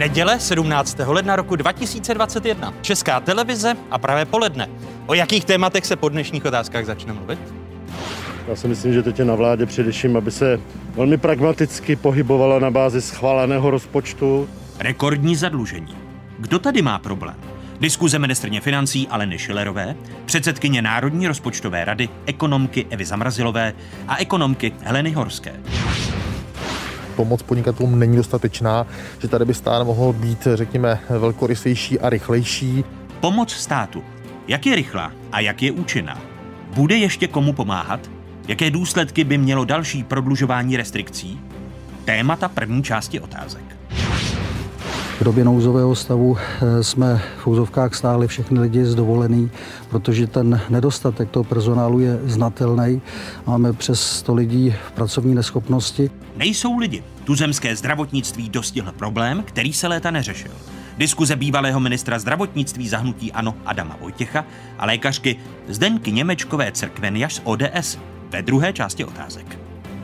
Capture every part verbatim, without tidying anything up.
Neděle sedmnáctého ledna roku dva tisíce dvacet jedna. Česká televize a Pravé poledne. O jakých tématech se po dnešních otázkách začne mluvit? Já si myslím, že teď je na vládě především, aby se velmi pragmaticky pohybovala na bázi schváleného rozpočtu. Rekordní zadlužení. Kdo tady má problém? Diskuze ministryně financí Aleny Schillerové, předsedkyně Národní rozpočtové rady, ekonomky Evy Zamrazilové a ekonomky Heleny Horské. Pomoc podnikatelům není dostatečná, že tady by stát mohl být, řekněme, velkorysejší a rychlejší. Pomoc státu. Jak je rychlá a jak je účinná? Bude ještě komu pomáhat? Jaké důsledky by mělo další prodlužování restrikcí? Témata první části otázek. V době nouzového stavu jsme v úzovkách stáli všechny lidi z dovolený, protože ten nedostatek toho personálu je znatelný. Máme přes sto lidí v pracovní neschopnosti. Nejsou lidi. Tuzemské zdravotnictví dostihl problém, který se léta neřešil. Diskuze bývalého ministra zdravotnictví za hnutí ANO Adama Vojtěcha a lékařky Zdenky Němečkové-Crkvenjaš z O D S ve druhé části otázek.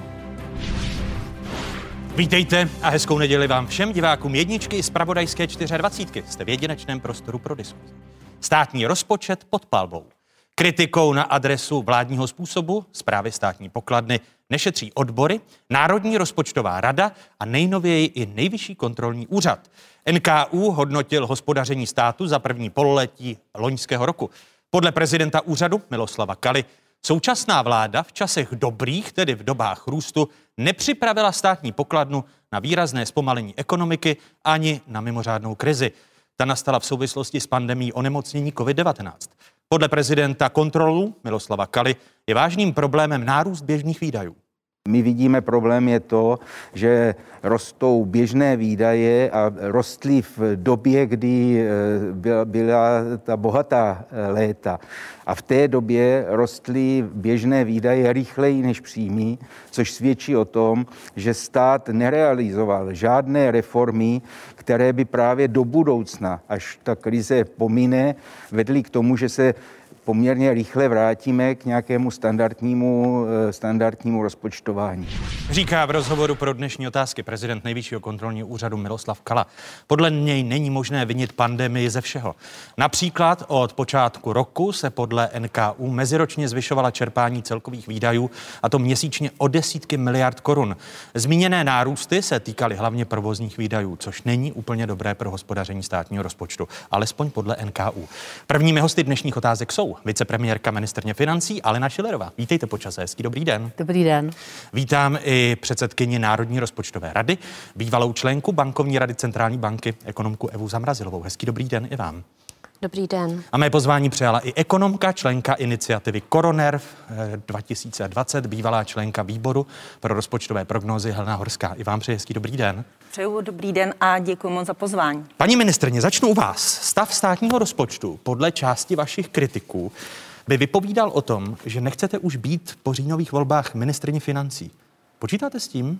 Vítejte a hezkou neděli vám všem divákům jedničky i zpravodajské dvacet čtyři. Jste v jedinečném prostoru pro diskuzi. Státní rozpočet pod palbou. Kritikou na adresu vládního způsobu správy státní pokladny nešetří odbory, Národní rozpočtová rada a nejnověji i Nejvyšší kontrolní úřad. N K U hodnotil hospodaření státu za první pololetí loňského roku. Podle prezidenta úřadu Miloslava Kaly současná vláda v časech dobrých, tedy v dobách růstu, nepřipravila státní pokladnu na výrazné zpomalení ekonomiky ani na mimořádnou krizi. Ta nastala v souvislosti s pandemií onemocnění covid devatenáct. Podle prezidenta kontrolu Miloslava Kaly je vážným problémem nárůst běžných výdajů. My vidíme, problém je to, že rostou běžné výdaje a rostly v době, kdy byla, byla ta bohatá léta. A v té době rostly běžné výdaje rychleji než příjmy, což svědčí o tom, že stát nerealizoval žádné reformy, které by právě do budoucna, až ta krize pomine, vedly k tomu, že se poměrně rychle vrátíme k nějakému standardnímu, standardnímu rozpočtování. Říká v rozhovoru pro dnešní otázky prezident Nejvyššího kontrolního úřadu Miloslav Kala. Podle něj není možné vinit pandemii ze všeho. Například od počátku roku se podle N K U meziročně zvyšovala čerpání celkových výdajů, a to měsíčně o desítky miliard korun. Zmíněné nárůsty se týkaly hlavně provozních výdajů, což není úplně dobré pro hospodaření státního rozpočtu, alespoň podle N K U. Prvními hosty dnešních otázek jsou vicepremiérka ministryně financí Alena Schillerová. Vítejte po čase, hezký dobrý den. Dobrý den. Vítám i předsedkyni Národní rozpočtové rady, bývalou členku bankovní rady centrální banky, ekonomku Evu Zamrazilovou. Hezký dobrý den i vám. Dobrý den. A mé pozvání přijala i ekonomka, členka iniciativy Koronerv dva tisíce dvacet, bývalá členka výboru pro rozpočtové prognózy Helena Horská. I vám přeji hezký dobrý den. Přeju dobrý den a děkuji moc za pozvání. Paní ministryně, začnu u vás. Stav státního rozpočtu podle části vašich kritiků by vypovídal o tom, že nechcete už být po říjnových volbách ministryní financí. Počítáte s tím?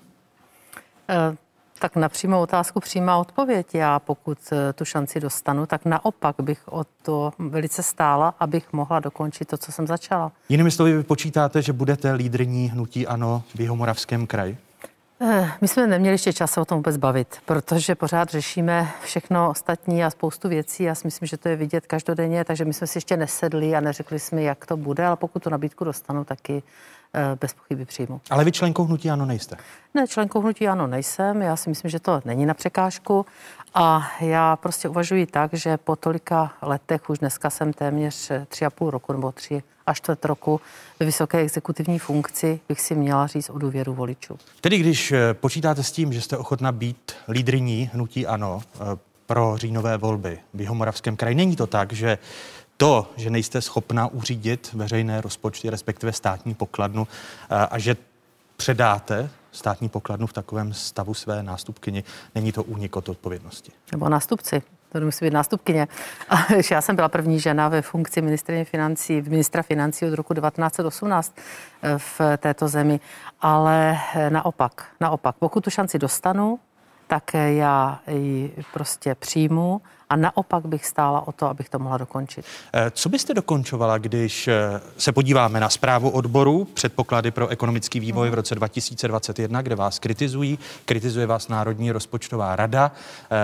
Uh... Tak na přímou otázku přímá odpověď. Já pokud tu šanci dostanu, tak naopak bych o to velice stála, abych mohla dokončit to, co jsem začala. Jinými slovy, vy počítáte, že budete lídryní hnutí ANO v Jihomoravském kraji? My jsme neměli ještě čas se o tom vůbec bavit, protože pořád řešíme všechno ostatní a spoustu věcí. Já si myslím, že to je vidět každodenně, takže my jsme si ještě nesedli a neřekli jsme, jak to bude, ale pokud tu nabídku dostanu, taky bez pochyby přijmu. Ale vy členkou hnutí ANO nejste? Ne, členkou hnutí ANO nejsem. Já si myslím, že to není na překážku a já prostě uvažuji tak, že po tolika letech, už dneska jsem téměř tři a půl roku nebo tři a čtvrt roku ve vysoké exekutivní funkci, bych si měla říct o důvěru voličů. Tedy když počítáte s tím, že jste ochotna být lídryní hnutí ANO pro říjnové volby v Jihomoravském kraji, není to tak, že to, že nejste schopna uřídit veřejné rozpočty, respektive státní pokladnu, a že předáte státní pokladnu v takovém stavu své nástupkyni, není to únik od odpovědnosti? Nebo nástupci. To musí být nástupkyně. Já jsem byla první žena ve funkci ministryně financí, ministra financí od roku devatenáct set osmnáct v této zemi. Ale naopak, naopak, pokud tu šanci dostanu, tak já ji prostě přijmu a naopak bych stála o to, abych to mohla dokončit. Co byste dokončovala, když se podíváme na zprávu odboru předpoklady pro ekonomický vývoj v roce dva tisíce dvacet jedna, kde vás kritizují, kritizuje vás Národní rozpočtová rada,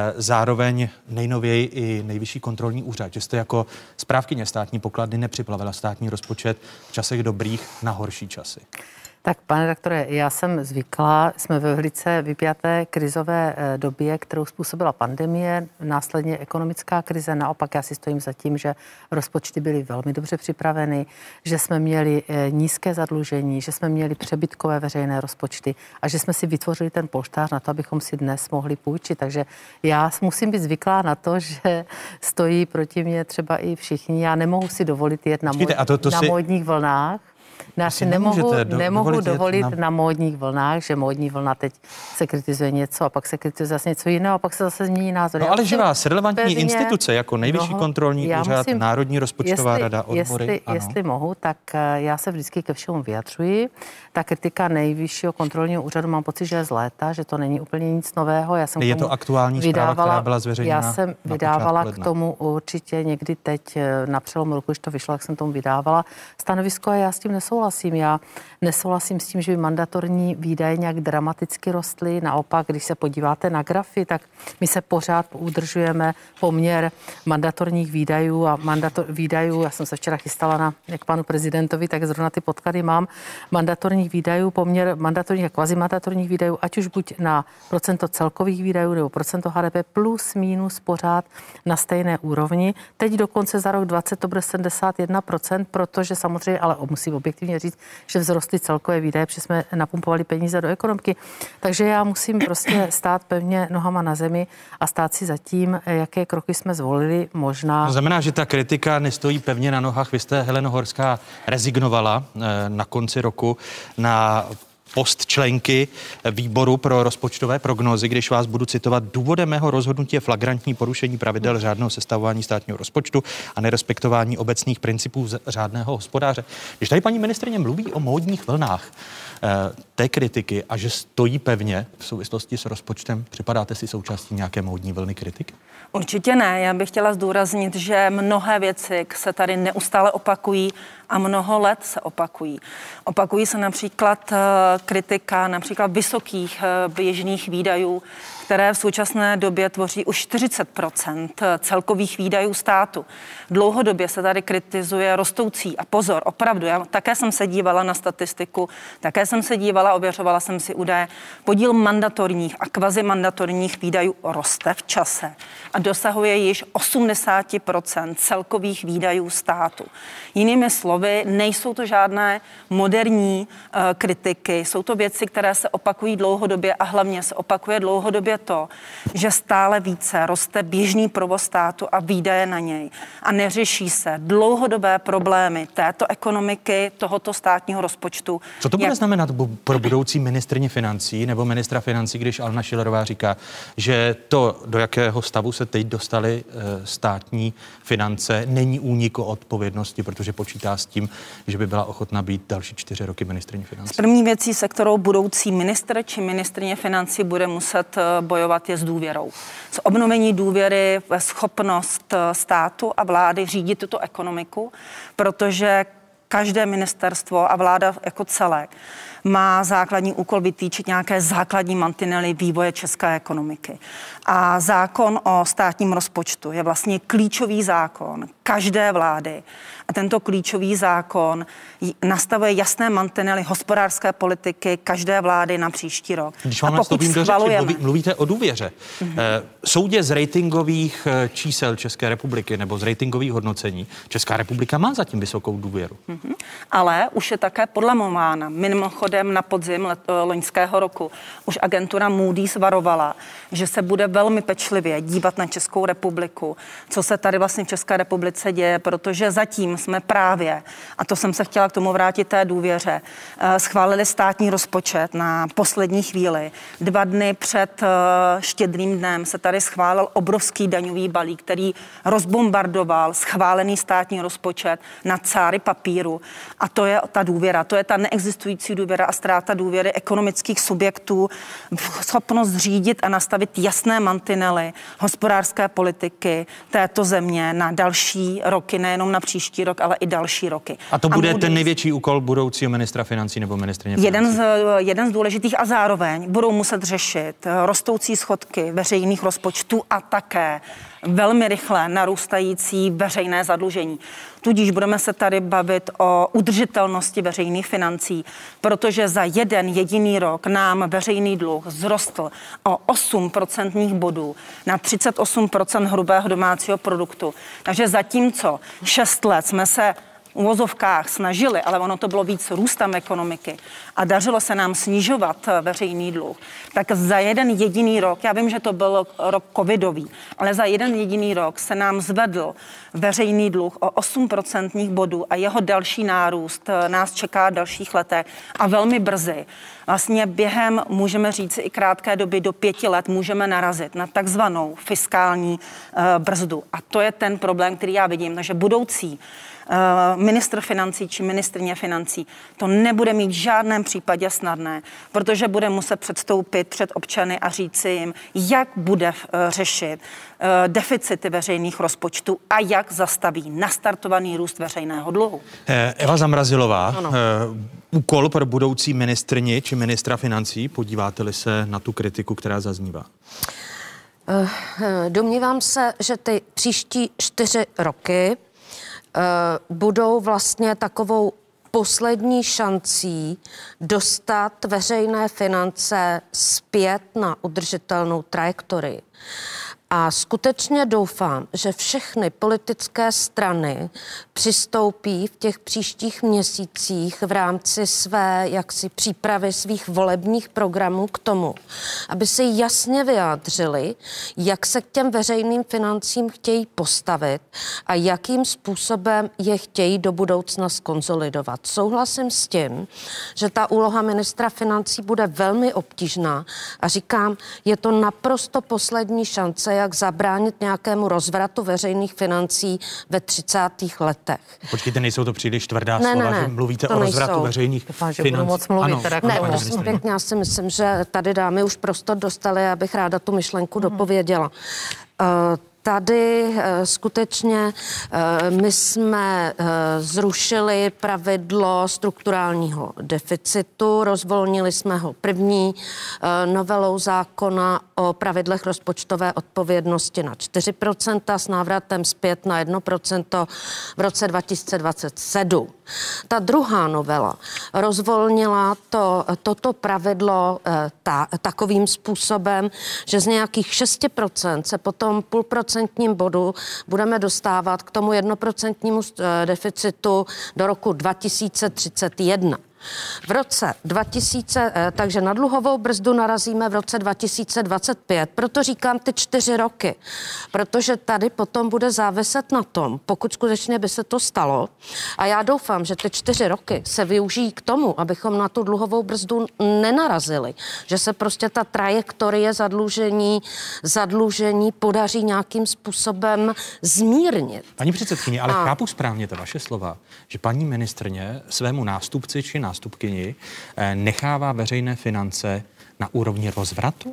zároveň nejnověji i Nejvyšší kontrolní úřad, že jste jako správkyně státní pokladny nepřipravila státní rozpočet v časech dobrých na horší časy? Tak, pane redaktore, já jsem zvyklá, jsme ve velice vypjaté krizové době, kterou způsobila pandemie, následně ekonomická krize. Naopak já si stojím za tím, že rozpočty byly velmi dobře připraveny, že jsme měli nízké zadlužení, že jsme měli přebytkové veřejné rozpočty a že jsme si vytvořili ten polštář na to, abychom si dnes mohli půjčit. Takže já musím být zvyklá na to, že stojí proti mě třeba i všichni. Já nemohu si dovolit jet na, Počkejte, mod, a to, to na si... módních vlnách. Já si nemohu, do, nemohu dovolit, dovolit na... na módních vlnách, že módní vlna teď se kritizuje něco a pak se kritizuje zase něco jiného a pak se zase změní názor. No ale že vás relevantní pevně, instituce jako Nejvyšší no, kontrolní úřad, musím, Národní rozpočtová jestli, rada, odbory. Jestli, jestli mohu, tak já se vždycky ke všemu vyjadřuji. Ta kritika Nejvyššího kontrolního úřadu mám pocit, že je z léta, že to není úplně nic nového. Já jsem je to aktuální zpráva, která byla zveřejněna. Já jsem vydávala k tomu určitě někdy teď na přelomu roku, když to vyšlo, jak jsem tomu vydávala stanovisko a já s tím nesouhlasím. Já nesouhlasím s tím, že by mandatorní výdaje nějak dramaticky rostly. Naopak, když se podíváte na grafy, tak my se pořád udržujeme poměr mandatorních výdajů a mandator, výdajů. Já jsem se včera chystala na jak panu prezidentovi, tak zrovna ty podklady mám. Mandatorních výdajů, poměr mandatorních a kvazimandatorních výdajů, ať už buď na procento celkových výdajů nebo procento H D P plus minus pořád na stejné úrovni. Teď dokonce za rok dvacet to bude sedmdesát jedna procent, protože samozřejmě, ale musím objektivně říct, že vzrostly celkové výdaje, protože jsme napumpovali peníze do ekonomiky. Takže já musím prostě stát pevně nohama na zemi a stát si za tím, jaké kroky jsme zvolili, možná. To znamená, že ta kritika nestojí pevně na nohách. Vy jste, Heleno Horská, rezignovala na konci roku na post členky výboru pro rozpočtové prognózy, když vás budu citovat: důvodem mého rozhodnutí je flagrantní porušení pravidel řádného sestavování státního rozpočtu a nerespektování obecných principů řádného hospodáře. Když tady paní ministryně mluví o módních vlnách eh, té kritiky a že stojí pevně v souvislosti s rozpočtem, připadáte si součástí nějaké módní vlny kritiky? Určitě ne. Já bych chtěla zdůraznit, že mnohé věci se tady neustále opakují a mnoho let se opakují. Opakují se například kritika například vysokých běžných výdajů, které v současné době tvoří už čtyřicet procent celkových výdajů státu. Dlouhodobě se tady kritizuje rostoucí, a pozor, opravdu, já také jsem se dívala na statistiku, také jsem se dívala, ověřovala jsem si údaje, podíl mandatorních a kvazimandatorních výdajů roste v čase a dosahuje již osmdesát procent celkových výdajů státu. Jinými slovy, nejsou to žádné moderní uh, kritiky, jsou to věci, které se opakují dlouhodobě a hlavně se opakuje dlouhodobě to, že stále více roste běžný provoz státu a výdaje na něj a neřeší se dlouhodobé problémy této ekonomiky, tohoto státního rozpočtu. Co to bude Jak... znamenat pro budoucí ministryni financí nebo ministra financí, když Alena Schillerová říká, že to, do jakého stavu se teď dostaly státní finance, není únik odpovědnosti, protože počítá s tím, že by byla ochotna být další čtyři roky ministryní financí? První věcí, se kterou budoucí ministr či ministryně financí bude muset bojovat, je s důvěrou. S obnovení důvěry ve schopnost státu a vlády řídit tuto ekonomiku, protože každé ministerstvo a vláda jako celek má základní úkol vytýčit nějaké základní mantinely vývoje české ekonomiky. A zákon o státním rozpočtu je vlastně klíčový zákon každé vlády. A tento klíčový zákon nastavuje jasné mantinely hospodářské politiky každé vlády na příští rok. Když vám nastoupím do řeči, mluví, mluvíte o důvěře. Mm-hmm. Soudě z ratingových čísel České republiky nebo z ratingových hodnocení, Česká republika má zatím vysokou důvěru. Mm-hmm. Ale už je také podlamována. Mimochodem na podzim let, loňského roku už agentura Moody's varovala, že se bude velmi pečlivě dívat na Českou republiku, co se tady vlastně v České republice děje, protože zatím jsme právě, a to jsem se chtěla k tomu vrátit té důvěře, schválili státní rozpočet na poslední chvíli. Dva dny před Štědrým dnem se tady schválil obrovský daňový balík, který rozbombardoval schválený státní rozpočet na cáry papíru. A to je ta důvěra, to je ta neexistující důvěra nedůvěra a ztráta důvěry ekonomických subjektů, schopnost řídit a nastavit jasné mantinely hospodářské politiky této země na další roky, nejenom na příští rok, ale i další roky. A to bude a ten největší úkol budoucího ministra financí nebo ministryně financí? Jeden z, jeden z důležitých a zároveň budou muset řešit rostoucí schodky veřejných rozpočtů a také velmi rychle narůstající veřejné zadlužení. Tudíž budeme se tady bavit o udržitelnosti veřejných financí, protože za jeden jediný rok nám veřejný dluh vzrostl o osm procentních bodů na třicet osm procent hrubého domácího produktu. Takže zatímco šest let jsme se v uvozovkách snažili, ale ono to bylo víc růstem ekonomiky a dařilo se nám snižovat veřejný dluh, tak za jeden jediný rok, já vím, že to byl rok covidový, ale za jeden jediný rok se nám zvedl veřejný dluh o osm procentních bodů a jeho další nárůst nás čeká v dalších letech a velmi brzy. Vlastně během, můžeme říct i krátké doby, do pěti let můžeme narazit na takzvanou fiskální uh, brzdu. A to je ten problém, který já vidím, takže budoucí ministr financí či ministryně financí to nebude mít v žádném případě snadné, protože bude muset předstoupit před občany a říci jim, jak bude řešit deficity veřejných rozpočtů a jak zastaví nastartovaný růst veřejného dluhu. Eva Zamrazilová, ano. Úkol pro budoucí ministryni či ministra financí, podíváte-li se na tu kritiku, která zaznívá? Domnívám se, že ty příští čtyři roky budou vlastně takovou poslední šancí dostat veřejné finance zpět na udržitelnou trajektorii. A skutečně doufám, že všechny politické strany přistoupí v těch příštích měsících v rámci své jaksi přípravy svých volebních programů k tomu, aby si jasně vyjádřili, jak se k těm veřejným financím chtějí postavit a jakým způsobem je chtějí do budoucna skonsolidovat. Souhlasím s tím, že ta úloha ministra financí bude velmi obtížná a říkám, je to naprosto poslední šance, jak zabránit nějakému rozvratu veřejných financí ve třicátých letech. Počkejte, nejsou to příliš tvrdá ne, slova, ne, ne, že mluvíte o nejsou. rozvratu veřejných Doufám, že financí. budu moc mluvit, ano, teda, ne, prosím pěkně, já si myslím, že tady dámy už prostor dostali, abych ráda tu myšlenku hmm. dopověděla. Uh, Tady skutečně my jsme zrušili pravidlo strukturálního deficitu, rozvolnili jsme ho první novelou zákona o pravidlech rozpočtové odpovědnosti na čtyři procenta s návratem zpět na jedno procento v roce dva tisíce dvacet sedm. Ta druhá novela rozvolnila to, toto pravidlo ta, takovým způsobem, že z nějakých šest procent se potom půl procentním bodu budeme dostávat k tomu jednoprocentnímu deficitu do roku dva tisíce třicet jedna. V roce dva tisíce, takže na dluhovou brzdu narazíme v roce dva tisíce dvacet pět. Proto říkám ty čtyři roky, protože tady potom bude záviset na tom, pokud skutečně by se to stalo. A já doufám, že ty čtyři roky se využijí k tomu, abychom na tu dluhovou brzdu nenarazili. Že se prostě ta trajektorie zadlužení, zadlužení podaří nějakým způsobem zmírnit. Paní předsedkyně, ale A... chápu správně ta vaše slova, že paní ministryně svému nástupci či nástupkyni nechává veřejné finance na úrovni rozvratu?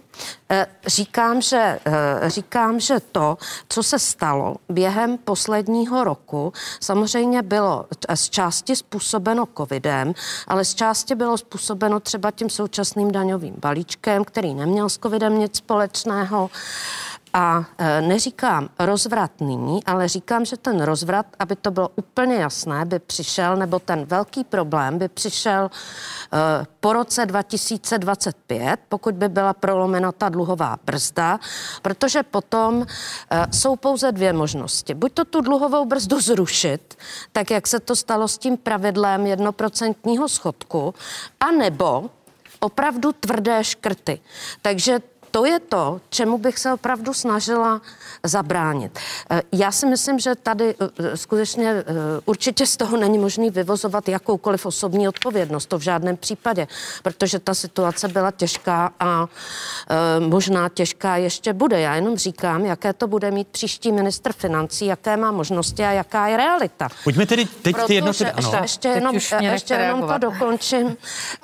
Říkám, že, říkám, že to, co se stalo během posledního roku, samozřejmě bylo z části způsobeno covidem, ale z části bylo způsobeno třeba tím současným daňovým balíčkem, který neměl s covidem nic společného. A neříkám rozvrat nyní, ale říkám, že ten rozvrat, aby to bylo úplně jasné, by přišel, nebo ten velký problém by přišel uh, po roce dva tisíce dvacet pět, pokud by byla prolomena ta dluhová brzda, protože potom uh, jsou pouze dvě možnosti. Buď to tu dluhovou brzdu zrušit, tak jak se to stalo s tím pravidlem jednoprocentního schodku, anebo opravdu tvrdé škrty. Takže to je to, čemu bych se opravdu snažila zabránit. Já si myslím, že tady skutečně určitě z toho není možný vyvozovat jakoukoliv osobní odpovědnost, to v žádném případě, protože ta situace byla těžká a možná těžká ještě bude. Já jenom říkám, jaké to bude mít příští ministr financí, jaké má možnosti a jaká je realita. Pojďme tedy teď ty jednotlivé... Ještě, ještě, jenom, ještě jenom to dokončím,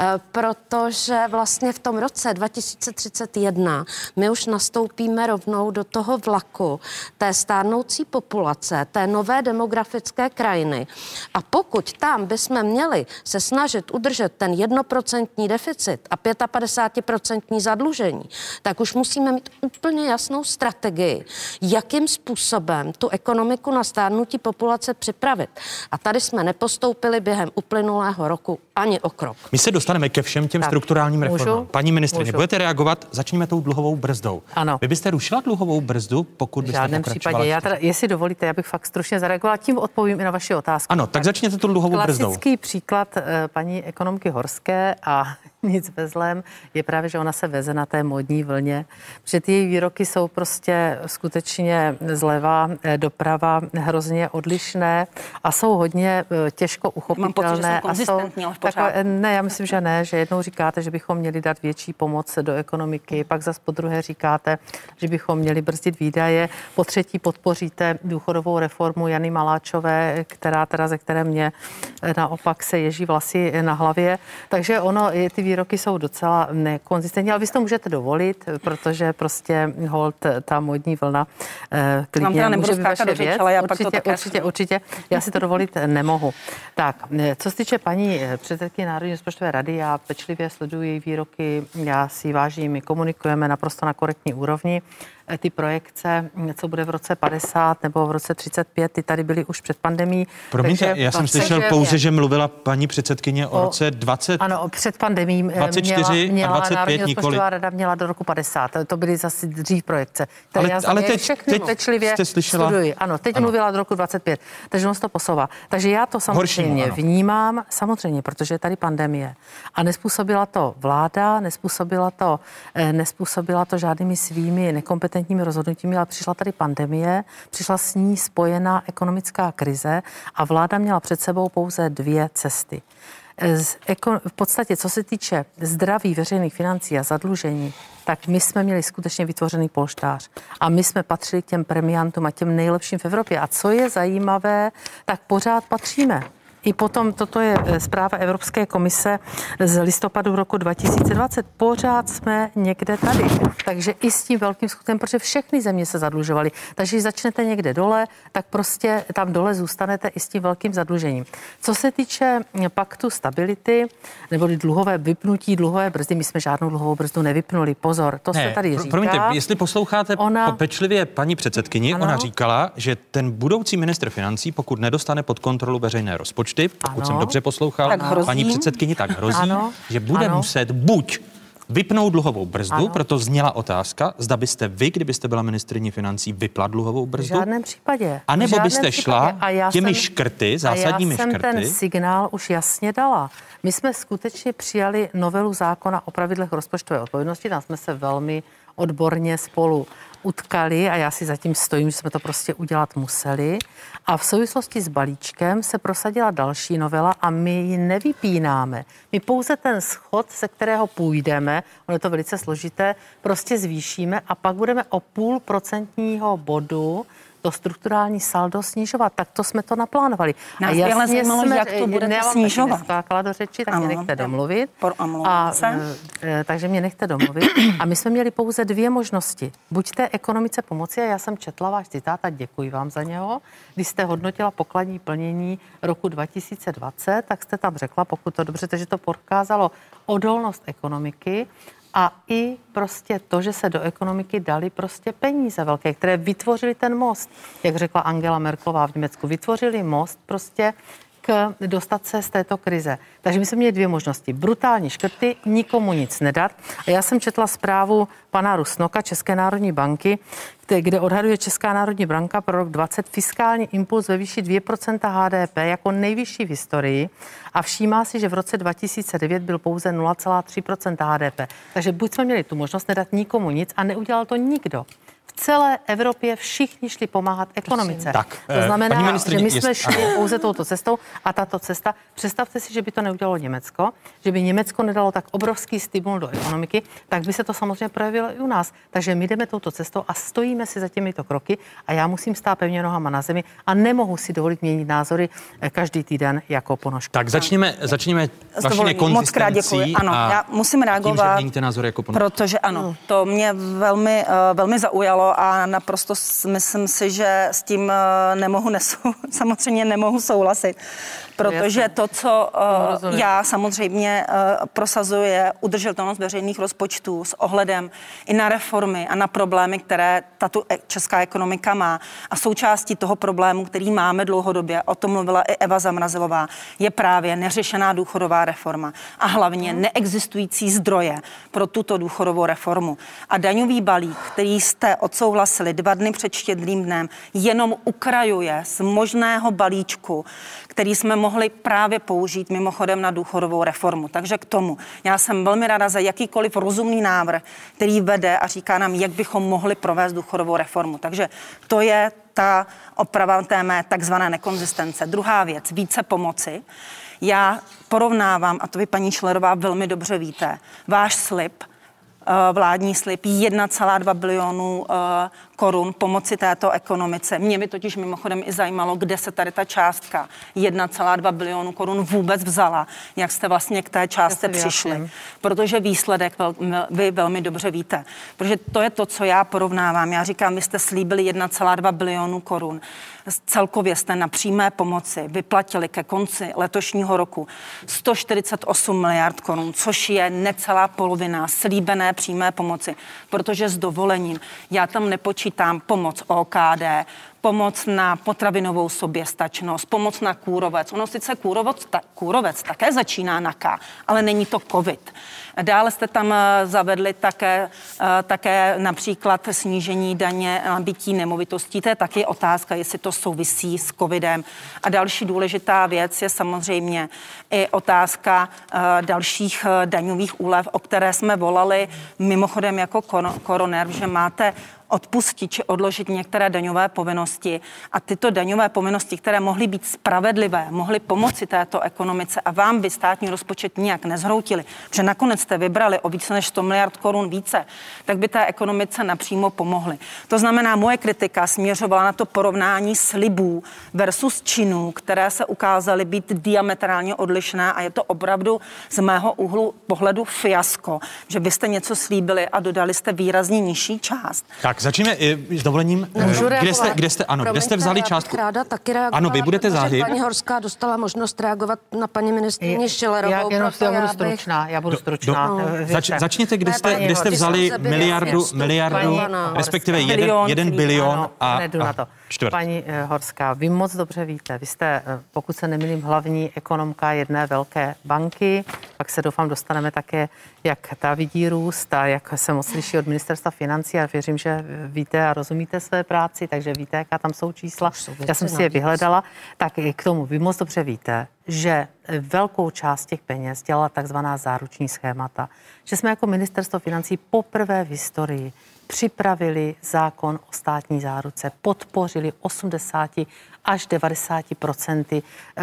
protože vlastně v tom roce dva tisíce třicet jedna my už nastoupíme rovnou do toho vlaku té stárnoucí populace, té nové demografické krajiny. A pokud tam bychom měli se snažit udržet ten jednoprocentní deficit a padesát pět procent zadlužení, tak už musíme mít úplně jasnou strategii, jakým způsobem tu ekonomiku na stárnutí populace připravit. A tady jsme nepostoupili během uplynulého roku ani o krok. My se dostaneme ke všem těm tak, strukturálním reformám. Můžu? Paní ministryně, budete reagovat? Začněme tou dluhovou brzdou. Ano. Vy byste rušila dluhovou brzdu, pokud byste pokračovala? V žádném případě. Já teda, jestli dovolíte, já bych fakt stručně zareagovala, tím odpovím i na vaši otázku. Ano, tak, tak začněte tu dluhovou brzdou. Klasický příklad uh, paní ekonomky Horské a nic ve zlém je právě, že ona se veze na té módní vlně, protože ty její výroky jsou prostě skutečně zleva, doprava hrozně odlišné a jsou hodně těžko uchopitelné. Mám pocit, že jsou konzistentní, ale v pořádku. Takové, ne, já myslím, že ne, že jednou říkáte, že bychom měli dát větší pomoc do ekonomiky, pak zas po druhé říkáte, že bychom měli brzdit výdaje, po třetí podpoříte důchodovou reformu Jany Maláčové, která teda ze které mě naopak se ježí vlasy na hlavě, takže ono, ty výroky jsou docela nekonzistentní, ale vy si to můžete dovolit, protože prostě hold ta módní vlna eh, klidně může být vaše věc. Určitě, určitě, určitě. Já si to dovolit nemohu. Tak, co se týče paní předsedkyně Národní rozpočtové rady, já pečlivě sleduji její výroky, já si ji vážím, my komunikujeme naprosto na korektní úrovni. Ty projekce, co bude v roce padesát nebo v roce třicet pět, ty tady byly už před pandemií. Promiňte, takže já jsem slyšel pouze, že mluvila paní předsedkyně o, o roce dvacet. Ano, před pandemií dvacet čtyři měla, měla a dvacet pět nikoli. Rada měla do roku padesát. To byly zase dřív projekce. Ale, já ale teď, všechny teď pečlivě jste slyšela... studuji. Ano, teď ano. Mluvila do roku dvacet pět. Takže on se to posouvá. Takže já to samozřejmě Horšímu, vnímám, samozřejmě, protože je tady pandemie. A nespůsobila to vláda, nespůsobila to, nespůsobila to žádnými svými nekompetentními rozhodnutími, ale přišla tady pandemie, přišla s ní spojená ekonomická krize a vláda měla před sebou pouze dvě cesty. V podstatě, co se týče zdraví veřejných financí a zadlužení, tak my jsme měli skutečně vytvořený polštář a my jsme patřili k těm premiantům a těm nejlepším v Evropě. A co je zajímavé, tak pořád patříme. I potom, toto je zpráva Evropské komise z listopadu roku dva tisíce dvacet. Pořád jsme někde tady. Takže i s tím velkým schodkem, protože všechny země se zadlužovaly. Takže když začnete někde dole, tak prostě tam dole zůstanete i s tím velkým zadlužením. Co se týče paktu stability, nebo dluhové vypnutí dluhové brzdy, my jsme žádnou dluhovou brzdu nevypnuli. Pozor, to ne, se tady říká. Promiňte, jestli posloucháte ona... pečlivě paní předsedkyni, ano. Ona říkala, že ten budoucí ministr financí, pokud nedostane pod kontrolu veřejné rozpočty, pokud ano, jsem dobře poslouchal, paní předsedkyni, tak hrozí, ano, že bude ano. muset buď vypnout dluhovou brzdu, ano. Proto zněla otázka, zda byste vy, kdybyste byla ministryní financí, vypla dluhovou brzdu? V žádném případě. A nebo byste případě. šla těmi jsem, škrty, zásadními škrty? A já jsem ten signál už jasně dala. My jsme skutečně přijali novelu zákona o pravidlech rozpočtové odpovědnosti, tam jsme se velmi odborně spolu utkali a já si zatím stojím, že jsme to prostě udělat museli. A v souvislosti s balíčkem se prosadila další novela a my ji nevypínáme. My pouze ten schod, se kterého půjdeme, ono je to velice složité, prostě zvýšíme a pak budeme o půl procentního bodu to strukturální saldo snižovat. Tak to jsme to naplánovali. Nás a jasně jsme, jak to budete snižovat. Neskákala do řeči, tak ano, mě nechte domluvit. A, e, takže mě nechte domluvit. A my jsme měli pouze dvě možnosti. Buď té ekonomice pomoci, a já jsem četla váš citát a děkuji vám za něho, když jste hodnotila pokladní plnění roku dva tisíce dvacet, tak jste tam řekla, pokud to dobře, že to prokázalo odolnost ekonomiky, a i prostě to, že se do ekonomiky dali prostě peníze velké, které vytvořily ten most. Jak řekla Angela Merkelová v Německu, vytvořili most prostě k dostat se z této krize. Takže my jsme měli dvě možnosti. Brutální škrty, nikomu nic nedat. A já jsem četla zprávu pana Rusnoka České národní banky, kde odhaduje Česká národní banka pro rok dvacet fiskální impuls ve výši dvě procenta H D P jako nejvyšší v historii a všímá si, že v roce dva tisíce devět byl pouze nula celá tři procenta H D P. Takže buď jsme měli tu možnost nedat nikomu nic a neudělal to nikdo. V celé Evropě všichni šli pomáhat ekonomice. Tak, to znamená, že my jsme jest, šli ano. pouze touto cestou a tato cesta, představte si, že by to neudělalo Německo, že by Německo nedalo tak obrovský stimul do ekonomiky, tak by se to samozřejmě projevilo i u nás. Takže my jdeme touto cestou a stojíme si za těmito kroky a já musím stát pevně nohama na zemi a nemohu si dovolit měnit názory každý týden jako ponožku. Tak začněme, začněme vaší nekonzistencí. Moc krát děkuji. Ano, já musím reagovat, tím, že měníte názory jako ponožku. Protože ano, to mě velmi, uh, velmi zaujalo a naprosto myslím si, že s tím uh, nemohu nesu, samozřejmě nemohu souhlasit. Protože to, co uh, já samozřejmě uh, prosazuji, je udržitelnost veřejných rozpočtů s ohledem i na reformy a na problémy, které tato česká ekonomika má. A součástí toho problému, který máme dlouhodobě, o tom mluvila i Eva Zamrazilová, je právě neřešená důchodová reforma a hlavně neexistující zdroje pro tuto důchodovou reformu. A daňový balík, který jste odsouhlasili dva dny před Štědrým dnem, jenom ukrajuje z možného balíčku, který jsme mohli právě použít mimochodem na důchodovou reformu. Takže k tomu. Já jsem velmi ráda za jakýkoliv rozumný návrh, který vede a říká nám, jak bychom mohli provést důchodovou reformu. Takže to je ta oprava té mé takzvané nekonzistence. Druhá věc, více pomoci. Já porovnávám, a to vy, paní Schillerová, velmi dobře víte, váš slib, vládní slib jedna celá dva bilionu korun pomoci této ekonomice. Mě by totiž mimochodem i zajímalo, kde se tady ta částka jedna celá dva bilionu korun vůbec vzala, jak jste vlastně k té částce přišli. Protože výsledek vel, vy velmi dobře víte. Protože to je to, co já porovnávám. Já říkám, vy jste slíbili jedna celá dva bilionu korun. Celkově jste na přímé pomoci vyplatili ke konci letošního roku sto čtyřicet osm miliard korun, což je necelá polovina slíbené přímé pomoci, protože s dovolením já tam nepočítám pomoc O K D, pomoc na potravinovou soběstačnost, pomoc na kůrovec. Ono sice kůrovec, ta, kůrovec také začíná na K, ale není to covid. Dále jste tam zavedli také, také například snížení daně na bytí nemovitostí. To je taky otázka, jestli to souvisí s covidem. A další důležitá věc je samozřejmě i otázka dalších daňových úlev, o které jsme volali mimochodem jako koroner, že máte odpustit či odložit některé daňové povinnosti a tyto daňové povinnosti, které mohly být spravedlivé, mohly pomoci této ekonomice a vám by státní rozpočet nijak nezhroutili, že nakonec jste vybrali o více než sto miliard korun více, tak by té ekonomice napřímo pomohly. To znamená, moje kritika směřovala na to porovnání slibů versus činů, které se ukázaly být diametrálně odlišné a je to opravdu z mého úhlu pohledu fiasko, že byste něco slíbili a dodali jste výrazně nižší část. Tak začneme s dovolením. Kde jste, kde jste, ano, kde jste vzali částku? Ráda taky reagovala, ano, vy budete záhy. Paní Horská dostala možnost reagovat na paní ministryni Schillerovou. Já, jenom, já budu stručná, já budu stručná. Do, do, zač, začněte, kde jste, kde jste vzali miliardu, miliardu, respektive jeden, jeden bilion a, a čtvrt. Paní Horská, vy moc dobře víte, vy jste, pokud se nemýlím, hlavní ekonomka jedné velké banky, pak se doufám dostaneme také, jak ta vidí růst a jak se moc slyší od ministerstva financí a věřím, že víte a rozumíte své práci, takže víte, jaká tam jsou čísla. Já jsem si je vyhledala. Tak k tomu vy moc dobře víte, že velkou část těch peněz dělala takzvaná záruční schémata. Že jsme jako ministerstvo financí poprvé v historii připravili zákon o státní záruce, podpořili osmdesát až devadesát procent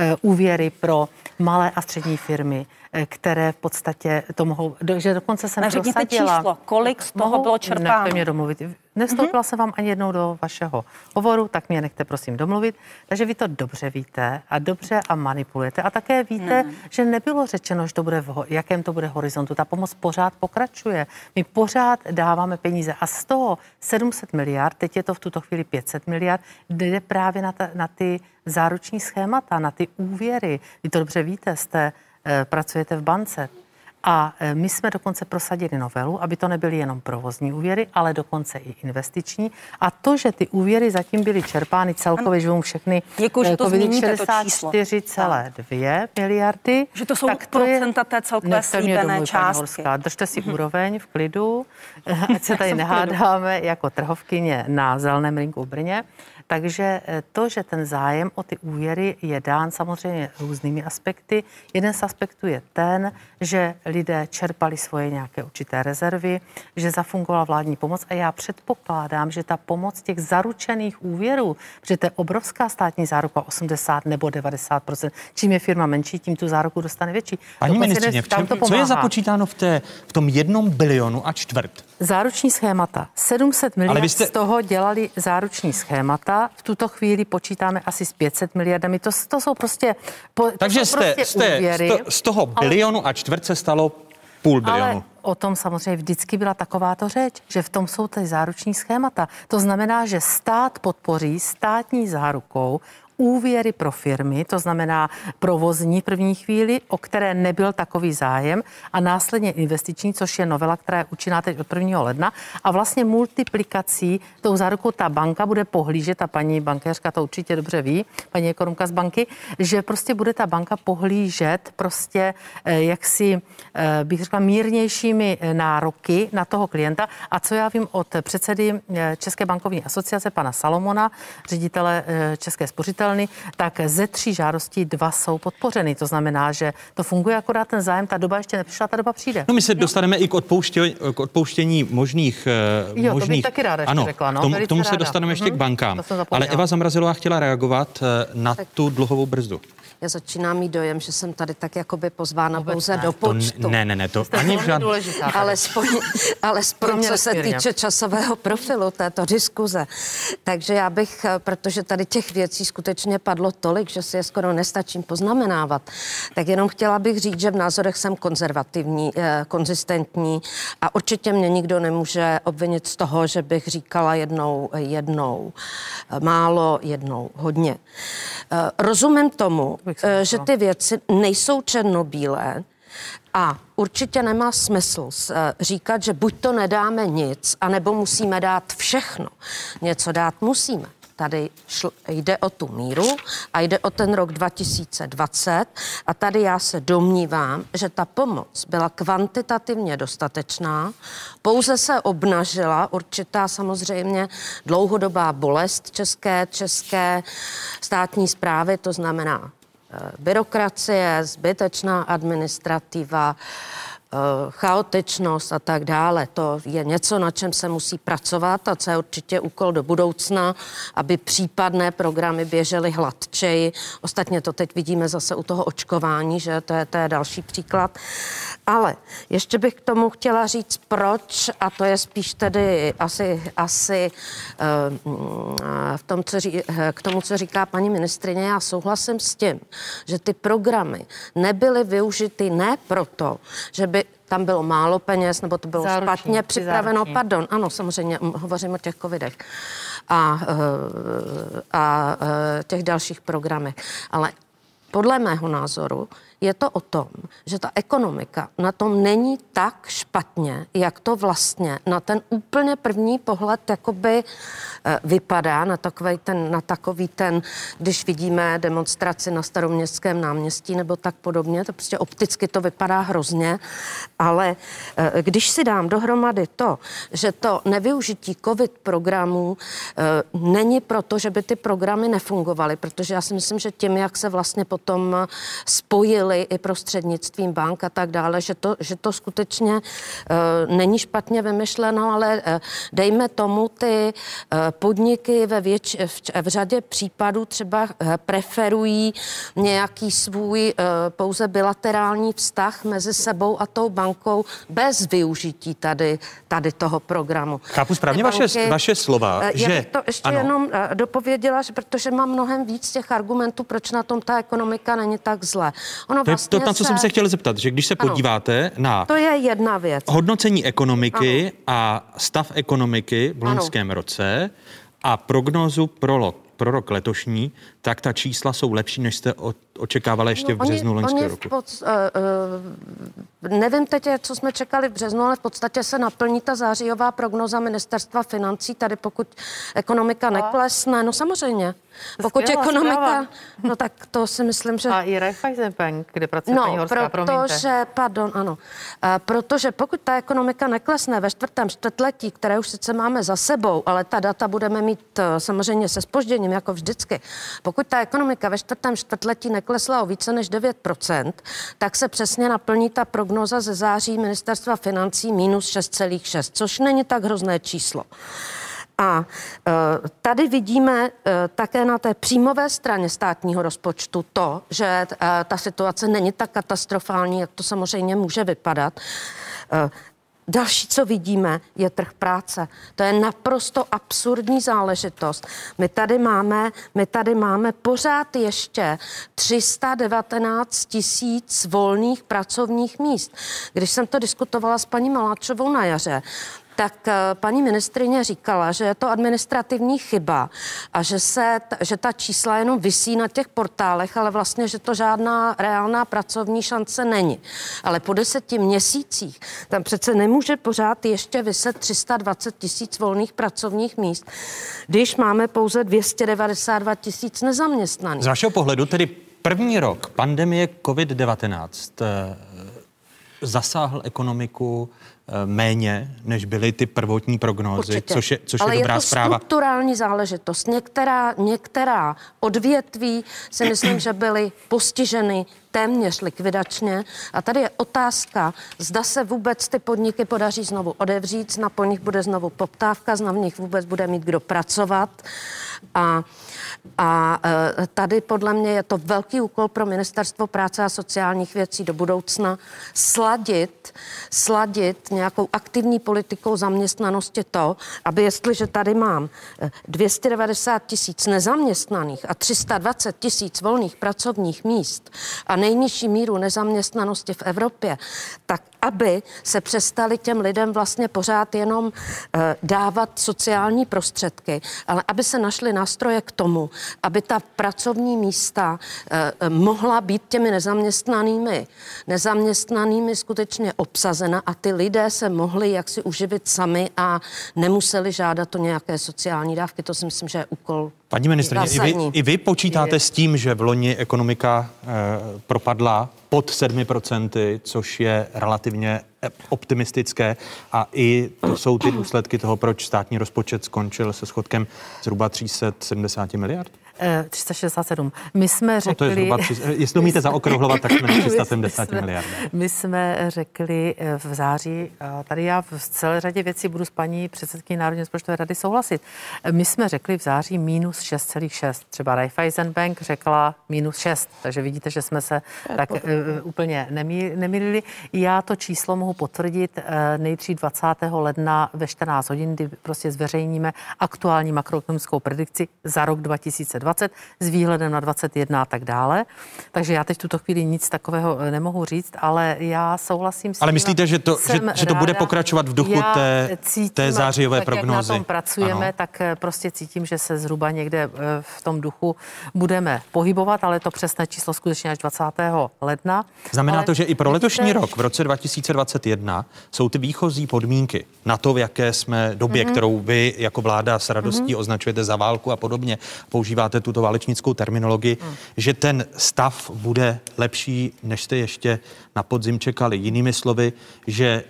úvěry pro malé a střední firmy, které v podstatě to mohou, že dokonce jsem prosadila. Číslo, kolik z toho bylo čerpáno? Nechte mě domluvit. Nestoupila mm-hmm. jsem vám ani jednou do vašeho hovoru, tak mě nechte prosím domluvit. Takže vy to dobře víte a dobře a manipulujete. A také víte, mm. že nebylo řečeno, že to bude v jakém to bude horizontu. Ta pomoc pořád pokračuje. My pořád dáváme peníze a z toho sedm set miliard, teď je to v tuto chvíli pět set miliard, jde právě na, ta, na ty záruční schémata, na ty úvěry. Vy to dobře víte, jste, eh, pracujete v bance. A my jsme dokonce prosadili novelu, aby to nebyly jenom provozní úvěry, ale dokonce i investiční. A to, že ty úvěry zatím byly čerpány celkově, že všechny šedesát čtyři celá dvě miliardy. Že to jsou tak procenta té celkové slíbené částky. Horská, držte si úroveň v klidu, ať se tady nehádáme jako trhovkyně na zeleném rynku v Brně. Takže to, že ten zájem o ty úvěry je dán samozřejmě různými aspekty. Jeden z aspektů je ten, že lidé čerpali svoje nějaké určité rezervy, že zafungovala vládní pomoc a já předpokládám, že ta pomoc těch zaručených úvěrů, protože to je obrovská státní záruka osmdesát nebo devadesát procent, čím je firma menší, tím tu záruku dostane větší. Paní ministryně, v čem, co je započítáno v, té, v tom jednom bilionu a čtvrt? Záruční schémata. sedm set miliard jste... z toho dělali záruční schémata. V tuto chvíli počítáme asi s pět set miliardami. To, to jsou prostě po, Takže to jste, prostě jste úvěry, z, to, z toho bilionu ale, a čtvrt se stalo půl bilionu. Ale o tom samozřejmě vždycky byla takováto řeč, že v tom jsou ty záruční schémata. To znamená, že stát podpoří státní zárukou úvěry pro firmy, to znamená provozní v první chvíli, o které nebyl takový zájem, a následně investiční, což je novela, která je účinná teď od prvního ledna, a vlastně multiplikací tou zárukou ta banka bude pohlížet, a paní bankéřka to určitě dobře ví, paní ekonomka z banky, že prostě bude ta banka pohlížet prostě jaksi, bych řekla, mírnějšími nároky na toho klienta. A co já vím od předsedy České bankovní asociace, pana Salomona, ředitele České spořitelny, tak ze tří žádostí dva jsou podpořeny. To znamená, že to funguje, akorát ten zájem, ta doba ještě nepřišla, ta doba přijde. No my se dostaneme i k odpouštění, k odpouštění možných... Jo, možných, to bych taky ráda ano, řekla. No, k tomu, k tomu se ráda. dostaneme ještě mm-hmm. k bankám. Ale Eva Zamrazilová chtěla reagovat na tak. tu dluhovou brzdu. Já začínám mít dojem, že jsem tady tak jakoby pozvána Vůbec pouze ne. do počtu. To ne, ne, ne, to ani žád... Alespoň, alespoň co se týče časového profilu této diskuze. Takže já bych, protože tady těch věcí skutečně padlo tolik, že si je skoro nestačím poznamenávat, tak jenom chtěla bych říct, že v názorech jsem konzervativní, eh, konzistentní a určitě mě nikdo nemůže obvinit z toho, že bych říkala jednou, jednou málo, jednou hodně. Eh, rozumím tomu, že ty věci nejsou černobílé a určitě nemá smysl říkat, že buď to nedáme nic, anebo musíme dát všechno. Něco dát musíme. Tady šl, jde o tu míru a jde o ten rok dva tisíce dvacet a tady já se domnívám, že ta pomoc byla kvantitativně dostatečná, pouze se obnažila určitá samozřejmě dlouhodobá bolest české, české státní správy, to znamená byrokracie, zbytečná administrativa, chaotičnost a tak dále. To je něco, na čem se musí pracovat a co je určitě úkol do budoucna, aby případné programy běžely hladčeji. Ostatně to teď vidíme zase u toho očkování, že to je, to je další příklad. Ale ještě bych k tomu chtěla říct, proč, a to je spíš tedy asi, asi v tom, co ří, k tomu, co říká paní ministryně, já souhlasím s tím, že ty programy nebyly využity ne proto, že by tam bylo málo peněz, nebo to bylo záruční, špatně připraveno. Pardon, ano, samozřejmě hovořím o těch covidech a, a, a těch dalších programech. Ale podle mého názoru je to o tom, že ta ekonomika na tom není tak špatně, jak to vlastně na ten úplně první pohled jakoby vypadá, na takový ten, na takový ten, když vidíme demonstraci na Staroměstském náměstí nebo tak podobně, to prostě opticky to vypadá hrozně, ale když si dám dohromady to, že to nevyužití covid programů není proto, že by ty programy nefungovaly, protože já si myslím, že tím, jak se vlastně potom spojili i prostřednictvím bank a tak dále, že to, že to skutečně uh, není špatně vymyšleno, ale uh, dejme tomu ty uh, podniky ve věč, v, v řadě případů třeba uh, preferují nějaký svůj uh, pouze bilaterální vztah mezi sebou a tou bankou bez využití tady, tady toho programu. Chápu správně banky, vaše, vaše slova, uh, že... Já bych to ještě ano. jenom uh, dopověděla, že protože mám mnohem víc těch argumentů, proč na tom ta ekonomika není tak zle. Ono to je to, na co se... jsem se chtěl zeptat, že když se ano. podíváte na to je jedna věc. hodnocení ekonomiky ano. a stav ekonomiky v loňském roce a prognózu pro, pro rok letošní, tak ta čísla jsou lepší, než jste očekávala ještě no, v březnu loňského roku. Pod, uh, uh, nevím teď, co jsme čekali v březnu, ale v podstatě se naplní ta zářijová prognoza ministerstva financí, tady pokud ekonomika neklesne, no samozřejmě. Pokud Skvělá ekonomika, zpráva. no tak to si myslím, že... A i Raiffeisenbank, kde pracuje No, paní Horská, promiňte. protože, pardon, ano, a protože pokud ta ekonomika neklesne ve čtvrtém čtvrtletí, které už sice máme za sebou, ale ta data budeme mít eh, samozřejmě se zpožděním, jako vždycky, pokud ta ekonomika ve čtvrtém čtvrtletí neklesla o více než devět procent, tak se přesně naplní ta prognoza ze září ministerstva financí minus šest celá šest, což není tak hrozné číslo. A e, tady vidíme e, také na té příjmové straně státního rozpočtu to, že e, ta situace není tak katastrofální, jak to samozřejmě může vypadat. E, Další, co vidíme, je trh práce. To je naprosto absurdní záležitost. My tady máme, my tady máme pořád ještě tři sta devatenáct tisíc volných pracovních míst. Když jsem to diskutovala s paní Maláčovou na jaře, tak paní ministryně říkala, že je to administrativní chyba a že, se, že ta čísla jenom visí na těch portálech, ale vlastně, že to žádná reálná pracovní šance není. Ale po deseti měsících tam přece nemůže pořád ještě vyset tři sta dvacet tisíc volných pracovních míst, když máme pouze dvě stě devadesát dva tisíc nezaměstnaných. Z vašeho pohledu tedy první rok pandemie covid devatenáct zasáhl ekonomiku méně, než byly ty prvotní prognózy, Určitě. což je, což Ale je dobrá je to zpráva. strukturální záležitost. Některá, některá odvětví si myslím, že byly postiženy téměř likvidačně. A tady je otázka, zda se vůbec ty podniky podaří znovu odevřít, zda po nich bude znovu poptávka, zda v nich vůbec bude mít kdo pracovat. A, a tady podle mě je to velký úkol pro Ministerstvo práce a sociálních věcí do budoucna sladit, sladit nějakou aktivní politikou zaměstnanosti to, aby jestliže tady mám dvě stě devadesát tisíc nezaměstnaných a tři sta dvacet tisíc volných pracovních míst a nejnižší míru nezaměstnanosti v Evropě, tak aby se přestali těm lidem vlastně pořád jenom e, dávat sociální prostředky, ale aby se našly nástroje k tomu, aby ta pracovní místa e, mohla být těmi nezaměstnanými, nezaměstnanými skutečně obsazena a ty lidé se mohli jaksi uživit sami a nemuseli žádat o nějaké sociální dávky. To si myslím, že je úkol. Paní ministryně, i vy, i vy počítáte je. s tím, že v loni ekonomika e, propadla pod sedmi procenty, což je relativně optimistické a i to jsou ty důsledky toho, proč státní rozpočet skončil se schodkem zhruba tři sta sedmdesát miliard? tři sta šedesát sedm. My jsme řekli... No to je zhruba, tři, jestli to umíte zaokrouhlovat, tak jsme na tři sta sedmdesát miliard. My jsme řekli v září, tady já v celé řadě věcí budu s paní předsedkyní Národní rozpočtové rady souhlasit. My jsme řekli v září minus šest celá šest. Třeba Raiffeisenbank řekla minus šest, takže vidíte, že jsme se tak uh, úplně nemí, nemýlili. Já to číslo mohu potvrdit uh, nejdřív dvacátého ledna ve čtrnáct hodin, kdy prostě zveřejníme aktuální makroekonomickou predikci za rok dva tisíce dvacet s výhledem na dvacet jedna a tak dále. Takže já teď v tuto chvíli nic takového nemohu říct, ale já souhlasím s tím. Ale myslíte, že to, že, že to bude pokračovat v duchu té, cítím, té zářijové tak, prognózy? Jak na tom pracujeme, ano. tak prostě cítím, že se zhruba někde v tom duchu budeme pohybovat, ale to přesné číslo skutečně až dvacátého ledna. Znamená ale to, že i pro letošní vidíte, rok, v roce dva tisíce dvacet jedna, jsou ty výchozí podmínky na to, v jaké jsme době, mm-hmm. kterou vy jako vláda s radostí mm-hmm. označujete za válku a podobně, používáte tuto válečnickou terminologii, mm. že ten stav bude lepší, než jste ještě na podzim čekali. Jinými slovy, že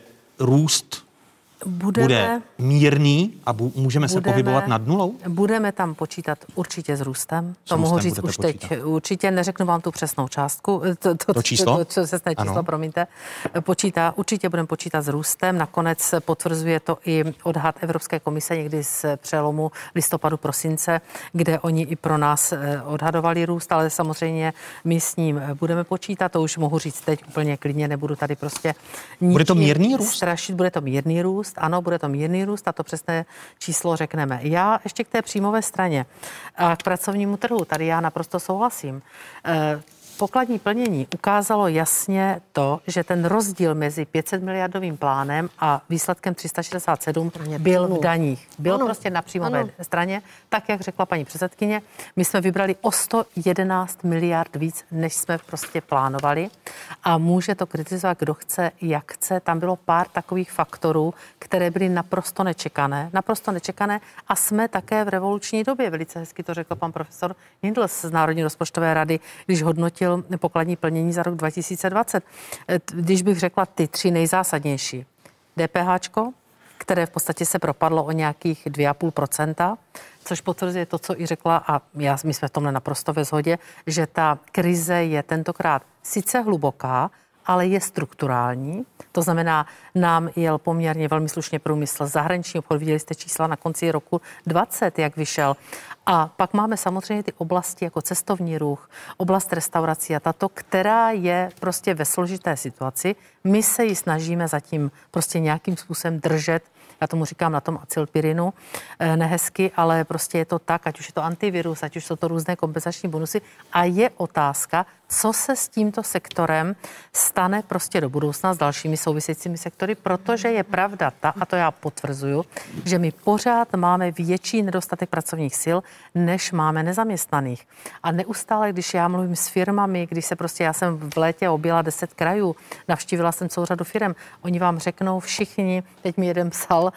růst Budeme, bude mírný a bu, můžeme budeme, se pohybovat nad nulou? Budeme tam počítat určitě s růstem. To s mohu říct už počítat. Teď. Určitě neřeknu vám tu přesnou částku. To, to, to číslo? To, to přesné číslo, ano. promiňte. Počítá, určitě budeme počítat s růstem. Nakonec potvrzuje to i odhad Evropské komise někdy z přelomu listopadu prosince, kde oni i pro nás odhadovali růst, ale samozřejmě my s ním budeme počítat. To už mohu říct teď úplně klidně, nebudu tady prostě nic. Bude to mírný růst? Strašit, bude to mírný růst. Ano, bude to mírný růst a to přesné číslo řekneme. Já ještě k té příjmové straně a k pracovnímu trhu, tady já naprosto souhlasím. pokladní plnění ukázalo jasně to, že ten rozdíl mezi pět set miliardovým plánem a výsledkem tři sta šedesát sedm byl v daních. Byl ano. prostě na příjmové ano. straně, tak jak řekla paní předsedkyně. My jsme vybrali o sto jedenáct miliard víc, než jsme prostě plánovali. A může to kritizovat, kdo chce, jak chce. Tam bylo pár takových faktorů, které byly naprosto nečekané. Naprosto nečekané a jsme také v revoluční době. Velice hezky to řekl pan profesor Hindl z Národní rozpočtové rady, když hodnotil pokladní plnění za rok dva tisíce dvacet. Když bych řekla ty tři nejzásadnější. DPHčko, které v podstatě se propadlo o nějakých dvě a půl procenta, což potvrzuje to, co i řekla, a já, my jsme v tomhle naprosto ve shodě, že ta krize je tentokrát sice hluboká, ale je strukturální. To znamená, nám jel poměrně velmi slušně průmysl, zahraniční obchod, viděli jste čísla na konci roku dvacet, jak vyšel. A pak máme samozřejmě ty oblasti jako cestovní ruch, oblast restaurací a tato, která je prostě ve složité situaci. My se ji snažíme zatím prostě nějakým způsobem držet. Já tomu říkám na tom acylpirinu, nehezky, ale prostě je to tak, ať už je to antivirus, ať už jsou to různé kompenzační bonusy. A je otázka, co se s tímto sektorem stane prostě do budoucna s dalšími souvisejícími sektory, protože je pravda ta, a to já potvrzuju, že my pořád máme větší nedostatek pracovních sil, než máme nezaměstnaných. A neustále, když já mluvím s firmami, když se prostě, já jsem v létě objela deset krajů, navštívila jsem celou řadu firm, oni vám řeknou všichni, teď mi jeden psal,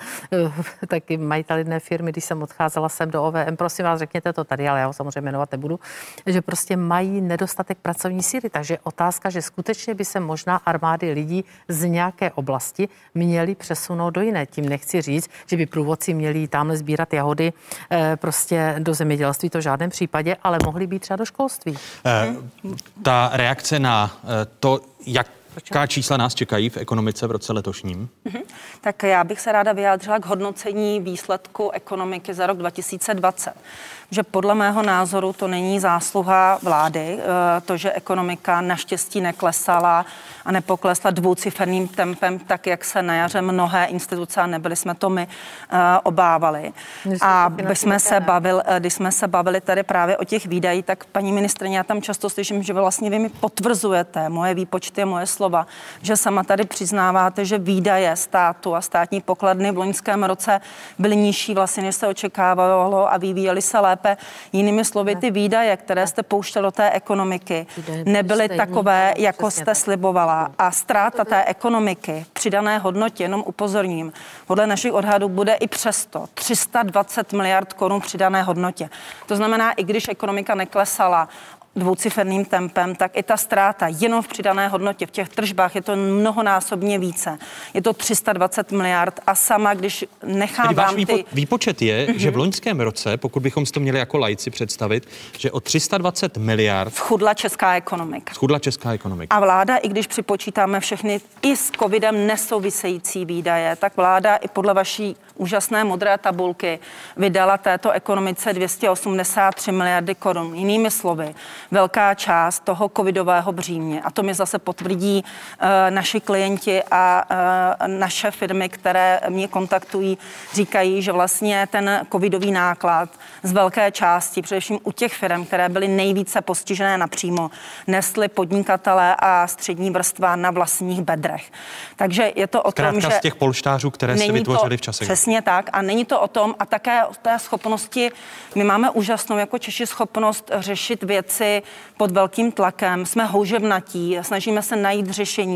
taky majitel jedné firmy, když jsem odcházela sem do O V M, prosím vás, řekněte to tady, ale já ho samozřejmě jmenovat nebudu, že prostě mají nedostatek pracovní síly. Takže otázka, že skutečně by se možná armády lidí z nějaké oblasti měly přesunout do jiné. Tím nechci říct, že by průvodci měli tamhle sbírat jahody eh, prostě do zemědělství, to v žádném případě, ale mohli být třeba do školství. Eh, ta reakce na eh, to, jak Jaká čísla nás čekají v ekonomice v roce letošním? Mm-hmm. Tak já bych se ráda vyjádřila k hodnocení výsledku ekonomiky za rok dva tisíce dvacet. Že podle mého názoru to není zásluha vlády, to, že ekonomika naštěstí neklesala a nepoklesla dvouciferným tempem, tak jak se na jaře mnohé instituce, a nebyli jsme to my, obávali. A když jsme se bavili, když jsme se bavili tady právě o těch výdajích, tak paní ministryně, já tam často slyším, že vlastně vy mi potvrzujete moje výpočty, moje slova, že sama tady přiznáváte, že výdaje státu a státní pokladny v loňském roce byly nižší vlastně, než se očekávalo a vyvíjely se lépe. Jinými slovy, ty výdaje, které jste pouštěli do té ekonomiky, nebyly takové, jako jste slibovala. A ztráta té ekonomiky, přidané hodnotě, jenom upozorním, podle našich odhadů bude i přesto tři sta dvacet miliard korun přidané hodnotě. To znamená, i když ekonomika neklesala dvouciferným tempem, tak i ta ztráta jenom v přidané hodnotě, v těch tržbách je to mnohonásobně více. Je to tři sta dvacet miliard a sama, když nechám vám ty... Výpo, výpočet je, mm-hmm. že v loňském roce, pokud bychom si to měli jako laici představit, že o tři sta dvacet miliard... Schudla česká ekonomika. Schudla česká ekonomika. A vláda, i když připočítáme všechny i s covidem nesouvisející výdaje, tak vláda i podle vaší úžasné modré tabulky vydala této ekonomice dvě stě osmdesát tři miliardy korun. Jinými slovy, velká část toho covidového břímě, a to mi zase potvrdí uh, naši klienti a uh, naše firmy, které mě kontaktují, říkají, že vlastně ten covidový náklad z velké části, především u těch firm, které byly nejvíce postižené napřímo, nesly podnikatelé a střední vrstva na vlastních bedrech. Takže je to o Zkrátka tom, že... z těch polštářů, které jste vytvořili v čase. Přesně tak. A není to o tom, a také o té schopnosti, my máme úžasnou jako Češi schopnost řešit věci pod velkým tlakem, jsme houževnatí, snažíme se najít řešení,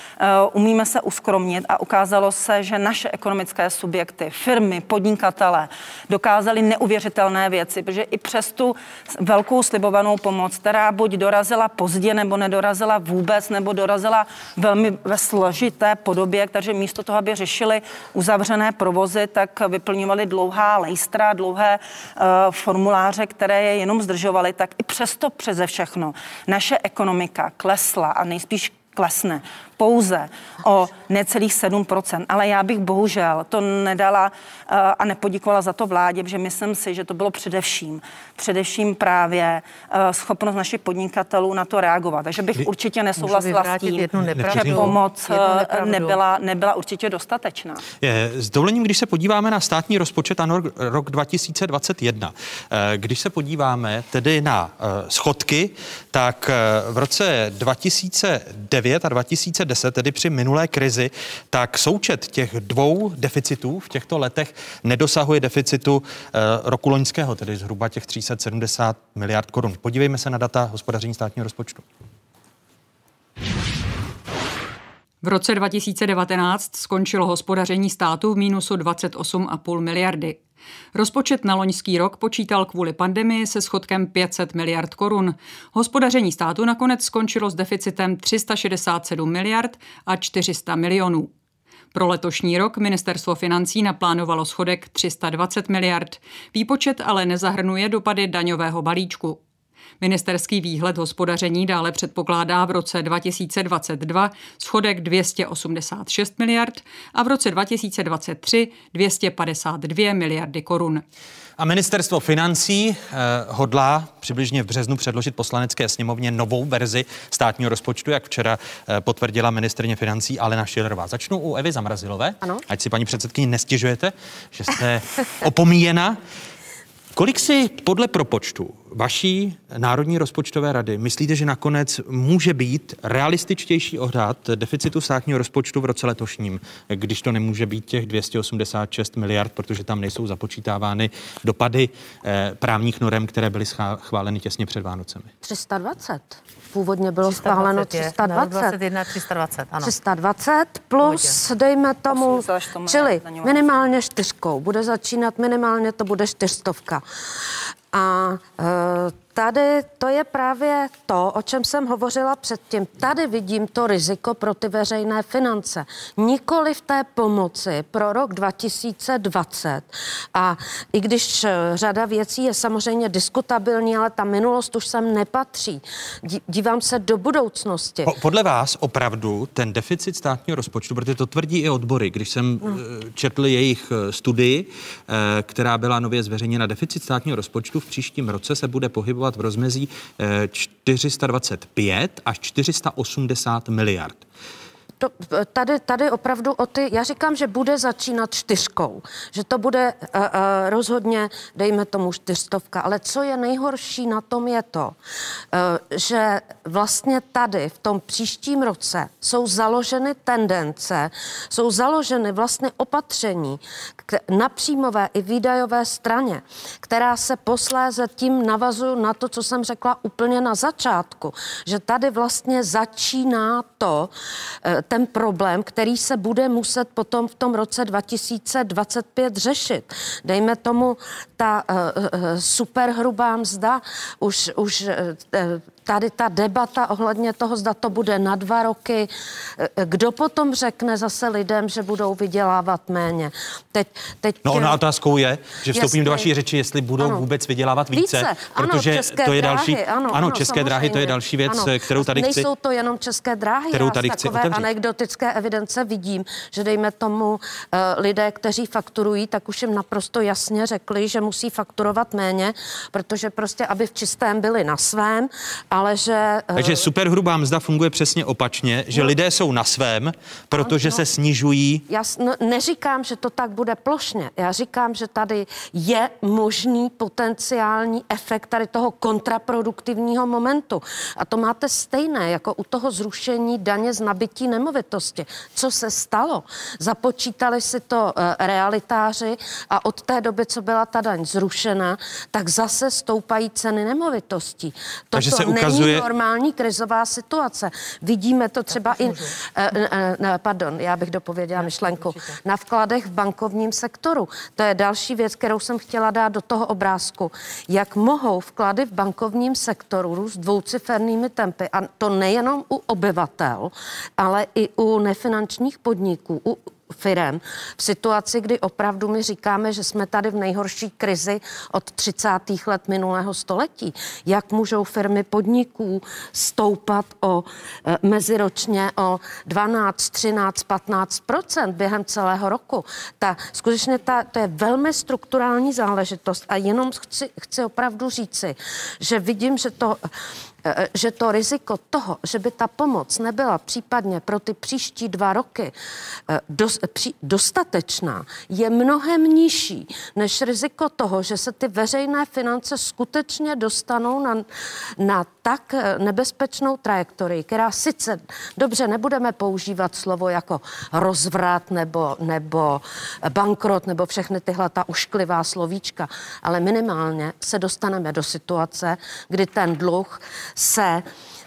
umíme se uskromnit a ukázalo se, že naše ekonomické subjekty, firmy, podnikatele dokázali neuvěřitelné věci, protože i přes tu velkou slibovanou pomoc, která buď dorazila pozdě, nebo nedorazila vůbec, nebo dorazila velmi ve složité podobě, takže místo toho, aby řešili uzavřené provozy, tak vyplňovali dlouhá lejstra, dlouhé uh, formuláře, které je jenom zdržovaly, tak i přesto přeze všechno naše ekonomika klesla a nejspíš klesne pouze o necelých sedm procent, ale já bych bohužel to nedala uh, a nepodikovala za to vládě, protože myslím si, že to bylo především, především právě uh, schopnost našich podnikatelů na to reagovat. Takže bych určitě nesouhlasila s tím, že pomoc uh, nebyla, nebyla určitě dostatečná. Je, s dovolením, když se podíváme na státní rozpočet a rok dva tisíce dvacet jedna, když se podíváme tedy na uh, schodky, tak uh, v roce dva tisíce devět a dva tisíce deset, tedy při minulé krizi, tak součet těch dvou deficitů v těchto letech nedosahuje deficitu uh, roku loňského, tedy zhruba těch tři sta sedmdesát miliard korun. Podívejme se na data hospodaření státního rozpočtu. V roce dva tisíce devatenáct skončilo hospodaření státu v mínusu dvacet osm celá pět miliardy. Rozpočet na loňský rok počítal kvůli pandemii se schodkem pět set miliard korun. Hospodaření státu nakonec skončilo s deficitem tři sta šedesát sedm miliard a čtyři sta milionů. Pro letošní rok ministerstvo financí naplánovalo schodek tři sta dvacet miliard. Výpočet ale nezahrnuje dopady daňového balíčku. Ministerský výhled hospodaření dále předpokládá v roce dva tisíce dvacet dva schodek dvě stě osmdesát šest miliard a v roce dva tisíce dvacet tři dvě stě padesát dvě miliardy korun. A ministerstvo financí eh, hodlá přibližně v březnu předložit poslanecké sněmovně novou verzi státního rozpočtu, jak včera eh, potvrdila ministryně financí Alena Schillerová. Začnu u Evy Zamrazilové. Ano. Ať si paní předsedkyni nestěžujete, že jste opomíjena. Kolik si podle propočtu vaší Národní rozpočtové rady myslíte, že nakonec může být realističtější odhad deficitu státního rozpočtu v roce letošním, když to nemůže být těch dvě stě osmdesát šest miliard, protože tam nejsou započítávány dopady eh, právních norem, které byly schváleny těsně před Vánocemi? tři sta dvacet. Původně bylo schváleno tři sta dvacet. tři sta dvacet, ano. tři sta dvacet plus, dejme tomu, čili minimálně čtyřkou. Bude začínat minimálně, to bude čtyřstovka. A e, tady to je právě to, o čem jsem hovořila předtím. Tady vidím to riziko pro ty veřejné finance. Nikoli v té pomoci pro rok dva tisíce dvacet. A i když řada věcí je samozřejmě diskutabilní, ale ta minulost už sem nepatří. Dívám se do budoucnosti. Podle vás opravdu ten deficit státního rozpočtu, protože to tvrdí i odbory, když jsem no. četl jejich studii, která byla nově zveřejněna, deficit státního rozpočtu v příštím roce se bude pohybovat v rozmezí čtyři sta dvacet pět až čtyři sta osmdesát miliard. To, tady, tady opravdu o ty, já říkám, že bude začínat čtyřkou, že to bude uh, uh, rozhodně, dejme tomu čtyřstovka, ale co je nejhorší na tom je to, uh, že vlastně tady v tom příštím roce jsou založeny tendence, jsou založeny vlastně opatření k, na příjmové i výdajové straně, která se posléze tím navazují na to, co jsem řekla úplně na začátku, že tady vlastně začíná to, uh, ten problém, který se bude muset potom v tom roce dva tisíce dvacet pět řešit. Dejme tomu ta uh, uh, superhrubá mzda, už, už uh, tady ta debata ohledně toho, zda to bude na dva roky. Kdo potom řekne zase lidem, že budou vydělávat méně? Teď, teď no ona otázkou je, že vstoupím jestli, do vaší řeči, jestli budou ano, vůbec vydělávat více, více. protože ano, to je dráhy, další, ano, ano, ano české dráhy, to je další věc, ano, kterou tady chci. Nejsou to jenom české dráhy, kterou já tady z chci takové otevřít. Anekdotické evidence vidím, že dejme tomu uh, lidé, kteří fakturují, tak už jim naprosto jasně řekli, že musí fakturovat méně, protože prostě, aby v čistém byli na svém, ale že Takže superhrubá mzda funguje přesně opačně, že no. lidé jsou na svém, protože no. se snižují. Já no, neříkám, že to tak bude plošně. Já říkám, že tady je možný potenciální efekt tady toho kontraproduktivního momentu. A to máte stejné jako u toho zrušení daně z nabytí nemovitosti. Co se stalo? Započítali si to uh, realitáři a od té doby, co byla ta daň zrušena, tak zase stoupají ceny nemovitostí. Takže Toto se ukazuje... není normální krizová situace. Vidíme to třeba i, eh, eh, pardon, já bych dopověděla myšlenku, na vkladech v bankovním sektoru. To je další věc, kterou jsem chtěla dát do toho obrázku. Jak mohou vklady v bankovním sektoru růst dvoucifernými tempy, a to nejenom u obyvatel, ale i u nefinančních podniků, u firem v situaci, kdy opravdu my říkáme, že jsme tady v nejhorší krizi od třicátých let minulého století. Jak můžou firmy podniků stoupat o e, meziročně o dvanáct, třináct, patnáct procent během celého roku? Ta, skutečně ta, to je velmi strukturální záležitost a jenom chci, chci opravdu říci, že vidím, že to že to riziko toho, že by ta pomoc nebyla případně pro ty příští dva roky dos, při, dostatečná, je mnohem nižší než riziko toho, že se ty veřejné finance skutečně dostanou na, na tak nebezpečnou trajektorii, která sice, dobře, nebudeme používat slovo jako rozvrat nebo, nebo bankrot nebo všechny tyhle ta ušklivá slovíčka, ale minimálně se dostaneme do situace, kdy ten dluh se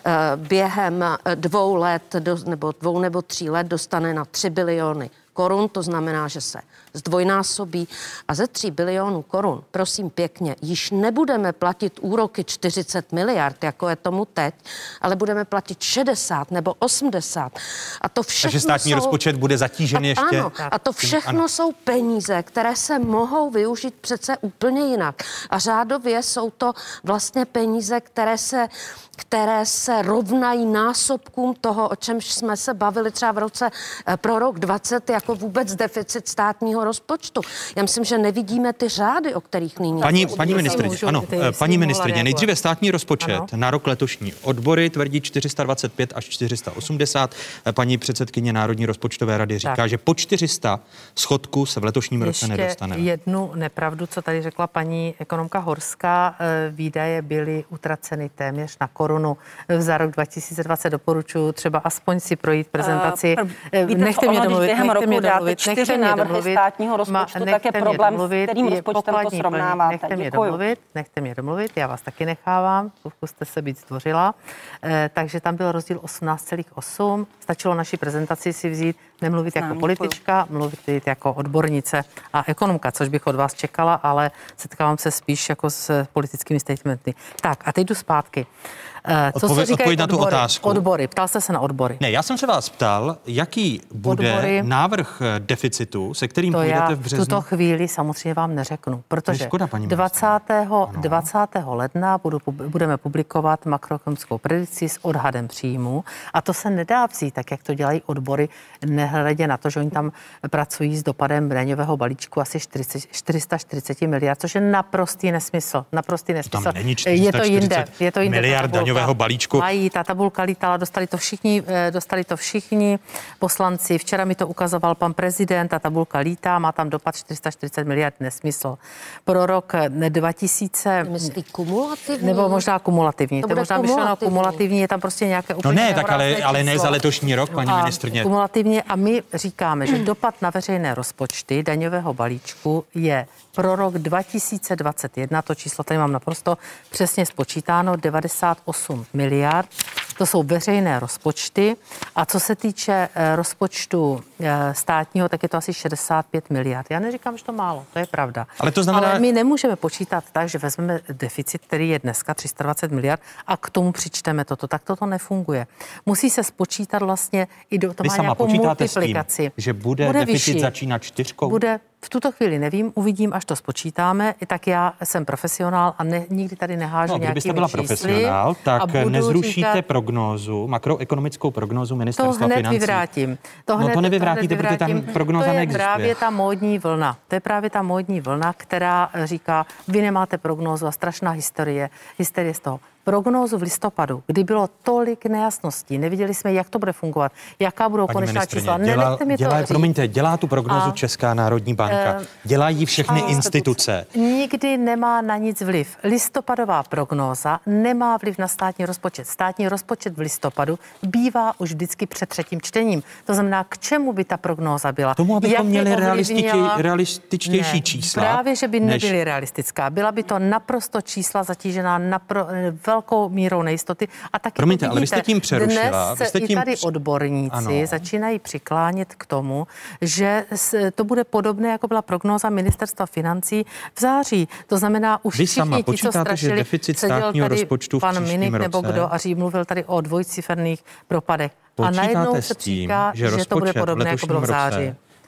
během dvou let do, nebo dvou nebo tří let dostane na tři biliony korun, to znamená, že se zdvojnásobí a ze tří bilionů korun, prosím pěkně, již nebudeme platit úroky čtyřicet miliard, jako je tomu teď, ale budeme platit šedesát nebo osmdesát. A to všechno Takže státní jsou... rozpočet bude zatížen a, ještě. Ano, a to všechno ano. jsou peníze, které se mohou využít přece úplně jinak. A řádově jsou to vlastně peníze, které se které se rovnají násobkům toho, o čemž jsme se bavili třeba v roce pro rok dvacet, jako vůbec deficit státního rozpočtu. Já myslím, že nevidíme ty řády, o kterých nyní... Paní, paní ministryně, ano, paní ministryně, nejdříve státní rozpočet ano. na rok letošní. Odbory tvrdí čtyři sta dvacet pět až čtyři sta osmdesát. Paní předsedkyně Národní rozpočtové rady říká, tak. že po čtyři sta schodku se v letošním Ještě roce nedostane. jednu nepravdu, co tady řekla paní ekonomka Horská. Výdaje byly utraceny téměř na korunu. Za rok dva tisíce dvacet doporučuji třeba aspoň si projít prezentaci. Uh, nechte mě domluvit, během nechte roku dáte čtyři návrhy domluvit, státního rozpočtu, ma, tak je problém, domluvit, s kterým rozpočtem to srovnáváte. Nechte mě domluvit, nechte mě domluvit, já vás taky nechávám, zkuste se být zdvořila. Eh, takže tam byl rozdíl osmnáct celá osm, stačilo naší prezentaci si vzít, nemluvit Znám, jako politička, mluvit jako odbornice a ekonomka, což bych od vás čekala, ale setkávám se spíš jako s politickými statementy. Tak a teď jdu zpátky. Uh, co Odpověd, se říkají na tu odbory? otázku. Odbory. Ptal jste se na odbory. Ne, já jsem se vás ptal, jaký bude odbory, návrh deficitu, se kterým to půjdete já v březnu. v tuto chvíli samozřejmě vám neřeknu, protože škoda, dvacátého dvacátého ledna budu, budeme publikovat makroekonomickou predikci s odhadem příjmu a to se nedá vzít, tak jak to dělají odbory, nehledě na to, že oni tam pracují s dopadem daňového balíčku asi čtyři sta čtyřicet miliard, což je naprostý nesmysl. Naprostý nesmysl. Tam není je to jinde. Je to jinde. Miliard daňového balíčku. Mají, ta tabulka lítala, dostali to všichni, dostali to všichni poslanci. Včera mi to ukazoval pan prezident, ta tabulka lítá, má tam dopad čtyři sta čtyřicet miliard, nesmysl. Pro rok dva tisíce... Myslí kumulativní? Nebo možná kumulativní. To, to možná kumulativní. myšleno kumulativní, je tam prostě nějaké úplně... No ne, tak ale, ale ne za letošní rok, paní a ministryně. Kumulativně a my říkáme, že dopad na veřejné rozpočty daňového balíčku je pro rok dva tisíce dvacet jedna, to číslo tady mám naprosto přesně spočítáno, devadesát osm miliard. To jsou veřejné rozpočty a co se týče rozpočtu státního, tak je to asi šedesát pět miliard. Já neříkám, že to málo, to je pravda. Ale to znamená... Ale my nemůžeme počítat tak, že vezmeme deficit, který je dneska tři sta dvacet miliard a k tomu přičteme toto. Tak toto nefunguje. Musí se spočítat vlastně i do toho má nějakou multiplikaci. S tím, že bude, bude deficit vyšší. Začínat čtyřkou? Bude v tuto chvíli nevím, uvidím, až to spočítáme. I tak já jsem profesionál a ne, nikdy tady nehážu no, nějakými čísly. Kdybyste byla profesionál, tak nezrušíte říkat, prognózu, makroekonomickou prognózu ministerstva financí. financí. To hned vyvrátím. To hned, no to nevyvrátíte, to hned protože tam prognóza to je neexistuje. právě ta módní vlna. To je právě ta módní vlna, která říká, vy nemáte prognózu a strašná hysterie, hysterie z toho. Prognózu v listopadu, kdy bylo tolik nejasností, neviděli jsme, jak to bude fungovat, jaká budou Paní konečná čísla. Dělá, mi dělá, to promiňte, dělá tu prognózu a, Česká národní banka. Uh, dělají všechny a, instituce. Nikdy nemá na nic vliv. Listopadová prognóza nemá vliv na státní rozpočet. Státní rozpočet v listopadu bývá už vždycky před třetím čtením. To znamená, k čemu by ta prognóza byla? Tomu, abychom měli ovlivnila... realističtější ne, čísla. Právě, že by nebyly než... realistická. Byla by to naprosto čísla zatížená napro... velkou mírou nejistoty. A taky Promiňte, vidíte, ale vy jste tím přerušila. Dnes vy jste tím... i tady odborníci ano. začínají přiklánět k tomu, že to bude podobné, jako byla prognóza ministerstva financí v září. To znamená, už vy všichni ti, co strašili, že deficit státního rozpočtu v pan Minik nebo kdo a ří mluvil tady o dvojciferných propadech. Počítáte a najednou s se tím, říká, že, že to bude podobné, jako bylo v září.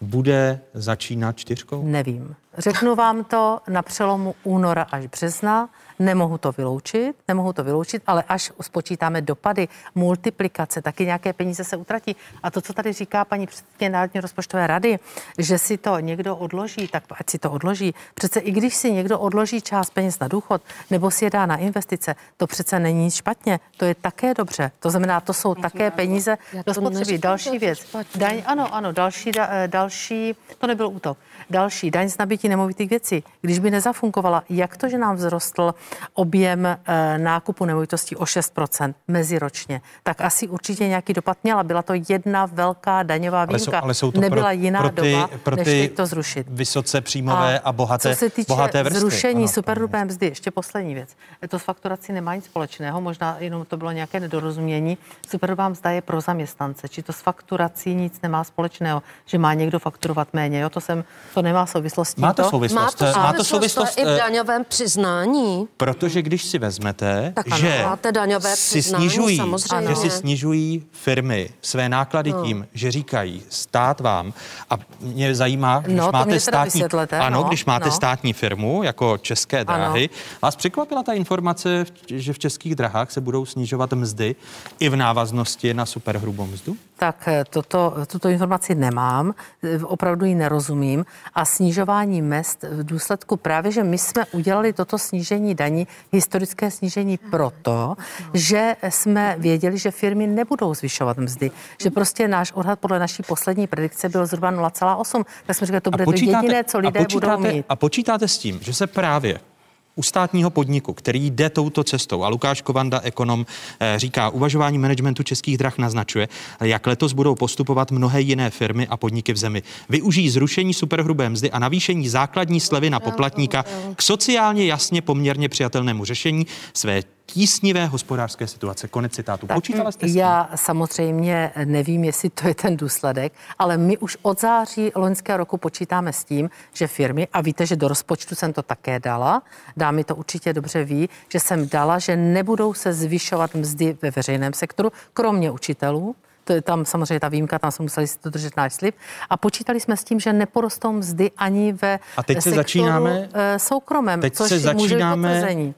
bude začínat čtyřkou? Nevím. Řeknu vám to na přelomu února až března. Nemohu to vyloučit, nemohu to vyloučit, ale až spočítáme dopady, multiplikace, taky nějaké peníze se utratí. A to, co tady říká paní předsedkyně Národní rozpočtové rady, že si to někdo odloží, tak ať si to odloží. Přece i když si někdo odloží část peněz na důchod nebo si je dá na investice, to přece není nic špatně. To je také dobře. To znamená, to jsou také peníze do spotřeby. Další věc. Daň, ano, ano, další, da, další, to nebyl útok. Další daň z nabití nemovitých věcí. Když by nezafunkovala, jak to, že nám vzrostl objem e, nákupu nemovitostí o šest procent meziročně, tak asi určitě nějaký dopad měla. Byla to jedna velká daňová výjimka. Ale jsou, ale jsou to Nebyla pro, jiná pro ty, doba, pro než ty teď to zrušit. Vysoce příjmové a, a bohaté, co se týče bohaté vrstvy. Zrušení superhrubé mzdy, ještě poslední věc. To s fakturací nemá nic společného, možná jenom to bylo nějaké nedorozumění. Superhrubá mzda je pro zaměstnance, či to s fakturací nic nemá společného, že má někdo fakturovat méně. Jo? To, jsem, to nemá souvislost. Má to souvislost. Má to, má to souvislost to i v daňovém přiznání. Protože když si vezmete, tak ano, že, si snižují, samozřejmě. že si snižují firmy své náklady no. tím, že říkají stát vám, a mě zajímá, když no, máte státní, ano, no, když máte no. státní firmu jako České dráhy, ano. Vás překvapila ta informace, že v Českých drahách se budou snižovat mzdy i v návaznosti na superhrubou mzdu? Tak toto, tuto informaci nemám, opravdu ji nerozumím a snižování mezd v důsledku právě, že my jsme udělali toto snížení daní, historické snížení proto, že jsme věděli, že firmy nebudou zvyšovat mzdy, že prostě náš odhad podle naší poslední predikce byl zhruba nula celá osm, tak jsme říkali, to bude to jediné, co lidé budou mít. A počítáte s tím, že se právě u státního podniku, který jde touto cestou, a Lukáš Kovanda, ekonom, říká, uvažování managementu Českých drah naznačuje, jak letos budou postupovat mnohé jiné firmy a podniky v zemi. Využijí zrušení superhrubé mzdy a navýšení základní slevy na poplatníka k sociálně jasně poměrně přijatelnému řešení své tísnivé hospodářské situace. Konec citátu. Počítala jste s tím? Já samozřejmě nevím, jestli to je ten důsledek, ale my už od září loňského roku počítáme s tím, že firmy, a víte, že do rozpočtu jsem to také dala, dámy to určitě dobře ví, že jsem dala, že nebudou se zvyšovat mzdy ve veřejném sektoru, kromě učitelů. To je tam samozřejmě ta výjimka, tam jsme museli si dodržet náš slib. A počítali jsme s tím, že neporostou mzdy ani ve a teď se sektoru začínáme, soukromém, teď což se začínáme potvrzení.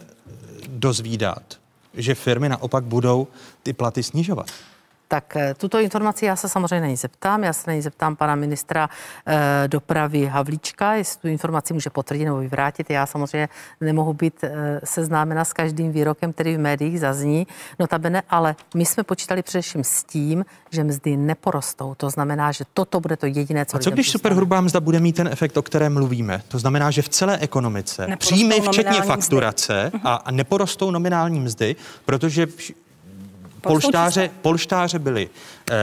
dozvídat, že firmy naopak budou ty platy snižovat. Tak tuto informaci já se samozřejmě na ní zeptám. Já se na ní zeptám pana ministra e, dopravy Havlíčka, jestli tu informaci může potvrdit nebo vyvrátit. Já samozřejmě nemohu být e, seznámena s každým výrokem, který v médiích zazní, notabene, ale my jsme počítali především s tím, že mzdy neporostou. To znamená, že toto bude to jediné, co. A co když superhrubá mzda bude mít ten efekt, o kterém mluvíme? To znamená, že v celé ekonomice příjmy včetně fakturace a, a neporostou nominální mzdy, protože vš- Polštáře, polštáře byly eh,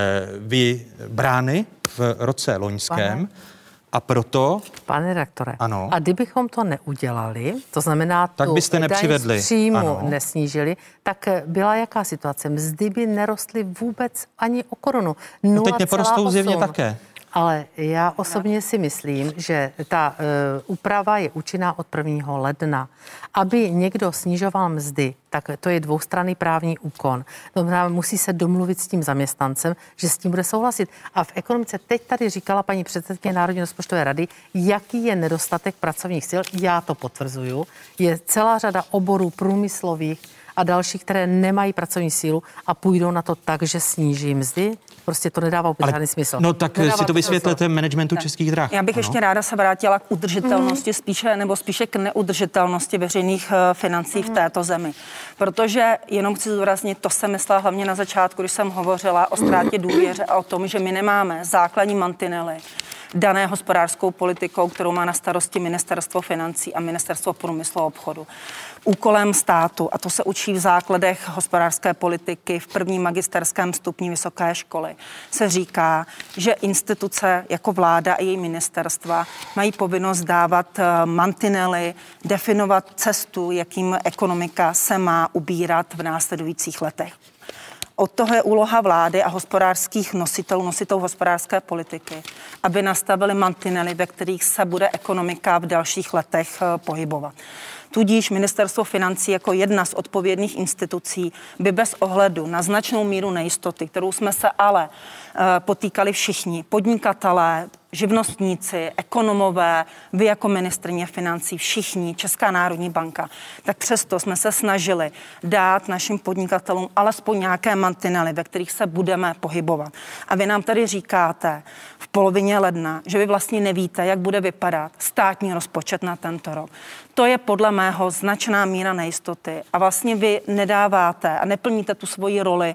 vybrány v roce loňském. Pane. A proto... Pane redaktore, ano. A kdybychom to neudělali, to znamená tak tu byste nepřivedli. daň z příjmu ano. nesnížili, tak byla jaká situace? Mzdy by nerostly vůbec ani o korunu. No teď neporostou zjevně také. Ale já osobně si myslím, že ta uh, úprava je účinná od prvního ledna. Aby někdo snižoval mzdy, tak to je dvoustranný právní úkon. To znamená, musí se domluvit s tím zaměstnancem, že s tím bude souhlasit. A v ekonomice teď tady říkala paní předsedkyně Národní rozpočtové rady, jaký je nedostatek pracovních sil. Já to potvrzuju. Je celá řada oborů průmyslových a dalších, které nemají pracovní sílu a půjdou na to tak, že sníží mzdy. Prostě to nedává úplně žádný smysl. No tak nedává si to vysvětlete managementu Českých drah. Já bych ano. ještě ráda se vrátila k udržitelnosti, mm. spíše nebo spíše k neudržitelnosti veřejných financí mm. v této zemi. Protože jenom chci zdůraznit, to jsem myslela hlavně na začátku, když jsem hovořila o ztrátě důvěře a o tom, že my nemáme základní mantinely dané hospodářskou politikou, kterou má na starosti Ministerstvo financí a Ministerstvo průmyslu a obchodu. Úkolem státu, a to se učí v základech hospodářské politiky v prvním magisterském stupni vysoké školy, se říká, že instituce jako vláda a její ministerstva mají povinnost dávat mantinely, definovat cestu, jakým ekonomika se má ubírat v následujících letech. Od toho je úloha vlády a hospodářských nositelů, nositelů hospodářské politiky, aby nastavili mantinely, ve kterých se bude ekonomika v dalších letech pohybovat. Tudíž Ministerstvo financí jako jedna z odpovědných institucí by bez ohledu na značnou míru nejistoty, kterou jsme se ale potýkali všichni, podnikatelé, živnostníci, ekonomové, vy jako ministryně financí, všichni, Česká národní banka, tak přesto jsme se snažili dát našim podnikatelům alespoň nějaké mantinely, ve kterých se budeme pohybovat. A vy nám tady říkáte v polovině ledna, že vy vlastně nevíte, jak bude vypadat státní rozpočet na tento rok. To je podle mého značná míra nejistoty a vlastně vy nedáváte a neplníte tu svoji roli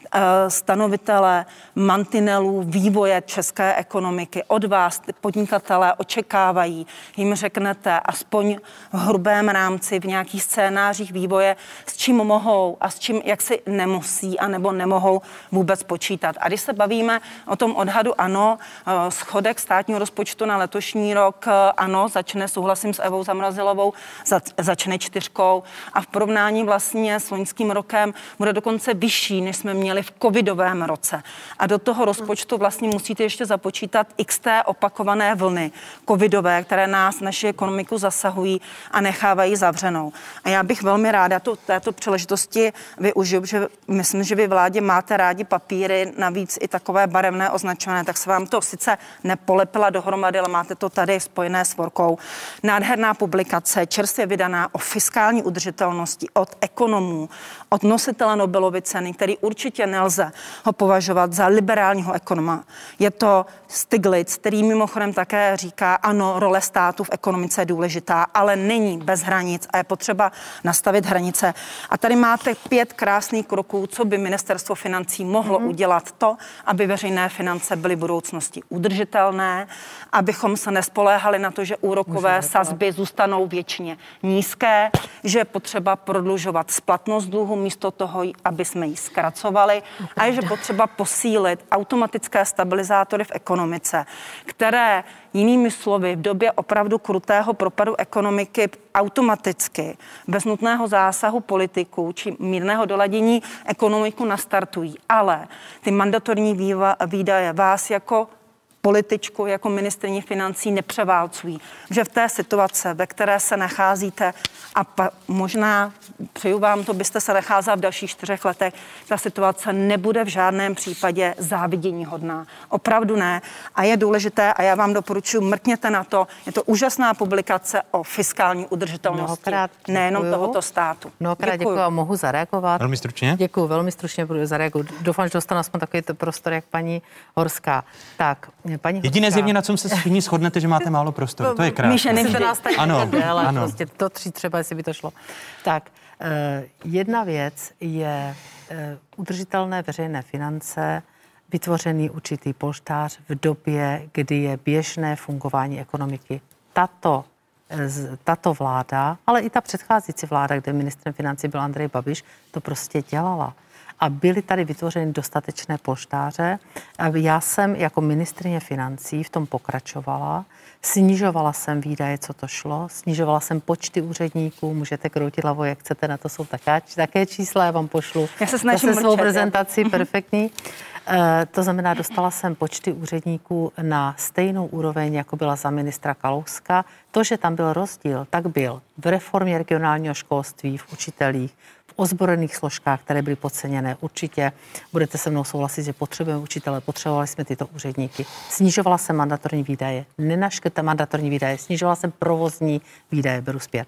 stanovitele mantinelů vývoje české ekonomiky. Od vás podnikatelé očekávají, jim řeknete aspoň v hrubém rámci, v nějakých scénářích vývoje, s čím mohou a s čím, jak si nemusí a nebo nemohou vůbec počítat. A když se bavíme o tom odhadu, ano, schodek státního rozpočtu na letošní rok, ano, začne, souhlasím s Evou Zamrazilovou, začne čtyřkou a v porovnání vlastně s loňským rokem bude dokonce vyšší, než jsme měli v covidovém roce. A do toho rozpočtu vlastně musíte ještě započítat x té opakované vlny covidové, které nás, naši ekonomiku zasahují a nechávají zavřenou. A já bych velmi ráda to, této příležitosti využiju, že myslím, že vy vládě máte rádi papíry, navíc i takové barevné označované, tak se vám to sice nepolepila dohromady, ale máte to tady spojené s workou. Nádherná publikace, čerstvě vydaná o fiskální udržitelnosti od ekonomů, od nositele Nobelovy ceny, který určitě nelze ho považovat za liberálního ekonoma. Je to Stiglitz, který mimochodem také říká, ano, role státu v ekonomice je důležitá, ale není bez hranic a je potřeba nastavit hranice. A tady máte pět krásných kroků, co by ministerstvo financí mohlo mm. udělat to, aby veřejné finance byly v budoucnosti udržitelné, abychom se nespoléhali na to, že úrokové sazby zůstanou věčně nízké, že je potřeba prodlužovat splatnost dluhu místo toho, aby jsme ji zkracovali a je, že potřeba posílit automatické stabilizátory v ekonomice, které jinými slovy v době opravdu krutého propadu ekonomiky automaticky, bez nutného zásahu politiků či mírného doladění ekonomiku nastartují. Ale ty mandatorní výdaje vás jako političku, jako ministryni financí nepřeválcují. Že v té situace, ve které se nacházíte a pa, možná, přeju vám to, byste se nacházela v dalších čtyřech letech, ta situace nebude v žádném případě záviděníhodná. Opravdu ne. A je důležité, a já vám doporučuji, mrkněte na to, je to úžasná publikace o fiskální udržitelnosti. Mnohokrát nejenom tohoto státu. Mnohokrát děkuji. děkuji a mohu zareagovat. Velmi stručně. Děkuji, velmi stručně budu zareagovat. Doufám, že dostanu aspoň takový prostor, jak paní Horská. Tak, paní Jediné Horská. zjevně, na čem se všichni shodnete, že máte málo prostoru. To je krásné. Míše, nevždy nás tak ano, jde, ale ano. prostě to tří třeba, jestli by to šlo. Tak, eh, jedna věc je eh, udržitelné veřejné finance, vytvořený určitý polštář v době, kdy je běžné fungování ekonomiky. Tato, eh, tato vláda, ale i ta předcházející vláda, kde ministrem financí byl Andrej Babiš, to prostě dělala. A byly tady vytvořeny dostatečné polštáře. A já jsem jako ministryně financí v tom pokračovala. Snižovala jsem výdaje, co to šlo. Snižovala jsem počty úředníků. Můžete kroutit hlavou, jak chcete, na to jsou také, také čísla, já vám pošlu. Já se snažím svou prezentaci, perfektní. E, to znamená, dostala jsem počty úředníků na stejnou úroveň, jako byla za ministra Kalouska. To, že tam byl rozdíl, tak byl v reformě regionálního školství, v učitelích, v ozbrojených složkách, které byly podceněné. Určitě budete se mnou souhlasit, že potřebujeme učitele, potřebovali jsme tyto úředníky. Snižovala jsem mandatorní výdaje, nenaškrtám mandatorní výdaje, snižovala jsem provozní výdaje, beru zpět.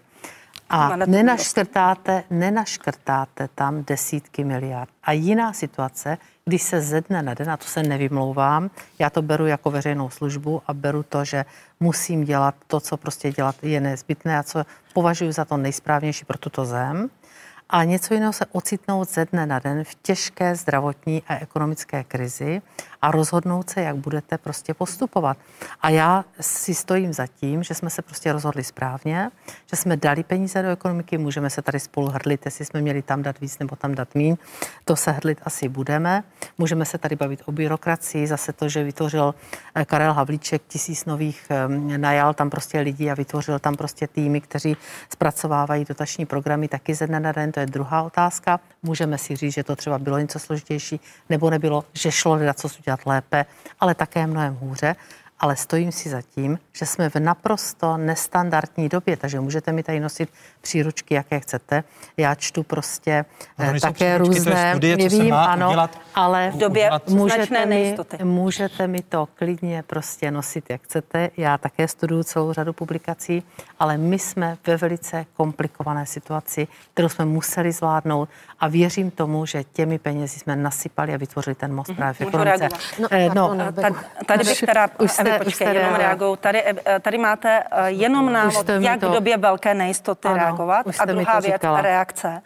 A nenaškrtáte, nenaškrtáte tam desítky miliard. A jiná situace, když se ze dne na den, a to se nevymlouvám, já to beru jako veřejnou službu a beru to, že musím dělat to, co prostě dělat je nezbytné a co považuji za to nejsprávnější pro tuto zem. A něco jiného se ocitnout ze dne na den v těžké zdravotní a ekonomické krizi a rozhodnout se, jak budete prostě postupovat. A já si stojím za tím, že jsme se prostě rozhodli správně, že jsme dali peníze do ekonomiky, můžeme se tady spolu hrdlit, jestli jsme měli tam dát víc nebo tam dát míň. To se hrdlit asi budeme. Můžeme se tady bavit o byrokracii, zase to, že vytvořil Karel Havlíček tisíc nových, najal tam prostě lidi a vytvořil tam prostě týmy, kteří zpracovávají dotační programy taky ze dne na den. To je druhá otázka. Můžeme si říct, že to třeba bylo něco složitější, nebo nebylo, že šlo dát co udělat lépe, ale také mnohem hůře. ale stojím si za tím, že jsme v naprosto nestandardní době, takže můžete mi tady nosit příručky, jaké chcete. Já čtu prostě no, také různé, studie, nevím, ano, udělat, ale v době můžete mi, nejistoty. můžete mi to klidně prostě nosit, jak chcete. Já také studuju celou řadu publikací, ale my jsme ve velice komplikované situaci, kterou jsme museli zvládnout a věřím tomu, že těmi penězi jsme nasypali a vytvořili ten most právě v ekonomice. No, no, no, tady, tady bych teda, už jste, Evi, počkej, jenom reaguju. Tady, tady máte jenom návod, jak to... v době velké nejistoty ano, reagovat. A druhá věc, říkala. reakce.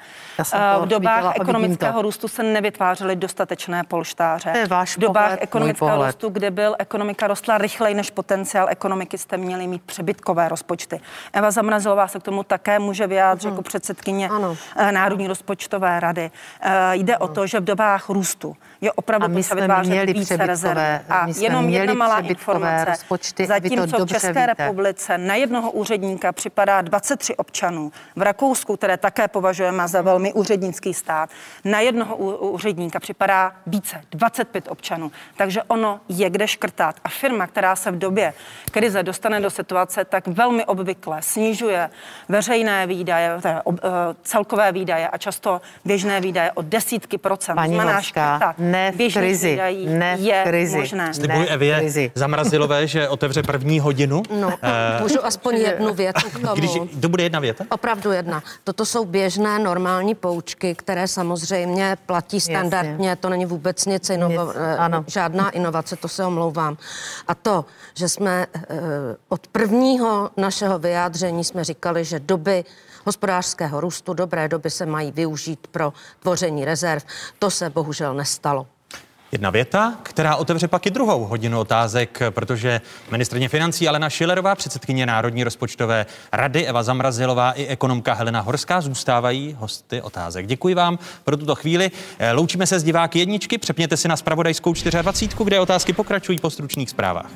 V dobách ekonomického růstu se nevytvářely dostatečné polštáře. To je váš v dobách pohled, ekonomického růstu, kde byl ekonomika rostla rychleji než potenciál ekonomiky, jste měli mít přebytkové rozpočty. Eva Zamrazilová se k tomu také může vyjádřit jako předsedkyně ano. Národní rozpočtové rady. Jde o to, že v dobách růstu je opravdu potřeba vytvářet více rezerv. A jenom jedna malá informace. Rozpočty, zatímco v České víte. republice na jednoho úředníka připadá dvacet tři občanů, v Rakousku, které také považujeme za velmi úřednický stát, na jednoho úředníka připadá více, dvacet pět občanů. Takže ono je kde škrtat. A firma, která se v době krize dostane do situace, tak velmi obvykle snižuje veřejné výdaje, celkové výdaje a často běžné výdaje o desítky procent. Paní Horská, ne v krizi, ne v krizi. Možné. Slibuji Evě Zamrazilové, že otevře první hodinu. No, uh, můžu aspoň jednu větu k tomu. Když to bude jedna věta? Opravdu jedna. Toto jsou běžné normální poučky, které samozřejmě platí standardně, Jasně. to není vůbec nic, inova- nic. žádná inovace, to se omlouvám. A to, že jsme uh, od prvního našeho vyjádření jsme říkali, že doby hospodářského růstu, dobré doby se mají využít pro tvoření rezerv. To se bohužel nestalo. Jedna věta, která otevře pak i druhou hodinu otázek, protože ministryně financí Alena Schillerová, předsedkyně Národní rozpočtové rady Eva Zamrazilová i ekonomka Helena Horská zůstávají hosty otázek. Děkuji vám pro tuto chvíli. Loučíme se s diváky jedničky, přepněte si na zpravodajskou dvacet čtyři, kde otázky pokračují po stručných zprávách.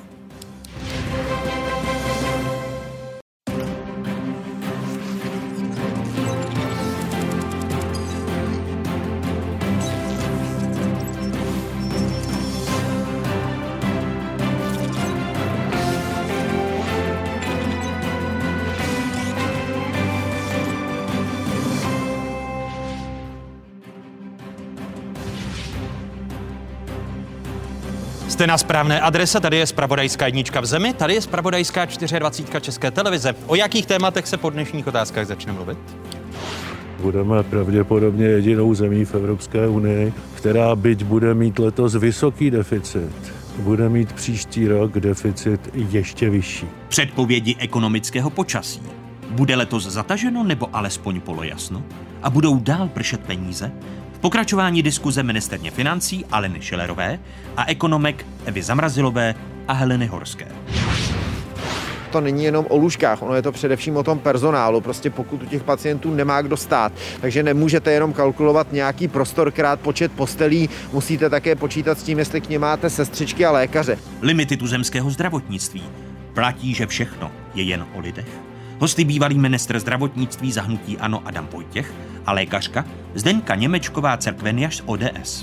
Jste na správné adrese, tady je zpravodajská jednička v zemi, tady je zpravodajská dvacet čtyři České televize. O jakých tématech se po dnešních otázkách začne mluvit? Budeme pravděpodobně jedinou zemí v Evropské unii, která byť bude mít letos vysoký deficit, bude mít příští rok deficit ještě vyšší. Předpovědi ekonomického počasí. Bude letos zataženo nebo alespoň polojasno? A budou dál pršet peníze? V pokračování diskuze ministryně financí Aleny Schillerové a ekonomek Evy Zamrazilové a Heleny Horské. To není jenom o lůžkách, ono je to především o tom personálu, prostě pokud u těch pacientů nemá kdo stát, takže nemůžete jenom kalkulovat nějaký prostor krát počet postelí, musíte také počítat s tím, jestli k nim máte sestřičky a lékaře. Limity tuzemského zdravotnictví. Platí, že všechno je jen o lidech. Hosty bývalý ministr zdravotnictví za hnutí ANO Adam Vojtěch a lékařka Zdeňka Němečková Cerkveniaš z O D S.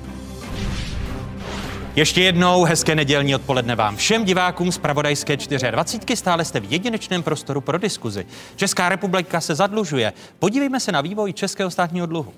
Ještě jednou hezké nedělní odpoledne vám všem divákům z zpravodajské dvacet čtyři. Stále jste v jedinečném prostoru pro diskuzi. Česká republika se zadlužuje. Podívejme se na vývoj českého státního dluhu.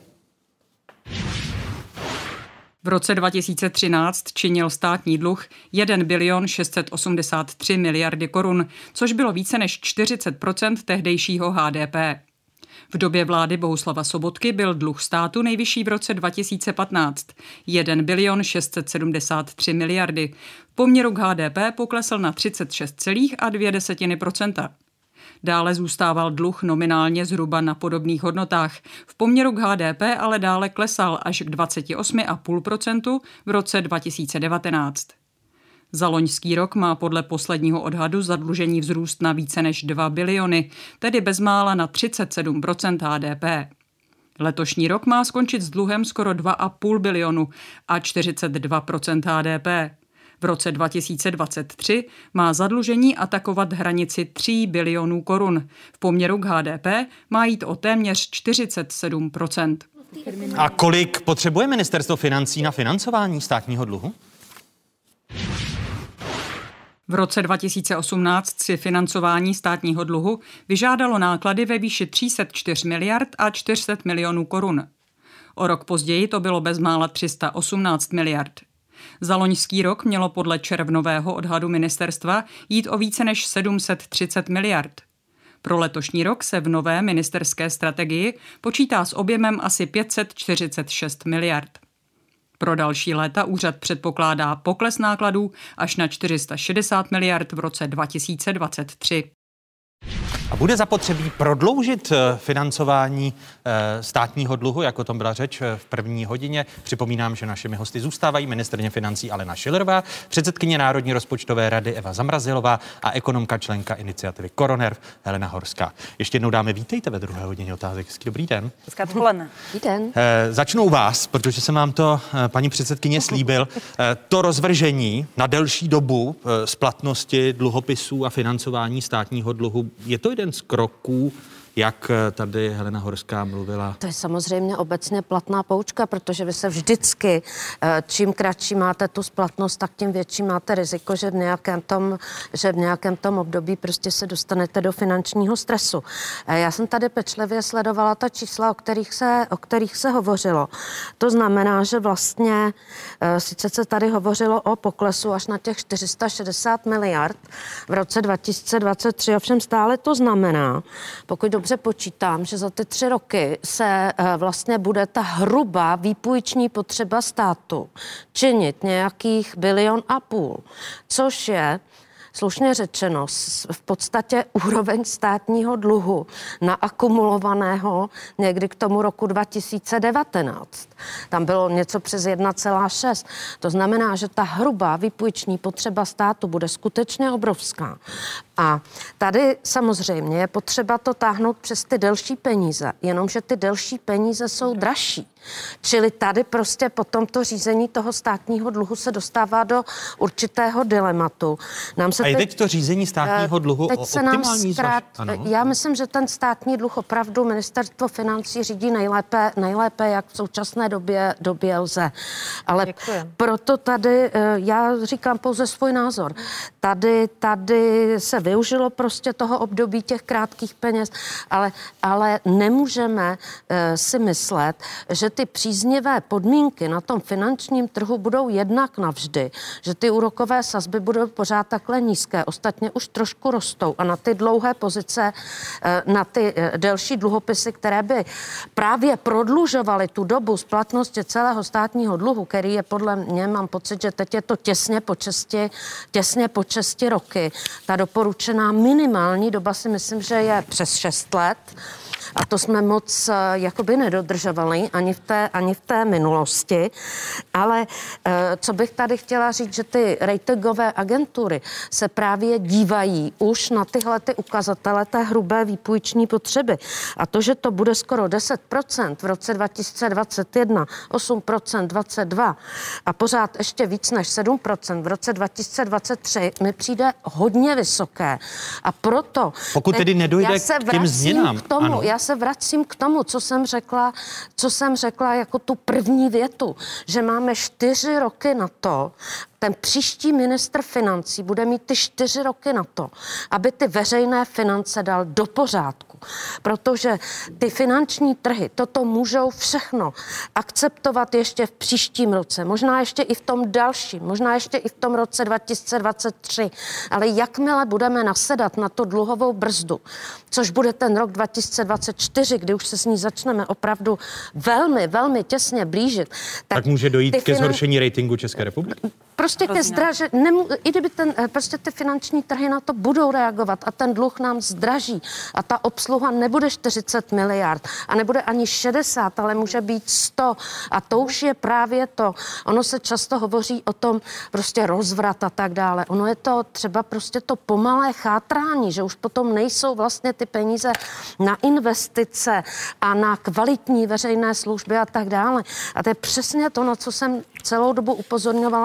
V roce dva tisíce třináct činil státní dluh jeden bilion šest set osmdesát tři miliardy korun, což bylo více než čtyřicet procent tehdejšího H D P. V době vlády Bohuslava Sobotky byl dluh státu nejvyšší v roce dva tisíce patnáct, jeden bilion šest set sedmdesát tři miliardy. V poměru k H D P poklesl na třicet šest celá dvě desetiny procenta. Dále zůstával dluh nominálně zhruba na podobných hodnotách. V poměru k H D P ale dále klesal až k dvacet osm celá pět procenta v roce dva tisíce devatenáct. Za loňský rok má podle posledního odhadu zadlužení vzrůst na více než dva biliony, tedy bezmála na třicet sedm procent H D P. Letošní rok má skončit s dluhem skoro dva a půl bilionu a čtyřicet dva procent H D P. V roce dva tisíce dvacet tři má zadlužení atakovat hranici tří bilionů korun. V poměru k H D P má jít o téměř čtyřicet sedm procent. A kolik potřebuje ministerstvo financí na financování státního dluhu? V roce dva tisíce osmnáct si financování státního dluhu vyžádalo náklady ve výši tři sta čtyři miliard a čtyři sta milionů korun. O rok později to bylo bezmála tři sta osmnáct miliard. Za loňský rok mělo podle červnového odhadu ministerstva jít o více než sedm set třicet miliard. Pro letošní rok se v nové ministerské strategii počítá s objemem asi pět set čtyřicet šest miliard. Pro další léta úřad předpokládá pokles nákladů až na čtyři sta šedesát miliard v roce dva tisíce dvacet tři. A bude zapotřebí prodloužit financování státního dluhu, jako o tom byla řeč v první hodině. Připomínám, že našimi hosty zůstávají ministryně financí Alena Schillerová, předsedkyně Národní rozpočtové rady Eva Zamrazilová a ekonomka členka iniciativy Koronerv Helena Horská. Ještě jednou dáme, vítejte ve druhé hodině otázek. Dobrý den. Hezké odpoledne. Dobrý den. Začnu u vás, protože jsem vám to, paní předsedkyně, slíbil. To rozvržení na delší dobu splatnosti dluhopisů a financování státního dluhu, je to jeden z kroků, jak tady Helena Horská mluvila? To je samozřejmě obecně platná poučka, protože vy se vždycky, čím kratší máte tu splatnost, tak tím větší máte riziko, že v nějakém tom, že v nějakém tom období prostě se dostanete do finančního stresu. Já jsem tady pečlivě sledovala ta čísla, o kterých se, o kterých se hovořilo. To znamená, že vlastně sice se tady hovořilo o poklesu až na těch čtyři sta šedesát miliard v roce dva tisíce dvacet tři, ovšem stále to znamená, pokud dobře počítám, že za ty tři roky se vlastně bude ta hrubá výpůjční potřeba státu činit nějakých bilion a půl, což je slušně řečeno v podstatě úroveň státního dluhu naakumulovaného někdy k tomu roku dva tisíce devatenáct. Tam bylo něco přes jedna celá šest. To znamená, že ta hrubá výpůjční potřeba státu bude skutečně obrovská. A tady samozřejmě je potřeba to táhnout přes ty delší peníze, jenomže ty delší peníze jsou dražší. Čili tady prostě po tomto řízení toho státního dluhu se dostává do určitého dilematu. Nám se a je teď, teď to řízení státního dluhu teď o se nám optimální zkrát, zvaž... Já myslím, že ten státní dluh opravdu ministerstvo financí řídí nejlépe, nejlépe jak v současné době, době lze. Ale Děkuji. Proto tady, já říkám pouze svůj názor, tady, tady se využilo prostě toho období těch krátkých peněz, ale, ale nemůžeme si myslet, že ty příznivé podmínky na tom finančním trhu budou jednak navždy, že ty úrokové sazby budou pořád takhle nízké, ostatně už trošku rostou a na ty dlouhé pozice, na ty delší dluhopisy, které by právě prodlužovaly tu dobu splatnosti celého státního dluhu, který je podle mě, mám pocit, že teď je to těsně po česti, těsně po česti roky. Ta doporučená minimální doba si myslím, že je přes šest let. A to jsme moc jakoby nedodržovali ani v té, ani v té minulosti. Ale co bych tady chtěla říct, že ty ratingové agentury se právě dívají už na tyhle ty ukazatele té hrubé výpůjční potřeby. A to, že to bude skoro deset procent v roce dva tisíce dvacet jedna, osm procent dvacet dva a pořád ještě víc než sedm procent v roce dva tisíce dvacet tři, mi přijde hodně vysoké. A proto... Pokud tedy nedojde k těm změnám. K tomu, ano. Já se vracím k tomu, co jsem řekla, co jsem řekla jako tu první větu, že máme čtyři roky na to, ten příští ministr financí bude mít ty čtyři roky na to, aby ty veřejné finance dal do pořádku. Protože ty finanční trhy toto můžou všechno akceptovat ještě v příštím roce, možná ještě i v tom dalším, možná ještě i v tom roce dva tisíce dvacet tři. Ale jakmile budeme nasedat na tu dluhovou brzdu, což bude ten rok dva tisíce dvacet čtyři, kdy už se s ní začneme opravdu velmi, velmi těsně blížit. Tak, tak může dojít ke finan... zhoršení ratingu České republiky? Prostě ke zdraže, nemů, i kdyby ten, prostě ty finanční trhy na to budou reagovat a ten dluh nám zdraží a ta obsluha nebude čtyřicet miliard a nebude ani šedesát, ale může být sto a to už je právě to. Ono se často hovoří o tom prostě rozvrat a tak dále. Ono je to třeba prostě to pomalé chátrání, že už potom nejsou vlastně ty peníze na investice a na kvalitní veřejné služby a tak dále. A to je přesně to, na co jsem celou dobu upozorňovala, že tenhle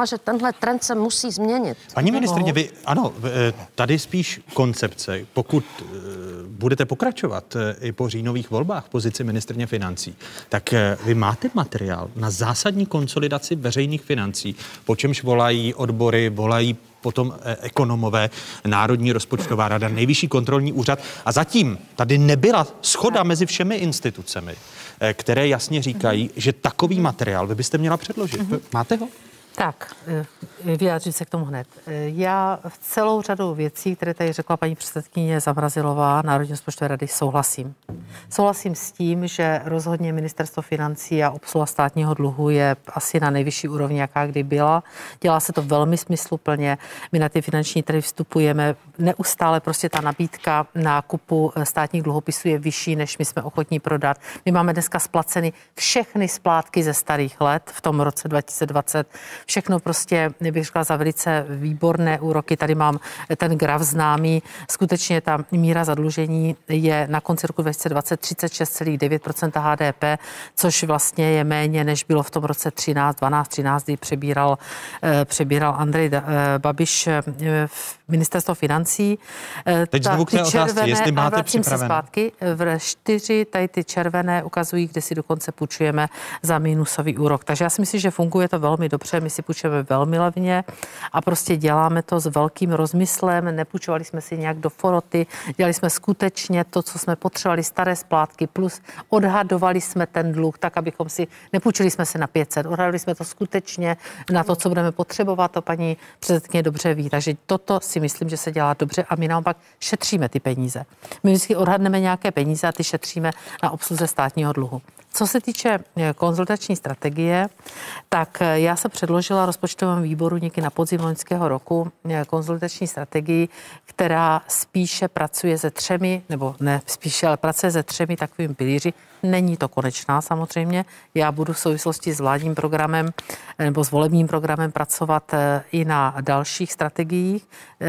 tenhle trend se musí změnit. Paní ministryně, vy, ano, tady spíš koncepce. Pokud budete pokračovat i po říjnových volbách v pozici ministryně financí, tak vy máte materiál na zásadní konsolidaci veřejných financí, po čemž volají odbory, volají potom ekonomové, Národní rozpočtová rada, Nejvyšší kontrolní úřad. A zatím tady nebyla shoda mezi všemi institucemi, které jasně říkají, že takový materiál vy byste měla předložit. Mm-hmm. Máte ho? Tak, vyjádřím se k tomu hned. Já v celou řadu věcí, které tady řekla paní předsedkyně Zamrazilová Národní rozpočtové rady, souhlasím. Souhlasím s tím, že rozhodně ministerstvo financí a obsluha státního dluhu je asi na nejvyšší úrovni, jaká kdy byla. Dělá se to velmi smysluplně. My na ty finanční trhy vstupujeme. Neustále prostě ta nabídka nákupu státních dluhopisů je vyšší, než my jsme ochotní prodat. My máme dneska splaceny všechny splátky ze starých let v tom roce dva tisíce dvacet. Všechno prostě, bych řekla, za velice výborné úroky. Tady mám ten graf známý. Skutečně ta míra zadlužení je na konci roku dva tisíce dvacet třicet šest celá devět procenta H D P, což vlastně je méně, než bylo v tom roce třináct, dvanáct, třináct, kdy přebíral, přebíral Andrej Babiš ministerstvo financí. Teď znovu k té otázce, jestli máte připravené. Zpátky, v čtyři, tady ty červené ukazují, kde si dokonce půjčujeme za minusový úrok. Takže já si myslím, že funguje to velmi dobře. My si půjčujeme velmi levně a prostě děláme to s velkým rozmyslem. Nepůjčovali jsme si nějak do foroty, dělali jsme skutečně to, co jsme potřebovali, staré splátky, plus odhadovali jsme ten dluh, tak abychom si, nepůjčili jsme se na pět set, odhadovali jsme to skutečně na to, co budeme potřebovat, to paní předsedkyně dobře ví. Takže toto si myslím, že se dělá dobře a my naopak šetříme ty peníze. My vždycky odhadneme nějaké peníze a ty šetříme na obsluze státního dluhu. Co se týče konzultační strategie, tak já jsem předložila rozpočtovému výboru někdy na podzim loňského roku konzultační strategii, která spíše pracuje se třemi, nebo ne spíše, ale pracuje se třemi takovými pilíři. Není to konečná samozřejmě. Já budu v souvislosti s vládním programem nebo s volebním programem pracovat i na dalších strategiích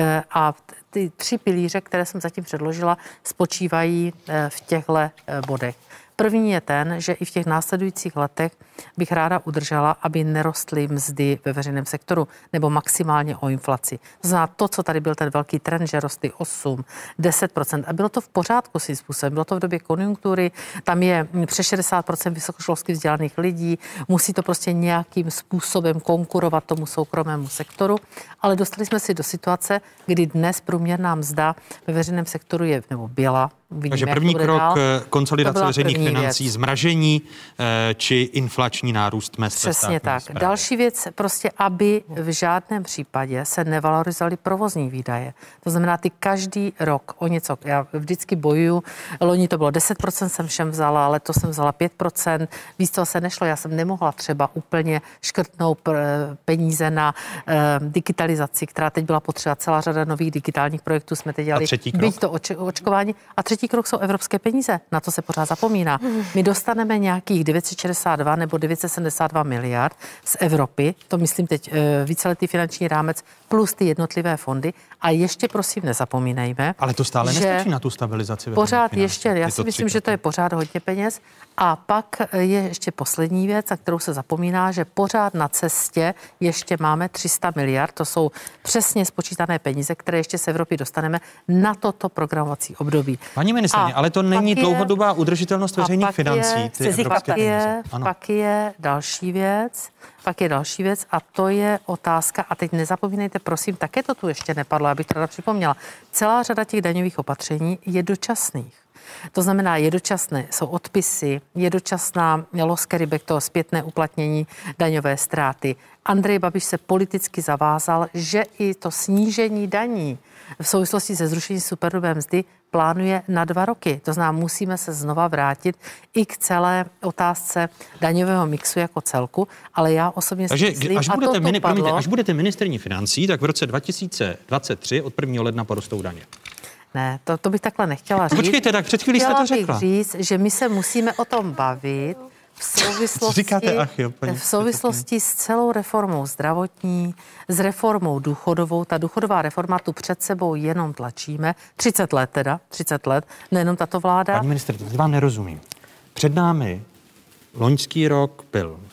a ty tři pilíře, které jsem zatím předložila, spočívají v těchto bodech. První je ten, že i v těch následujících letech bych ráda udržela, aby nerostly mzdy ve veřejném sektoru nebo maximálně o inflaci. To znamená to, co tady byl ten velký trend, že rostly osm, deset procent a bylo to v pořádku svým způsobem. Bylo to v době konjunktury, tam je přes šedesát procent vysokoškolsky vzdělaných lidí, musí to prostě nějakým způsobem konkurovat tomu soukromému sektoru, ale dostali jsme si do situace, kdy dnes průměrná mzda ve veřejném sektoru je, nebo byla, Uvidíme, takže první krok dál. Konsolidace veřejných financí, věc. Zmražení e, či inflační nárůst mezd. Přesně tak. Správě. Další věc, prostě aby v žádném případě se nevalorizovaly provozní výdaje. To znamená, ty každý rok o něco, já vždycky bojuju, loni to bylo deset procent jsem všem vzala, letos jsem vzala pět procent, víc toho se nešlo, já jsem nemohla třeba úplně škrtnout peníze na e, digitalizaci, která teď byla potřeba, celá řada nových digitálních projektů jsme teď dělali, byť to oč, očkování. A třetí krok jsou evropské peníze, na to se pořád zapomíná. My dostaneme nějakých devět set šedesát dva nebo devět set sedmdesát dva miliard z Evropy, to myslím teď víceletý finanční rámec plus ty jednotlivé fondy a ještě prosím nezapomínejme. Ale to stále nestačí na tu stabilizaci. Pořád ještě, já si myslím, že to je pořád hodně peněz. A pak je ještě poslední věc, na kterou se zapomíná, že pořád na cestě ještě máme tři sta miliard, to jsou přesně spočítané peníze, které ještě z Evropy dostaneme na toto programovací období. Paní ministryně, ale to není dlouhodobá je, udržitelnost veřejných financí. Je, ty evropské pak, je, pak je další věc, pak je další věc a to je otázka, a teď nezapomínejte, prosím, také to tu ještě nepadlo, abych to ráda připomněla. Celá řada těch daňových opatření je dočasných. To znamená, je dočasné, jsou odpisy, je dočasná loss carryback, to zpětné uplatnění daňové ztráty. Andrej Babiš se politicky zavázal, že i to snížení daní v souvislosti se zrušením superhrubé mzdy plánuje na dva roky. To znamená, musíme se znova vrátit i k celé otázce daňového mixu jako celku, ale já osobně Takže, si myslím, až a budete, to mini, padlo, promiňte, až budete ministryní financí, tak v roce dva tisíce dvacet tři od prvního ledna porostou daně. Ne, to, to bych takhle nechtěla říct. Počkejte, tak před chvílí jste to řekla. Chtěla bych říct, že my se musíme o tom bavit v souvislosti, říkáte, ach jo, paní v souvislosti s celou reformou zdravotní, s reformou důchodovou. Ta důchodová reforma tu před sebou jenom tlačíme. třicet let teda, třicet let, nejenom tato vláda. Paní ministr, teď vám nerozumím. Před námi loňský rok byl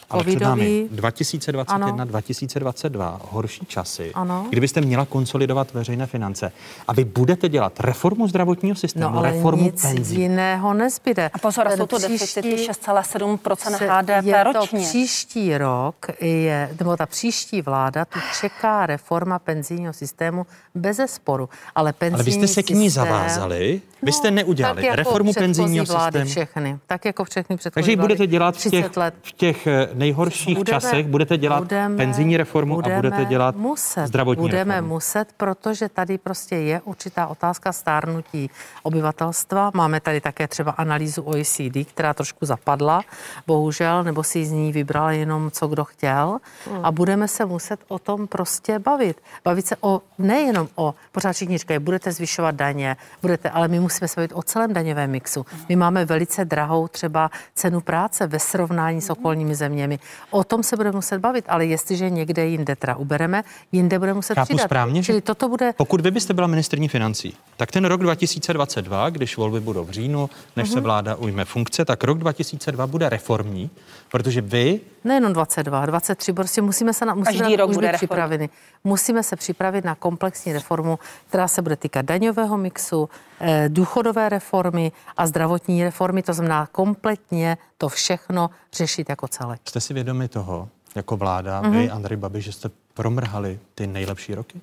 Ale před námi covidový. dva tisíce dvacet jedna, dva tisíce dvacet dva, horší časy, Ano. kdybyste měla konsolidovat veřejné finance a vy budete dělat reformu zdravotního systému, No ale reformu nic penzí. jiného nezbyde. A pozor, Ten jsou to příští- deficity šest celá sedm procenta se- H D P je to ročně. příští rok, je, nebo ta příští vláda, tu čeká reforma penzijního systému bezesporu. Ale penzijní Ale vy jste se k ní systém- zavázali, vy jste No, neudělali tak jako reformu předchozí penzijního vlády systému. Všechny, tak jako všechny předchozí Takže ji vlády. budete dělat v těch, třicet let. v těch eh, nejhorších Budeme- časech, budete dělat budeme- penzijní reformu budeme a budete dělat muset, zdravotní Budeme reformu. muset, protože tady prostě je určitá otázka stárnutí obyvatelstva. Máme tady také třeba analýzu O E C D, která trošku zapadla, bohužel, nebo si z ní vybral jenom, co kdo chtěl. Hmm. A budeme se muset o tom prostě bavit. Bavit se o, nejenom o, pořád všichni říkají, budete zvyšovat daně, budete, ale my musíme se bavit o celém daňovém mixu. My máme velice drahou třeba cenu práce ve srovnání s okolními zeměmi. O tom se budeme muset bavit, ale jestliže někde jinde teda ubereme, jinde budeme muset Chápu přidat. správně, že Čili toto bude... Pokud vy byste byla ministryní financí, tak ten rok dva tisíce dvacet dva, když volby budou v říjnu, než Mhm. se vláda ujme funkce, tak rok dva tisíce dva bude reformní, protože vy Nejenom dvacet dva, dvacet tři, prostě musíme se na, musíme Každý na to rok už bude být reforma. připraveni. Musíme se připravit na komplexní reformu, která se bude týkat daňového mixu, eh, důchodové reformy a zdravotní reformy, to znamená kompletně to všechno řešit jako celek. jste si vědomi toho, jako vláda, Mhm. vy, Andrej Babiš, že jste promrhali ty nejlepší roky?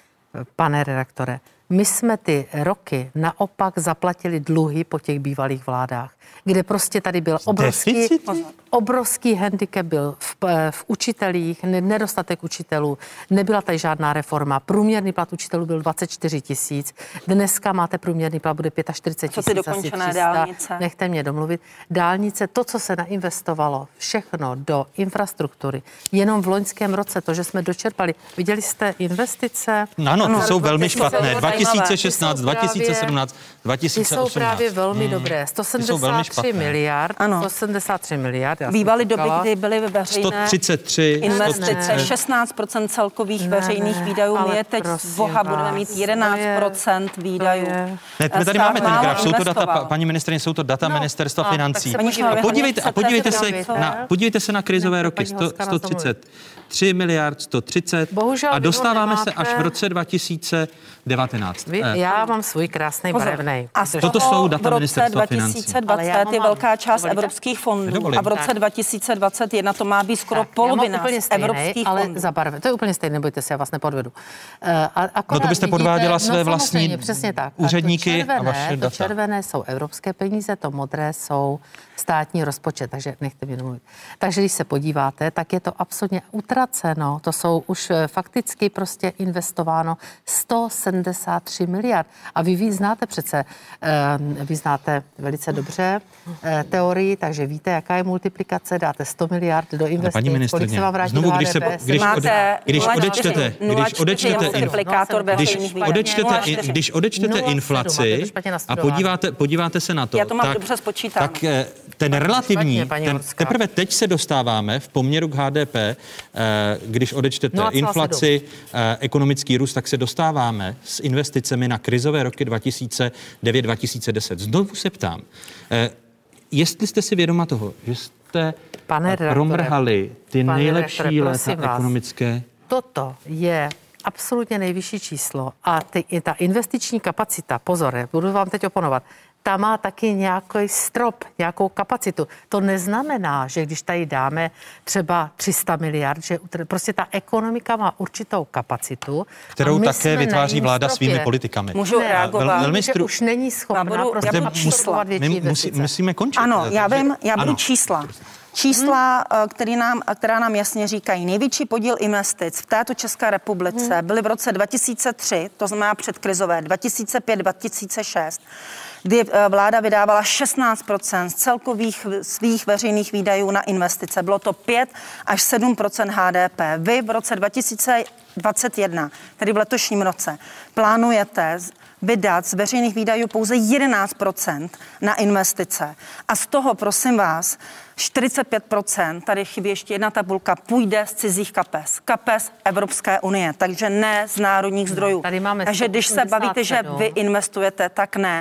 Pane redaktore, my jsme ty roky naopak zaplatili dluhy po těch bývalých vládách, kde prostě tady byl obrovský, deficity? obrovský handicap byl v, v učitelích, ne- nedostatek učitelů, nebyla tady žádná reforma. Průměrný plat učitelů byl dvacet čtyři tisíc, dneska máte průměrný plat, bude čtyřicet pět Co tisíc. ty dokončené dálnice? Nechte mě domluvit. Dálnice, to, co se nainvestovalo, všechno do infrastruktury, jenom v loňském roce, to, že jsme dočerpali, viděli jste investice? No ano, ty jsou velmi Ty jsou špatné. zajímavé. dva tisíce šestnáct, Ty jsou dva tisíce sedmnáct, dva Ty tisíce jsou osmnáct. právě velmi Hmm. dobré. Ty jsou velmi sto sedmdesát tři špatné. miliard. Ano. sto sedmdesát tři miliard. já jsem Bývaly doby, říkala. kdy byly ve veřejné sto třicet tři, investice, sto třicet. šestnáct procent celkových Ne, veřejných ne, výdajů. ale My je teď prosím z Boha budeme vás, mít to jedenáct je- procent výdajů. to je- Ne, my tady Stát máme ten málo graf, jsou to data, investoval. pa- paní ministryně, jsou to data No, ministerstva a, tak financí. se Paní podívejte. A podívejte, a Chcete podívejte si se mluvit, na, ne? podívejte se na krizové Ne, roky, paní sto, Horská nás sto třicet tři miliard, sto třicet Bohužel a vy ho dostáváme se nemáte. až v roce dva tisíce devatenáct. Vy, Eh, já mám svůj krásný Pozor. barevný. A z toho Toto jsou data v roce ministerstva financí. dva tisíce Ale já dvacet ho je mám. velká část Dovolíte? evropských fondů Nedovolím. a v roce Tak. dva tisíce dvacet jedna to má být skoro Tak, já mám polovina úplně z stejnej, evropských ale fondů. za barvy. To je úplně stejné, nebojte se, já vás nepodvedu. Uh, a, akorát No to byste vidíte- podváděla své no, vlastní samozřejmě, přesně tak. úředníky a, to a červené, vaše to data. červené jsou evropské peníze, to modré jsou státní rozpočet, takže nechte mě domluvit. Takže když se podíváte, tak je to absolutně utraceno. To jsou už eh, fakticky prostě investováno sto sedmdesát tři miliard. A vy, vy znáte přece, eh, vy znáte velice dobře eh, teorii, takže víte, jaká je multiplikace, dáte sto miliard do Ale investic. paní kolik ministryně, se vám vrátí znovu, do když, se, H D P? když, Máte ode, když nula čtyři, odečtete, nula když čtyři odečtete, je multiplikátor když veřejných výdajů. odečtete, nula i- čtyři. když odečtete nula sedm, inflaci máte to špatně a nastudováno. podíváte, podíváte se na to, Já to mám tak, dobře spočítáno. tak eh, ten relativní, špatně, paní ten, Horská. teprve teď se dostáváme v poměru k H D P, eh, když odečtete nula celá sedm. inflaci, eh, ekonomický růst, tak se dostáváme s investicemi na krizové roky dva tisíce devět dva tisíce deset. Znovu se ptám, eh, jestli jste si vědoma toho, že jste Pane eh, redaktore, promrhali ty pane nejlepší redaktore, léta prosím vás. ekonomické. Toto je absolutně nejvyšší číslo a ty, i ta investiční kapacita, pozor, budu vám teď oponovat, ta má taky nějaký strop, nějakou kapacitu. To neznamená, že když tady dáme třeba tři sta miliard, že utr- prostě ta ekonomika má určitou kapacitu. Kterou a my také jsme na vytváří jejím vláda stropě. svými politikami. Můžu Ne, reagovat? vel- velmi že stru- už není Já schopná budu- prostě já budu absorbovat větší My musí, investice. musíme končit. Ano, eh, já takže- vím, já budu ano. čísla. Čísla, hmm. který nám, která nám jasně říkají, největší podíl investic v této České republice hmm. byly v roce dva tisíce tři, to znamená předkrizové, dva tisíce pět, dva tisíce šest, kdy vláda vydávala šestnáct procent z celkových svých veřejných výdajů na investice. Bylo to pět až sedm procent H D P. Vy v roce dva tisíce dvacet jedna, tedy v letošním roce, plánujete vydat z veřejných výdajů pouze jedenáct procent na investice. A z toho, prosím vás, čtyřicet pět procent, tady chybí ještě jedna tabulka, půjde z cizích kapes. Kapes Evropské unie, takže ne z národních zdrojů. Tady máme takže když se sto osmdesát bavíte, že sedm. vy investujete, tak ne. Já už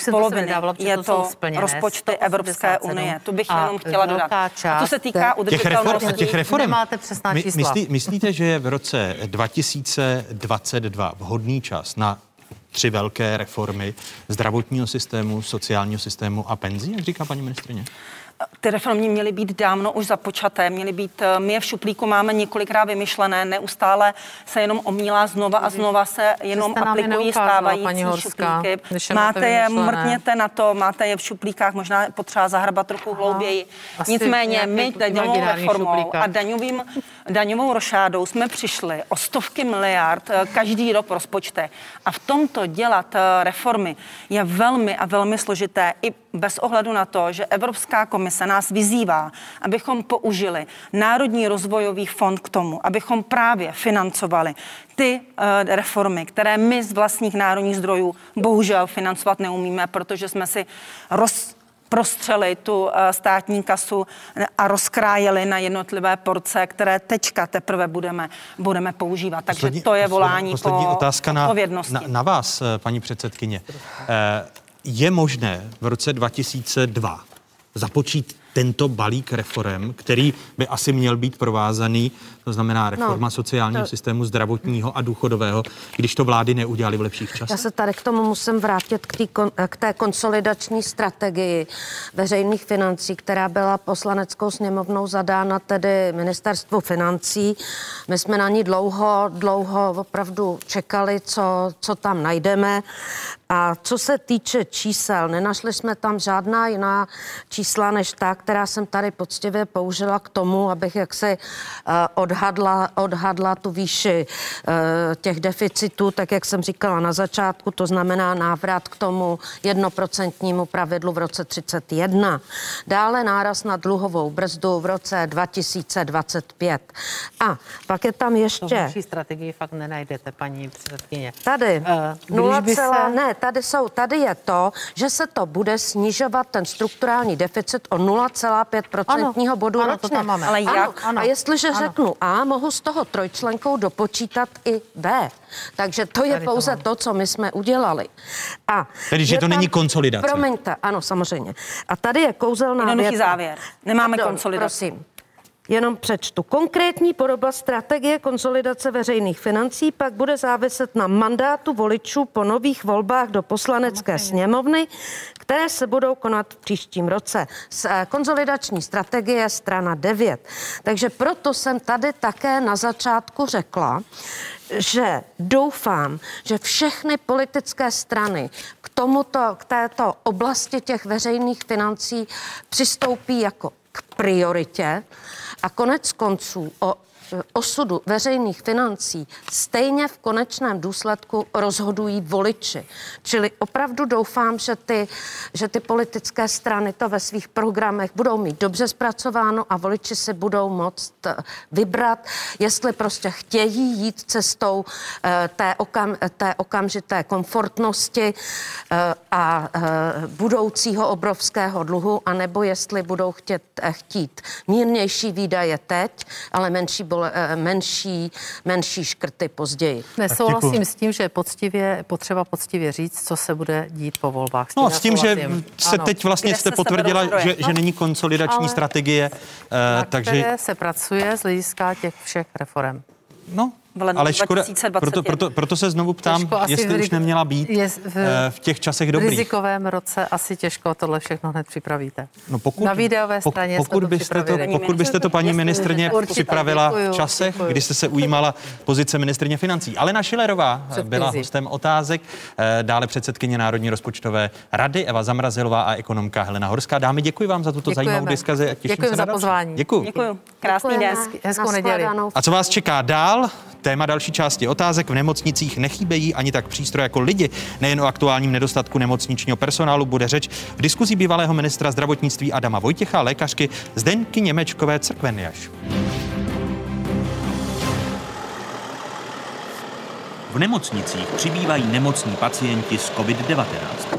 z poloviny je to rozpočty Evropské unie. To bych jenom chtěla dodat. A to se týká udržitelnosti. Těch, těch reform. Nemáte přesná My, čísla. myslí, myslíte, že je v roce dva tisíce dvacet dva vhodný čas na tři velké reformy zdravotního systému, sociálního systému a penzí, jak říká paní ministryně? Ty reformy měly být dávno už započaté, měly být, my je v šuplíku máme několikrát vymyšlené, neustále se jenom omílá znova a znova se jenom aplikují stávající šuplíky. Máte je, mrkněte na to, máte je v šuplíkách, možná potřeba zahrabat trochu hlouběji. Nicméně my daňovou reformou a daňovým, daňovou rošádou jsme přišli o stovky miliard každý rok v rozpočtech. A v tomto dělat reformy je velmi a velmi složité i bez ohledu na to, že Evropská komise nás vyzývá, abychom použili Národní rozvojový fond k tomu, abychom právě financovali ty uh, reformy, které my z vlastních národních zdrojů bohužel financovat neumíme, protože jsme si roz prostřeli tu uh, státní kasu a rozkrájeli na jednotlivé porce, které teďka teprve budeme, budeme používat. Takže poslední, to je volání poslední po otázka na, odpovědnosti. Na, na vás, paní předsedkyně. Eh, Je možné v roce dva tisíce dva započít tento balík reforem, který by asi měl být provázaný, to znamená reforma no, sociálního to... systému, zdravotního a důchodového, když to vlády neudělali v lepších časech? Já se tady k tomu musím vrátit k, tý, k té konsolidační strategii veřejných financí, která byla poslaneckou sněmovnou zadána tedy ministerstvu financí. My jsme na ní dlouho, dlouho opravdu čekali, co, co tam najdeme. A co se týče čísel, nenašli jsme tam žádná jiná čísla než ta, která jsem tady poctivě použila k tomu, abych jaksi uh, odhadla, odhadla tu výši uh, těch deficitů, tak jak jsem říkala na začátku, to znamená návrat k tomu jednoprocentnímu pravidlu v roce třicet jedna. Dále náraz na dluhovou brzdu v roce dva tisíce dvacet pět. A pak je tam ještě... To v naší strategii fakt nenajdete, paní předsedkyně. Tady uh, nula, se... ne, tady jsou, tady je to, že se to bude snižovat ten strukturální deficit o nula celá pět procentního bodu ano, ročně. To tam máme. Ale jak? Ano, ano, a jestliže ano. řeknu A, mohu z toho trojčlenkou dopočítat i B. Takže to je tady pouze to, to, co my jsme udělali. A tedy, že to tam, není konsolidace. Promiňte, ano, samozřejmě. A tady je kouzelná Jednoduchý věta. závěr. Nemáme Pardon, konsolidaci. Prosím. Jenom přečtu. Konkrétní podoba strategie konsolidace veřejných financí pak bude záviset na mandátu voličů po nových volbách do poslanecké sněmovny, které se budou konat v příštím roce. Konsolidační strategie strana devět. Takže proto jsem tady také na začátku řekla, že doufám, že všechny politické strany k tomuto, k této oblasti těch veřejných financí přistoupí jako k prioritě a konec konců o osudu veřejných financí stejně v konečném důsledku rozhodují voliči. Čili opravdu doufám, že ty, že ty politické strany to ve svých programech budou mít dobře zpracováno a voliči si budou moct vybrat, jestli prostě chtějí jít cestou eh, té, okam, té okamžité komfortnosti eh, a eh, budoucího obrovského dluhu, anebo jestli budou chtět, eh, chtít mírnější výdaje teď, ale menší bol menší, menší škrty později. Nesouhlasím s tím, že je poctivě, potřeba poctivě říct, co se bude dít po volbách. S no s tím, že se ano. teď vlastně Kde jste potvrdila, že, no, že není konsolidační ale strategie. Na uh, takže které se pracuje z hlediska těch všech reform. No, ale škoda, proto, proto, proto se znovu ptám, těžko jestli už neměla být je v, v těch časech dobrých. V rizikovém roce asi těžko tohle všechno hned připravíte. No pokud, na výdajové straně pokud, pokud, byste to, pokud byste to, paní ministryně, připravila v časech, děkuju. Kdy jste se ujímala pozice ministryně financí. Alena Schillerová byla hostem Otázek, dále předsedkyně Národní rozpočtové rady Eva Zamrazilová a ekonomka Helena Horská. Dámy, děkuji vám za tuto Děkujeme. zajímavou diskuzi. Děkuji za pozvání. Děkuji. Děkuji. Krásný den. Hezkou neděli. A co vás čeká dál? Téma další části Otázek. V nemocnicích nechybějí ani tak přístroje jako lidi. Nejen o aktuálním nedostatku nemocničního personálu bude řeč v diskuzi bývalého ministra zdravotnictví Adama Vojtěcha a lékařky Zdenky Němečkové Crkvenjaš. V nemocnicích přibývají nemocní pacienti s covid devatenáct.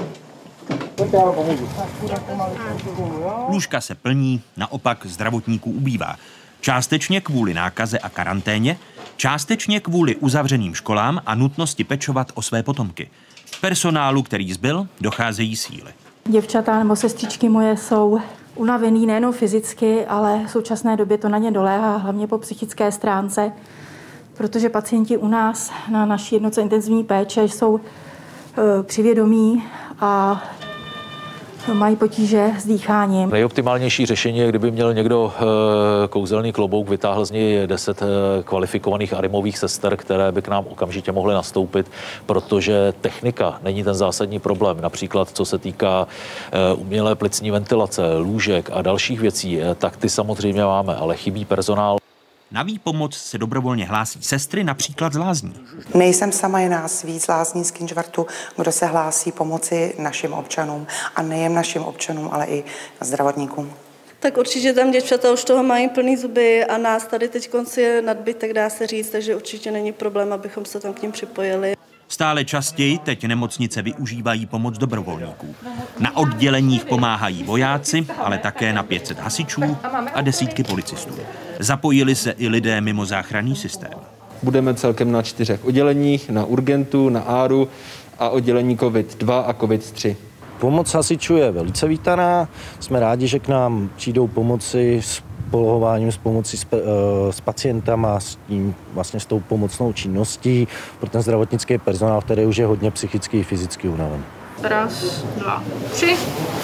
Lůžka se plní, naopak zdravotníků ubývá. Částečně kvůli nákaze a karanténě, Částečně kvůli uzavřeným školám a nutnosti pečovat o své potomky. Personálu, který zbyl, docházejí síly. Děvčata nebo sestřičky moje jsou unavený nejen fyzicky, ale v současné době to na ně doléhá, hlavně po psychické stránce, protože pacienti u nás na naší jednotce intenzivní péče jsou e, přivědomí a mají potíže s dýcháním. Nejoptimálnější řešení je, kdyby měl někdo e, kouzelný klobouk, vytáhl z něj deset e, kvalifikovaných arimových sester, které by k nám okamžitě mohly nastoupit, protože technika není ten zásadní problém. Například co se týká e, umělé plicní ventilace, lůžek a dalších věcí, e, tak ty samozřejmě máme, ale chybí personál. Na výpomoc se dobrovolně hlásí sestry, například z lázní. Nejsem sama, je nás víc lázní z Kynžvartu, kdo se hlásí pomoci našim občanům a nejen našim občanům, ale i zdravotníkům. Tak určitě tam děvčata už toho mají plný zuby a nás tady teď konci je nadbytek, dá se říct, takže určitě není problém, abychom se tam k ním připojili. Stále častěji teď nemocnice využívají pomoc dobrovolníků. Na odděleních pomáhají vojáci, ale také na pět set hasičů a desítky policistů. Zapojili se i lidé mimo záchranný systém. Budeme celkem na čtyřech odděleních, na urgentu, na áru a oddělení COVID dva a COVID tři. Pomoc hasičů je velice vítaná. Jsme rádi, že k nám přijdou pomoci s polohováním, s pomocí s, s pacientama, s tím vlastně s tou pomocnou činností pro ten zdravotnický personál, který už je hodně psychicky i fyzicky unaven. Raz, dva, tři.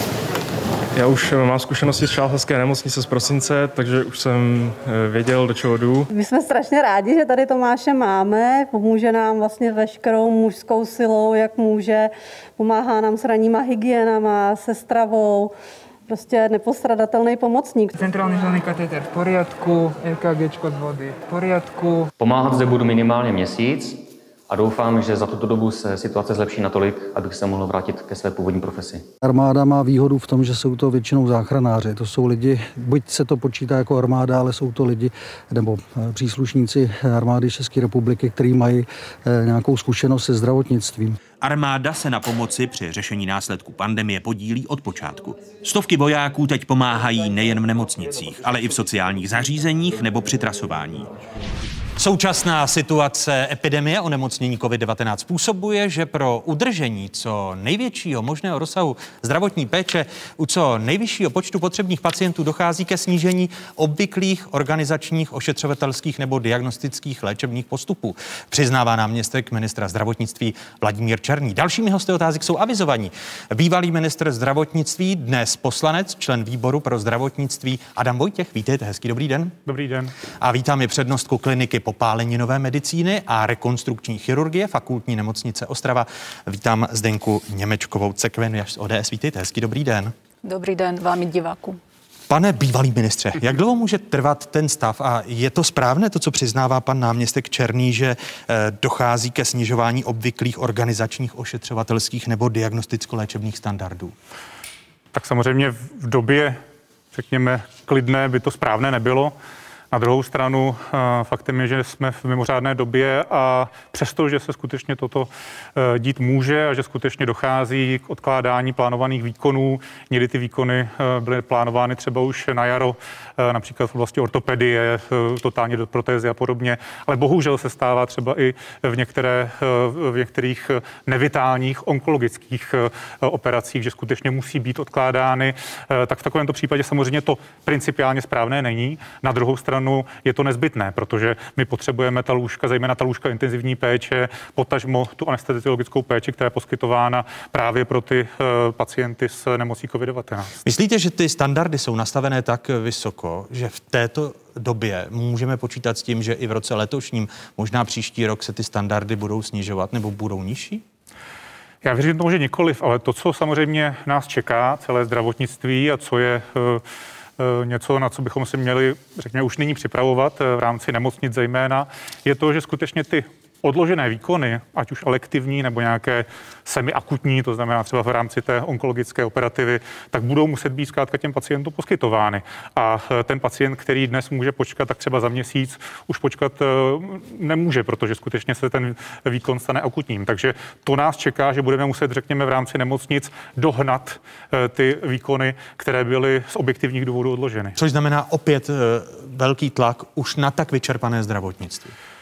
Já už mám zkušenosti z Šálhlavské nemocnice z prosince, takže už jsem věděl, do čeho jdu. My jsme strašně rádi, že tady Tomáše máme. Pomůže nám vlastně veškerou mužskou silou, jak může. Pomáhá nám s ranníma hygienama, se stravou. Prostě nepostradatelný pomocník. Centrální žilný kateter v pořádku, EKGčko z vody v pořádku. Pomáhat zde budu minimálně měsíc a doufám, že za tuto dobu se situace zlepší natolik, abych se mohl vrátit ke své původní profesi. Armáda má výhodu v tom, že jsou to většinou záchranáři. To jsou lidi, buď se to počítá jako armáda, ale jsou to lidi nebo příslušníci armády České republiky, kteří mají nějakou zkušenost se zdravotnictvím. Armáda se na pomoci při řešení následků pandemie podílí od počátku. Stovky vojáků teď pomáhají nejen v nemocnicích, ale i v sociálních zařízeních nebo při trasování. Současná situace epidemie onemocnění covid devatenáct způsobuje, že pro udržení co největšího možného rozsahu zdravotní péče u co nejvyššího počtu potřebných pacientů dochází ke snížení obvyklých organizačních, ošetřovatelských nebo diagnostických léčebných postupů. Přiznává náměstek ministra zdravotnictví Vladimír Černý. Dalšími hosty otázek jsou avizovaní. Bývalý ministr zdravotnictví, dnes poslanec, člen výboru pro zdravotnictví Adam Vojtěch. Vítejte, hezký dobrý den. Dobrý den. A vítám i přednostku kliniky popáleninové medicíny a rekonstrukční chirurgie Fakultní nemocnice Ostrava. Vítám Zdenku Němečkovou Cekvenu z O D S. Vítejte, hezký dobrý den. Dobrý den vám i divákům. Pane bývalý ministře, jak dlouho může trvat ten stav a je to správné to, co přiznává pan náměstek Černý, že dochází ke snižování obvyklých organizačních, ošetřovatelských nebo diagnosticko-léčebných standardů? Tak samozřejmě v době, řekněme, klidné by to správné nebylo. Na druhou stranu faktem je, že jsme v mimořádné době a přesto, že se skutečně toto dít může a že skutečně dochází k odkládání plánovaných výkonů, někdy ty výkony byly plánovány třeba už na jaro, například v oblasti ortopedie, totální protézy a podobně, ale bohužel se stává třeba i v, některé, v některých nevitálních onkologických operacích, že skutečně musí být odkládány, tak v takovémto případě samozřejmě to principiálně správné není. Na druhou stranu je to nezbytné, protože my potřebujeme ta lůžka, zejména ta lůžka intenzivní péče, potažmo tu anesteziologickou péči, která je poskytována právě pro ty uh, pacienty s nemocí covid devatenáct. Myslíte, že ty standardy jsou nastavené tak vysoko, že v této době můžeme počítat s tím, že i v roce letošním, možná příští rok se ty standardy budou snižovat nebo budou nižší? Já věřím tomu, že nikoliv, ale to, co samozřejmě nás čeká, celé zdravotnictví a co je uh, něco, na co bychom si měli, řekněme, už nyní připravovat v rámci nemocnic zejména, je to, že skutečně ty odložené výkony, ať už elektivní nebo nějaké semiakutní, to znamená třeba v rámci té onkologické operativy, tak budou muset být zkrátka těm pacientům poskytovány. A ten pacient, který dnes může počkat, tak třeba za měsíc už počkat nemůže, protože skutečně se ten výkon stane akutním. Takže to nás čeká, že budeme muset, řekněme, v rámci nemocnic dohnat ty výkony, které byly z objektivních důvodů odloženy. Což znamená opět velký tlak už na tak vyčerpané zdravotnictví.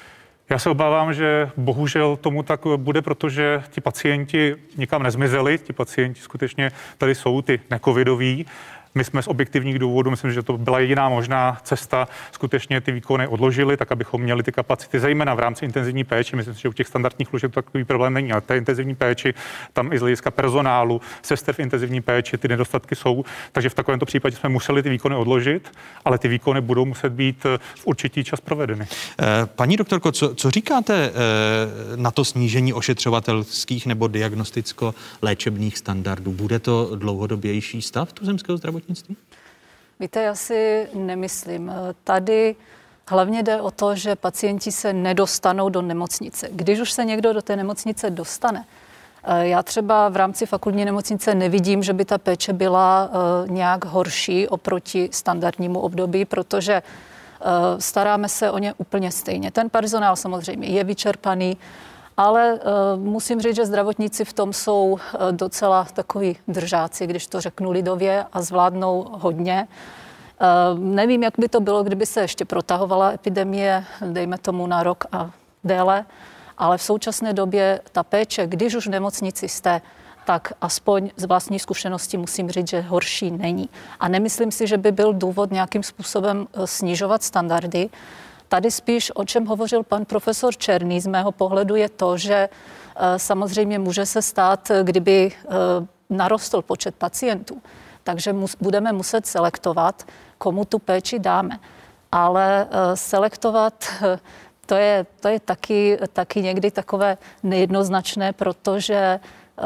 Já se obávám, že bohužel tomu tak bude, protože ti pacienti nikam nezmizeli, ti pacienti skutečně tady jsou, ty necovidoví. My jsme z objektivních důvodů, myslím, že to byla jediná možná cesta, skutečně ty výkony odložili, tak abychom měli ty kapacity, zejména v rámci intenzivní péče. Myslím si, že u těch standardních lůžek to takový problém není, ale té intenzivní péči, tam i z hlediska personálu, sester v intenzivní péči, ty nedostatky jsou. Takže v takovémto případě jsme museli ty výkony odložit, ale ty výkony budou muset být v určitý čas provedeny. Paní doktorko, co, co říkáte na to snížení ošetřovatelských nebo diagnosticko-léčebných standardů? Bude to dlouhodobější stav tuzemského zdravotnictví? Víte, já si nemyslím. Tady hlavně jde o to, že pacienti se nedostanou do nemocnice. Když už se někdo do té nemocnice dostane, já třeba v rámci fakultní nemocnice nevidím, že by ta péče byla nějak horší oproti standardnímu období, protože staráme se o ně úplně stejně. Ten personál samozřejmě je vyčerpaný, ale uh, musím říct, že zdravotníci v tom jsou uh, docela takový držáci, když to řeknu lidově, a zvládnou hodně. Uh, nevím, jak by to bylo, kdyby se ještě protahovala epidemie, dejme tomu na rok a déle, ale v současné době ta péče, když už v nemocnici jste, tak aspoň z vlastní zkušenosti musím říct, že horší není. A nemyslím si, že by byl důvod nějakým způsobem uh, snižovat standardy. Tady spíš, o čem hovořil pan profesor Černý, z mého pohledu je to, že samozřejmě může se stát, kdyby narostl počet pacientů, takže mus, budeme muset selektovat, komu tu péči dáme. Ale selektovat, to je, to je taky, taky někdy takové nejednoznačné, protože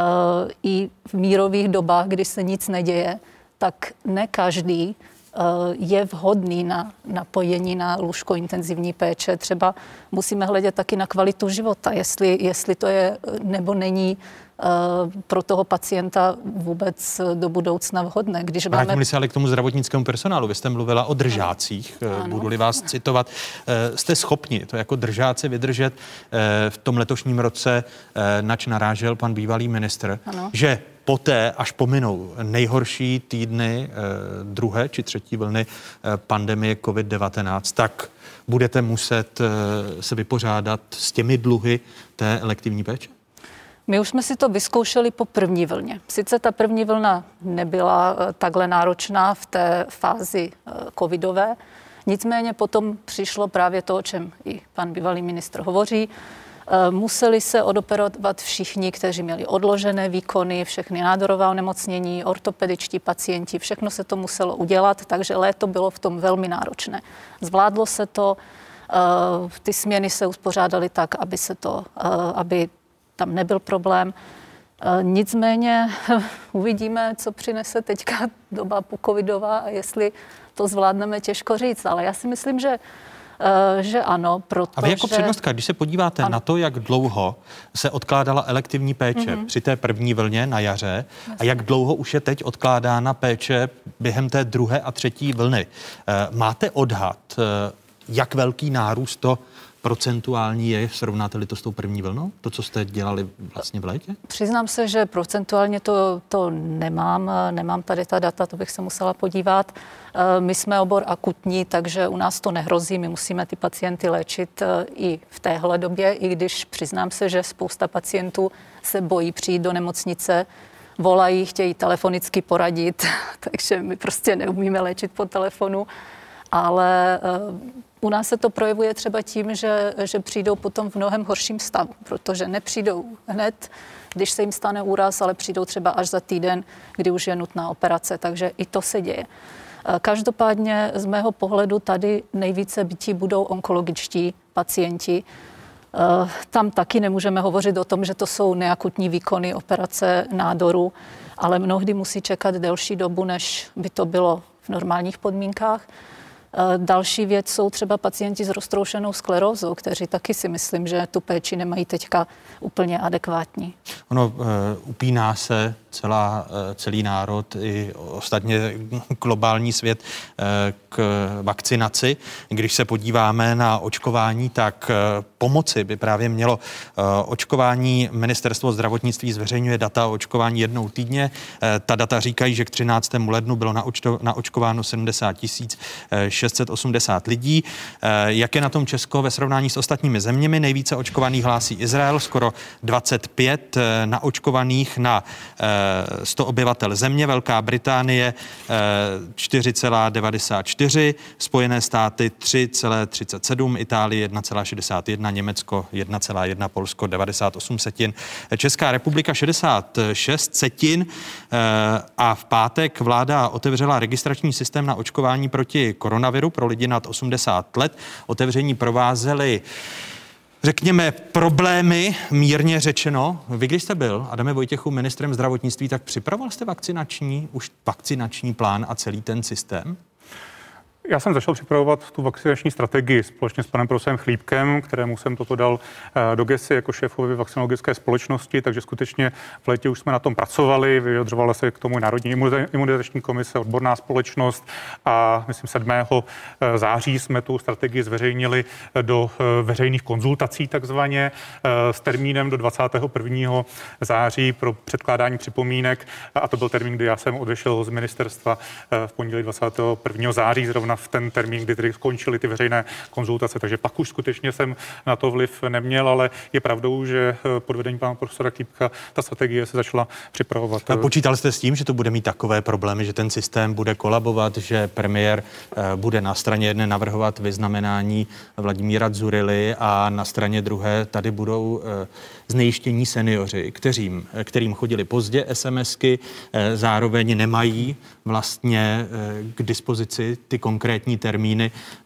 i v mírových dobách, kdy se nic neděje, tak ne každý je vhodný na napojení na lůžko intenzivní péče. Třeba musíme hledět taky na kvalitu života, jestli, jestli to je nebo není uh, pro toho pacienta vůbec do budoucna vhodné. Když máme... Vrátím se ale k tomu zdravotnickému personálu. Vy jste mluvila o držácích, ano. Budu-li vás citovat. Uh, jste schopni to jako držáci vydržet uh, v tom letošním roce, uh, nač narážel pan bývalý ministr, ano. že poté, až pominou nejhorší týdny eh, druhé či třetí vlny eh, pandemie covid devatenáct, tak budete muset eh, se vypořádat s těmi dluhy té elektivní péče? My už jsme si to vyzkoušeli po první vlně. Sice ta první vlna nebyla eh, takhle náročná v té fázi eh, covidové, nicméně potom přišlo právě to, o čem i pan bývalý ministr hovoří. Museli se odoperovat všichni, kteří měli odložené výkony, všechny nádorová onemocnění, ortopedičtí pacienti, všechno se to muselo udělat, takže léto bylo v tom velmi náročné. Zvládlo se to, ty směny se uspořádaly tak, aby, se to, aby tam nebyl problém. Nicméně uvidíme, co přinese teďka doba pocovidová a jestli to zvládneme, těžko říct, ale já si myslím, že že ano, protože... A vy jako přednostka, když se podíváte ano. na to, jak dlouho se odkládala elektivní péče mm-hmm. při té první vlně na jaře Jasně. a jak dlouho už je teď odkládána péče během té druhé a třetí vlny. Máte odhad, jak velký nárůst to procentuální je, srovnáte-li to s tou první vlnou? To, co jste dělali vlastně v létě? Přiznám se, že procentuálně to, to nemám. Nemám tady ta data, to bych se musela podívat. My jsme obor akutní, takže u nás to nehrozí. My musíme ty pacienty léčit i v téhle době, i když přiznám se, že spousta pacientů se bojí přijít do nemocnice, volají, chtějí telefonicky poradit, takže my prostě neumíme léčit po telefonu. Ale uh, u nás se to projevuje třeba tím, že, že přijdou potom v mnohem horším stavu, protože nepřijdou hned, když se jim stane úraz, ale přijdou třeba až za týden, kdy už je nutná operace, takže i to se děje. Uh, každopádně z mého pohledu tady nejvíce bytí budou onkologičtí pacienti. Uh, tam taky nemůžeme hovořit o tom, že to jsou neakutní výkony operace nádoru, ale mnohdy musí čekat delší dobu, než by to bylo v normálních podmínkách. Další věc jsou třeba pacienti s roztroušenou sklerózou, kteří taky si myslím, že tu péči nemají teďka úplně adekvátní. Ono uh, upíná se celá, celý národ i ostatně globální svět k vakcinaci. Když se podíváme na očkování, tak pomoci by právě mělo očkování. Ministerstvo zdravotnictví zveřejňuje data o očkování jednou týdně. Ta data říkají, že k třináctému lednu bylo naočkováno sedmdesát tisíc šest set osmdesát lidí. Jak je na tom Česko ve srovnání s ostatními zeměmi? Nejvíce očkovaných hlásí Izrael, skoro dvacet pět naočkovaných na sto obyvatel země, Velká Británie čtyři celá devadesát čtyři, Spojené státy tři celá třicet sedm, Itálie jedna celá šedesát jedna, Německo jedna celá jedna, Polsko devadesát osm setin, Česká republika šedesát šest setin a v pátek vláda otevřela registrační systém na očkování proti koronaviru pro lidi nad osmdesát let. Otevření provázely, řekněme, problémy, mírně řečeno. Vy, když jste byl, Adame Vojtěchu, ministrem zdravotnictví, tak připravoval jste vakcinační, už vakcinační plán a celý ten systém? Já jsem začal připravovat tu vakcinační strategii společně s panem profesorem Chlípkem, kterému jsem toto dal do gesce jako šéfovi vakcinologické společnosti, takže skutečně v létě už jsme na tom pracovali, vyjadřovala se k tomu Národní imunizační komise, odborná společnost a myslím sedmého září jsme tu strategii zveřejnili do veřejných konzultací takzvaně s termínem do dvacátého prvního září pro předkládání připomínek a to byl termín, kdy já jsem odešel z ministerstva v pondělí dvacátého prvního září zrovna v ten termín, kdy tedy skončily ty veřejné konzultace, takže pak už skutečně jsem na to vliv neměl, ale je pravdou, že pod vedením pana profesora Klípka ta strategie se začala připravovat. A počítal jste s tím, že to bude mít takové problémy, že ten systém bude kolabovat, že premiér bude na straně jedné navrhovat vyznamenání Vladimíra Dzurily a na straně druhé tady budou znejištění seniori, kterým, kterým chodili pozdě SMSky, zároveň nemají vlastně k dispozici ty konkrétní termíny.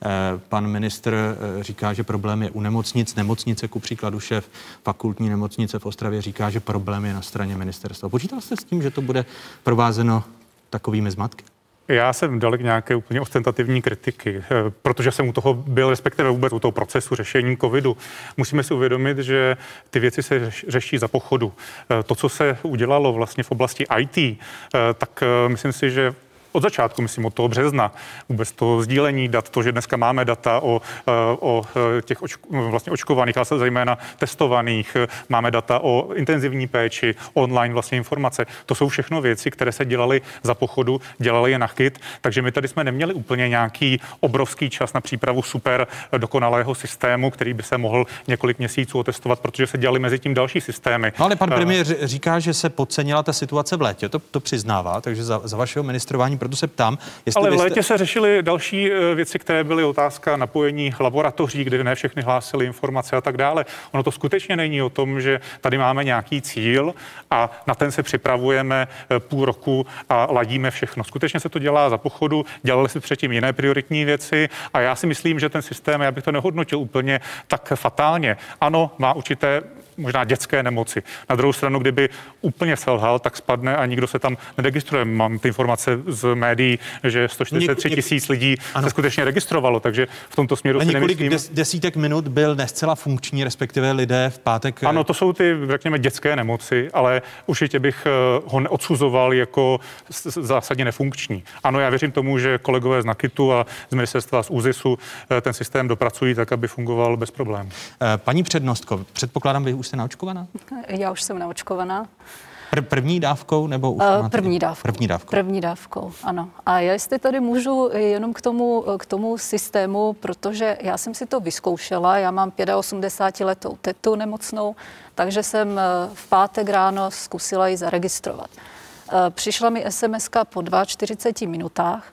Pan ministr říká, že problém je u nemocnic. Nemocnice, ku příkladu šéf fakultní nemocnice v Ostravě říká, že problém je na straně ministerstva. Počítal jste s tím, že to bude provázeno takovými zmatky? Já jsem dalek nějaké úplně ostentativní kritiky, protože jsem u toho byl, respektive vůbec u toho procesu řešení covidu. Musíme si uvědomit, že ty věci se řeší za pochodu. To, co se udělalo vlastně v oblasti í té, tak myslím si, že od začátku, myslím od toho března, vůbec to sdílení dat, to, že dneska máme data o, o těch očko, vlastně očkovaných, ale se zejména testovaných, máme data o intenzivní péči, online vlastně informace. To jsou všechno věci, které se dělaly za pochodu, dělaly je na chyt, takže my tady jsme neměli úplně nějaký obrovský čas na přípravu super dokonalého systému, který by se mohl několik měsíců otestovat, protože se dělaly mezi tím další systémy. No ale pan premiér říká, že se podcenila ta situace v létě, to, to přiznává, takže za, za vašeho ministrování proto se ptám, jestli ale v létě jste... se řešily další věci, které byly otázka napojení laboratoří, kde ne všechny hlásily informace a tak dále. Ono to skutečně není o tom, že tady máme nějaký cíl a na ten se připravujeme půl roku a ladíme všechno. Skutečně se to dělá za pochodu, dělali se předtím jiné prioritní věci a já si myslím, že ten systém, já bych to nehodnotil úplně tak fatálně. Ano, má určité možná dětské nemoci. Na druhou stranu, kdyby úplně selhal, tak spadne a nikdo se tam neregistruje. Mám ty informace z médií, že sto čtyřicet tři tisíc lidí ano. se skutečně registrovalo, takže v tomto směru a si několik nemyslím... des, desítek minut byl nescela funkční, respektive lidé v pátek... Ano, to jsou ty, řekněme, dětské nemoci, ale určitě bych ho neodsuzoval jako zásadně nefunkční. Ano, já věřím tomu, že kolegové z NAKITu a z ministerstva z ÚZISu ten systém dopracují tak, aby fungoval bez problémů. Paní přednostko, předpokládám, vy už jste naočkovaná? Já už jsem naočkovaná. Pr- první dávkou nebo už uh, první dávkou. První dávkou. První dávkou, ano. A já jestli tady můžu jenom k tomu, k tomu systému, protože já jsem si to vyzkoušela, já mám osmdesátiletou tetu nemocnou, takže jsem v pátek ráno zkusila ji zaregistrovat. Přišla mi es em eska po čtyřiceti dvou minutách,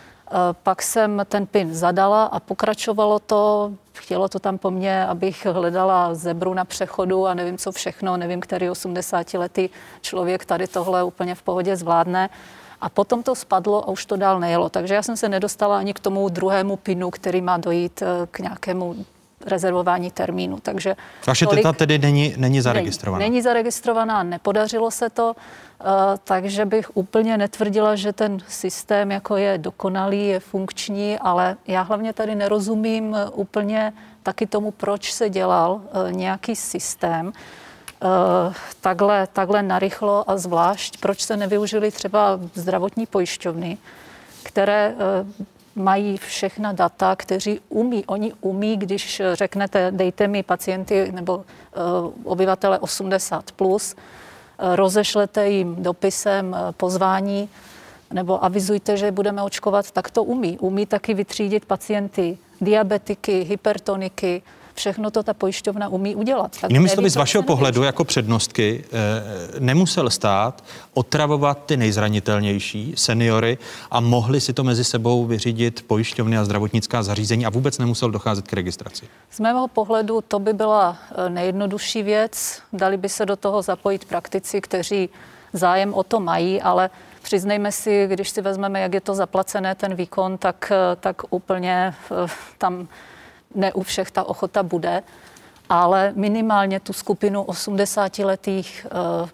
pak jsem ten PIN zadala a pokračovalo to, chtělo to tam po mně, abych hledala zebru na přechodu a nevím co všechno, nevím, který osmdesátiletý člověk tady tohle úplně v pohodě zvládne. A potom to spadlo a už to dál nejelo. Takže já jsem se nedostala ani k tomu druhému PINu, který má dojít k nějakému rezervování termínu. Takže vaše tolik... teta tedy není, není zaregistrovaná? Není, není zaregistrovaná, nepodařilo se to, uh, takže bych úplně netvrdila, že ten systém jako je dokonalý, je funkční, ale já hlavně tady nerozumím úplně taky tomu, proč se dělal uh, nějaký systém. takhle, takhle narychlo a zvlášť, proč se nevyužili třeba zdravotní pojišťovny, které mají všechna data, kteří umí, oni umí, když řeknete, dejte mi pacienty nebo uh, obyvatele osmdesát plus, uh, rozešlete jim dopisem uh, pozvání nebo avizujte, že budeme očkovat, tak to umí. Umí taky vytřídit pacienty, diabetiky, hypertoniky, všechno to ta pojišťovna umí udělat. Jinými slovy, z vašeho pohledu jako přednostky e, nemusel stát otravovat ty nejzranitelnější seniory a mohli si to mezi sebou vyřídit pojišťovny a zdravotnická zařízení a vůbec nemusel docházet k registraci. Z mého pohledu to by byla nejjednodušší věc. Dali by se do toho zapojit praktici, kteří zájem o to mají, ale přiznejme si, když si vezmeme, jak je to zaplacené, ten výkon, tak, tak úplně tam ne u všech ta ochota bude, ale minimálně tu skupinu osmdesátiletých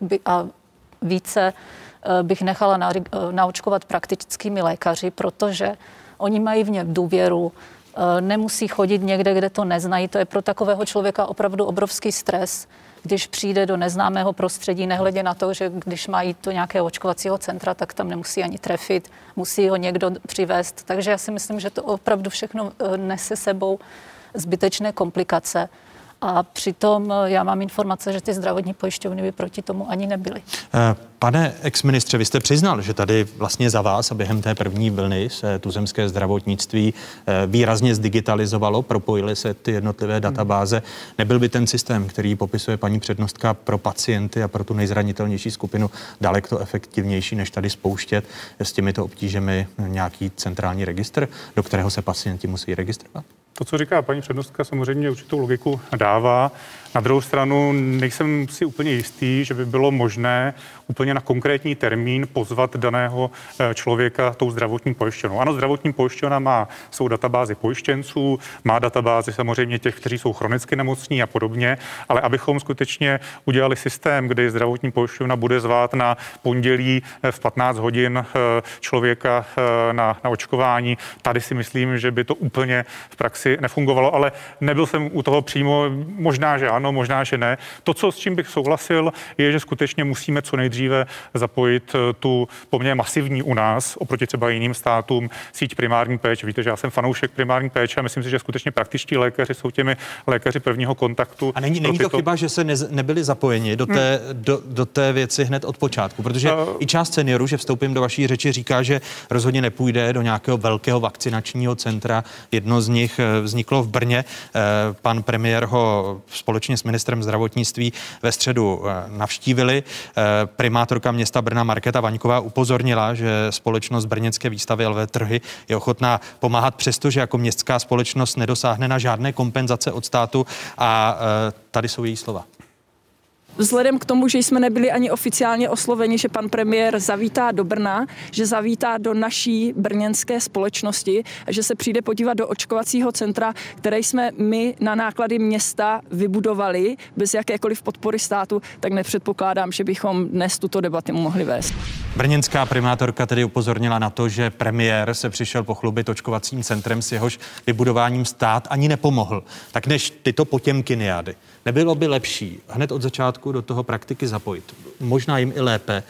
a více bych nechala naočkovat praktickými lékaři, protože oni mají v ně důvěru, nemusí chodit někde, kde to neznají. To je pro takového člověka opravdu obrovský stres, když přijde do neznámého prostředí, nehledě na to, že když má jít do nějakého očkovacího centra, tak tam nemusí ani trefit, musí ho někdo přivést. Takže já si myslím, že to opravdu všechno nese sebou zbytečné komplikace. A přitom já mám informace, že ty zdravotní pojišťovny by proti tomu ani nebyly. Pane exministře, vy jste přiznal, že tady vlastně za vás a během té první vlny se tuzemské zdravotnictví výrazně zdigitalizovalo, propojily se ty jednotlivé databáze. Nebyl by ten systém, který popisuje paní přednostka pro pacienty a pro tu nejzranitelnější skupinu daleko efektivnější, než tady spouštět s těmito obtížemi nějaký centrální registr, do kterého se pacienti musí registrovat? To, co říká paní přednostka, samozřejmě určitou logiku dává. Na druhou stranu nejsem si úplně jistý, že by bylo možné úplně na konkrétní termín pozvat daného člověka tou zdravotní pojišťovnou. Ano, zdravotní pojišťovna má svou databázi pojištěnců, má databázi samozřejmě těch, kteří jsou chronicky nemocní a podobně, ale abychom skutečně udělali systém, kdy zdravotní pojišťovna bude zvát na pondělí v patnáct hodin člověka na, na očkování, tady si myslím, že by to úplně v praxi nefungovalo, ale nebyl jsem u toho přímo, možná, že ano, možná, že ne. To, co s čím bych souhlasil, je, že skutečně musíme co nejdříve zapojit tu poměrně masivní u nás, oproti třeba jiným státům, síť primární péče. Víte, že já jsem fanoušek primární péče a myslím si, že skutečně praktičtí lékaři jsou těmi lékaři prvního kontaktu. A není, není to tyto... chyba, že se nez, nebyli zapojeni do té, hmm. do, do té věci hned od počátku? Protože uh... i část seniorů, že vstoupím do vaší řeči, říká, že rozhodně nepůjde do nějakého velkého vakcinačního centra. Jedno z nich vzniklo v Brně. Pan premiér ho společně s ministrem zdravotnictví ve středu navštívili. Primátorka města Brna Markéta Vaňková upozornila, že společnost Brněnské výstavy el vé Trhy je ochotná pomáhat, přestože jako městská společnost nedosáhne na žádné kompenzace od státu a tady jsou její slova. Vzhledem k tomu, že jsme nebyli ani oficiálně osloveni, že pan premiér zavítá do Brna, že zavítá do naší brněnské společnosti a že se přijde podívat do očkovacího centra, které jsme my na náklady města vybudovali bez jakékoliv podpory státu, tak nepředpokládám, že bychom dnes tuto debatu mohli vést. Brněnská primátorka tedy upozornila na to, že premiér se přišel pochlubit očkovacím centrem, s jehož vybudováním stát ani nepomohl. Tak než tyto potěmkiniády, nebylo by lepší hned od začátku do toho praktiky zapojit, možná jim i lépe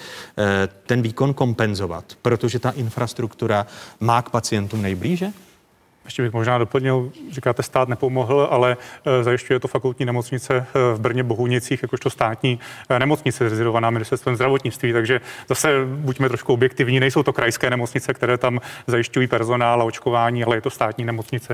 ten výkon kompenzovat, protože ta infrastruktura má k pacientům nejblíže? Ještě bych možná doplnil, říkáte, stát nepomohl, ale zajišťuje to fakultní nemocnice v Brně Bohunicích, jakožto státní nemocnice zřizovaná ministerstvem zdravotnictví, takže zase buďme trošku objektivní, nejsou to krajské nemocnice, které tam zajišťují personál a očkování, ale je to státní nemocnice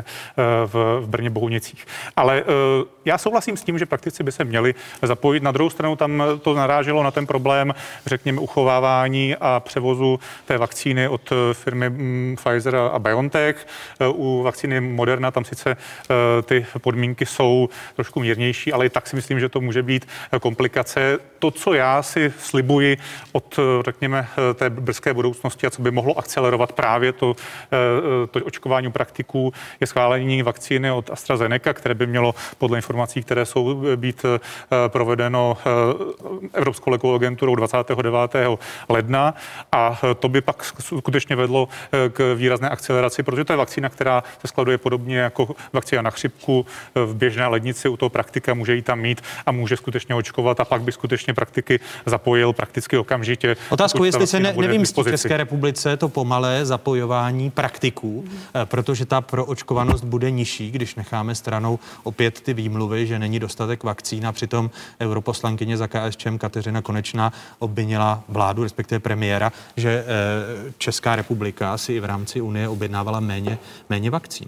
v, v Brně Bohunicích. Ale já souhlasím s tím, že praktici by se měli zapojit. Na druhou stranu tam to naráželo na ten problém, řekněme, uchovávání a převozu té vakcíny od firmy Pfizer a BioNTech. U vakcíny Moderna tam sice uh, ty podmínky jsou trošku mírnější, ale i tak si myslím, že to může být komplikace. To, co já si slibuji od, řekněme, té brzké budoucnosti a co by mohlo akcelerovat právě to, uh, to očkování praktiků, je schválení vakcíny od AstraZeneca, které by mělo podle informací, které jsou být uh, provedeno uh, Evropskou lékovou agenturou dvacátého devátého ledna a to by pak skutečně vedlo uh, k výrazné akceleraci, protože to je vakcína, která se skladuje podobně jako vakcína na chřipku v běžné lednici, u toho praktika může ji tam mít a může skutečně očkovat a pak by skutečně praktiky zapojil prakticky okamžitě. Otázku, jestli se ne, nevymstí v České republice to pomalé zapojování praktiků, protože ta proočkovanost bude nižší, když necháme stranou opět ty výmluvy, že není dostatek vakcín a přitom europoslankyně za K S Č M Kateřina Konečná obvinila vládu, respektive premiéra, že Česká republika si i v rámci Unie objednávala méně, méně vakcín.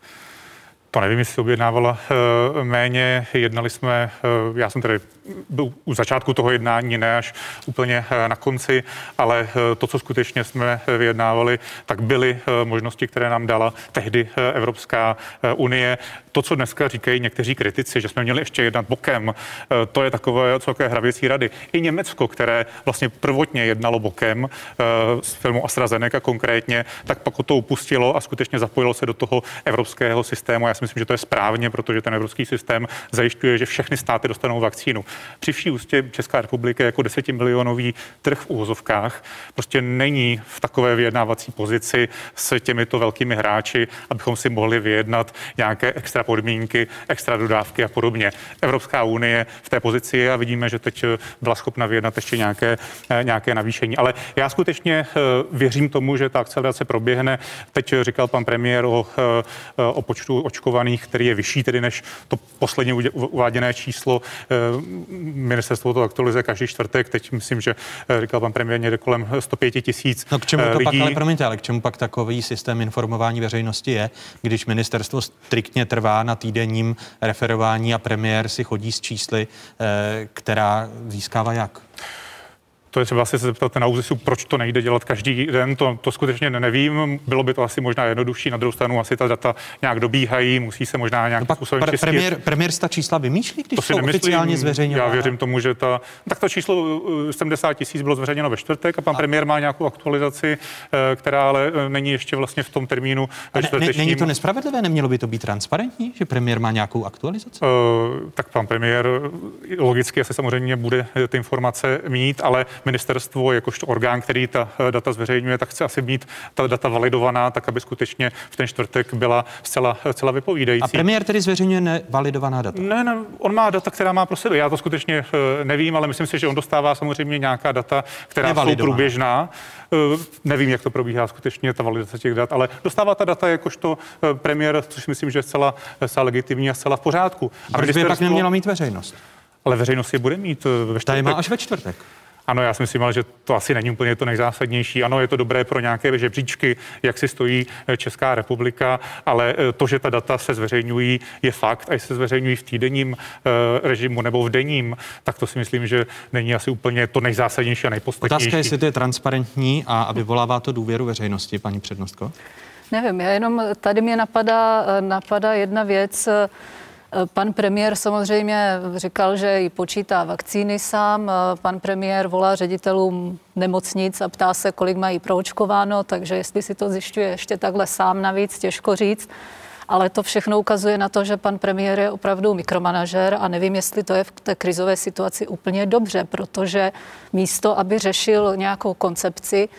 To nevím, jestli objednávala uh, méně. Jednali jsme, uh, já jsem tady byl u začátku toho jednání, ne až úplně uh, na konci, ale uh, to, co skutečně jsme vyjednávali, tak byly uh, možnosti, které nám dala tehdy uh, Evropská uh, unie. To, co dneska říkají někteří kritici, že jsme měli ještě jednat bokem, uh, to je takové celké hravěcí rady. I Německo, které vlastně prvotně jednalo bokem uh, s firmou AstraZeneca konkrétně, tak pak to upustilo a skutečně zapojilo se do toho evropského systému. Já si myslím, že to je správně, protože ten evropský systém zajišťuje, že všechny státy dostanou vakcínu. Při vší úctě Česká republika jako desetimilionový trh v úvozovkách prostě není v takové vyjednávací pozici s těmito velkými hráči, abychom si mohli vyjednat nějaké extra podmínky, extra dodávky a podobně. Evropská unie v té pozici je a vidíme, že teď byla schopna vyjednat ještě nějaké, nějaké navýšení. Ale já skutečně věřím tomu, že ta akcelerace proběhne. Teď říkal pan premiér o, o počtu očkovaných, který je vyšší tedy než to posledně uváděné číslo. Ministerstvo to aktualizuje každý čtvrtek. Teď myslím, že říkal pan premiér někde kolem sto pět tisíc No k čemu to lidí. pak, ale promiňte, ale k čemu pak takový systém informování veřejnosti je, když ministerstvo striktně trvá na týdenním referování a premiér si chodí s čísly, která získává jak? To je třeba si zeptat na ÚZISu, proč to nejde dělat každý den, to, to skutečně nevím. Bylo by to asi možná jednodušší, na druhou stranu asi ta data nějak dobíhají, musí se možná nějakým no způsobem pre- premiér, premiér ta čísla vymýšlí, když to jsou nemyslím, oficiálně zveřejňována? Já věřím tomu, že ta, tak to číslo sedmdesát tisíc bylo zveřejněno ve čtvrtek a pan a... premiér má nějakou aktualizaci, která ale není ještě vlastně v tom termínu čtvrtečním. Ne, není to nespravedlivé? Nemělo by to být transparentní, že premiér má nějakou aktualizaci? Uh, tak pan premiér logicky asi samozřejmě bude ty informace mít, ale ministerstvo, jakožto orgán, který ta data zveřejňuje, tak chce asi mít ta data validovaná, tak aby skutečně v ten čtvrtek byla zcela, zcela vypovídající. A premiér tedy zveřejňuje nevalidovaná data? Ne, ne, on má data, která má pro sebe. Já to skutečně nevím, ale myslím si, že on dostává samozřejmě nějaká data, která jsou průběžná. Nevím, jak to probíhá skutečně, ta validace těch dat, ale dostává ta data jakožto premiér, což myslím, že je zcela, zcela legitimní a zcela v pořádku. A proč by pak neměla mít veřejnost? Ale veřejnost je bude mít ve čtvrtek. Ta je má až ve čtvrtek. Ano, já si myslím, ale že to asi není úplně to nejzásadnější. Ano, je to dobré pro nějaké žebříčky, jak si stojí Česká republika, ale to, že ta data se zveřejňují, je fakt. A jestli se zveřejňují v týdenním režimu nebo v denním, tak to si myslím, že není asi úplně to nejzásadnější a nejpodstatnější. Otázka je, jestli to je transparentní a, a vyvolává to důvěru veřejnosti, paní přednostko? Nevím, já jenom tady mě napadá, napadá jedna věc. Pan premiér samozřejmě říkal, že i počítá vakcíny sám. Pan premiér volá ředitelům nemocnic a ptá se, kolik mají proočkováno, takže jestli si to zjišťuje ještě takhle sám navíc, těžko říct. Ale to všechno ukazuje na to, že pan premiér je opravdu mikromanažer a nevím, jestli to je v té krizové situaci úplně dobře, protože místo, aby řešil nějakou koncepci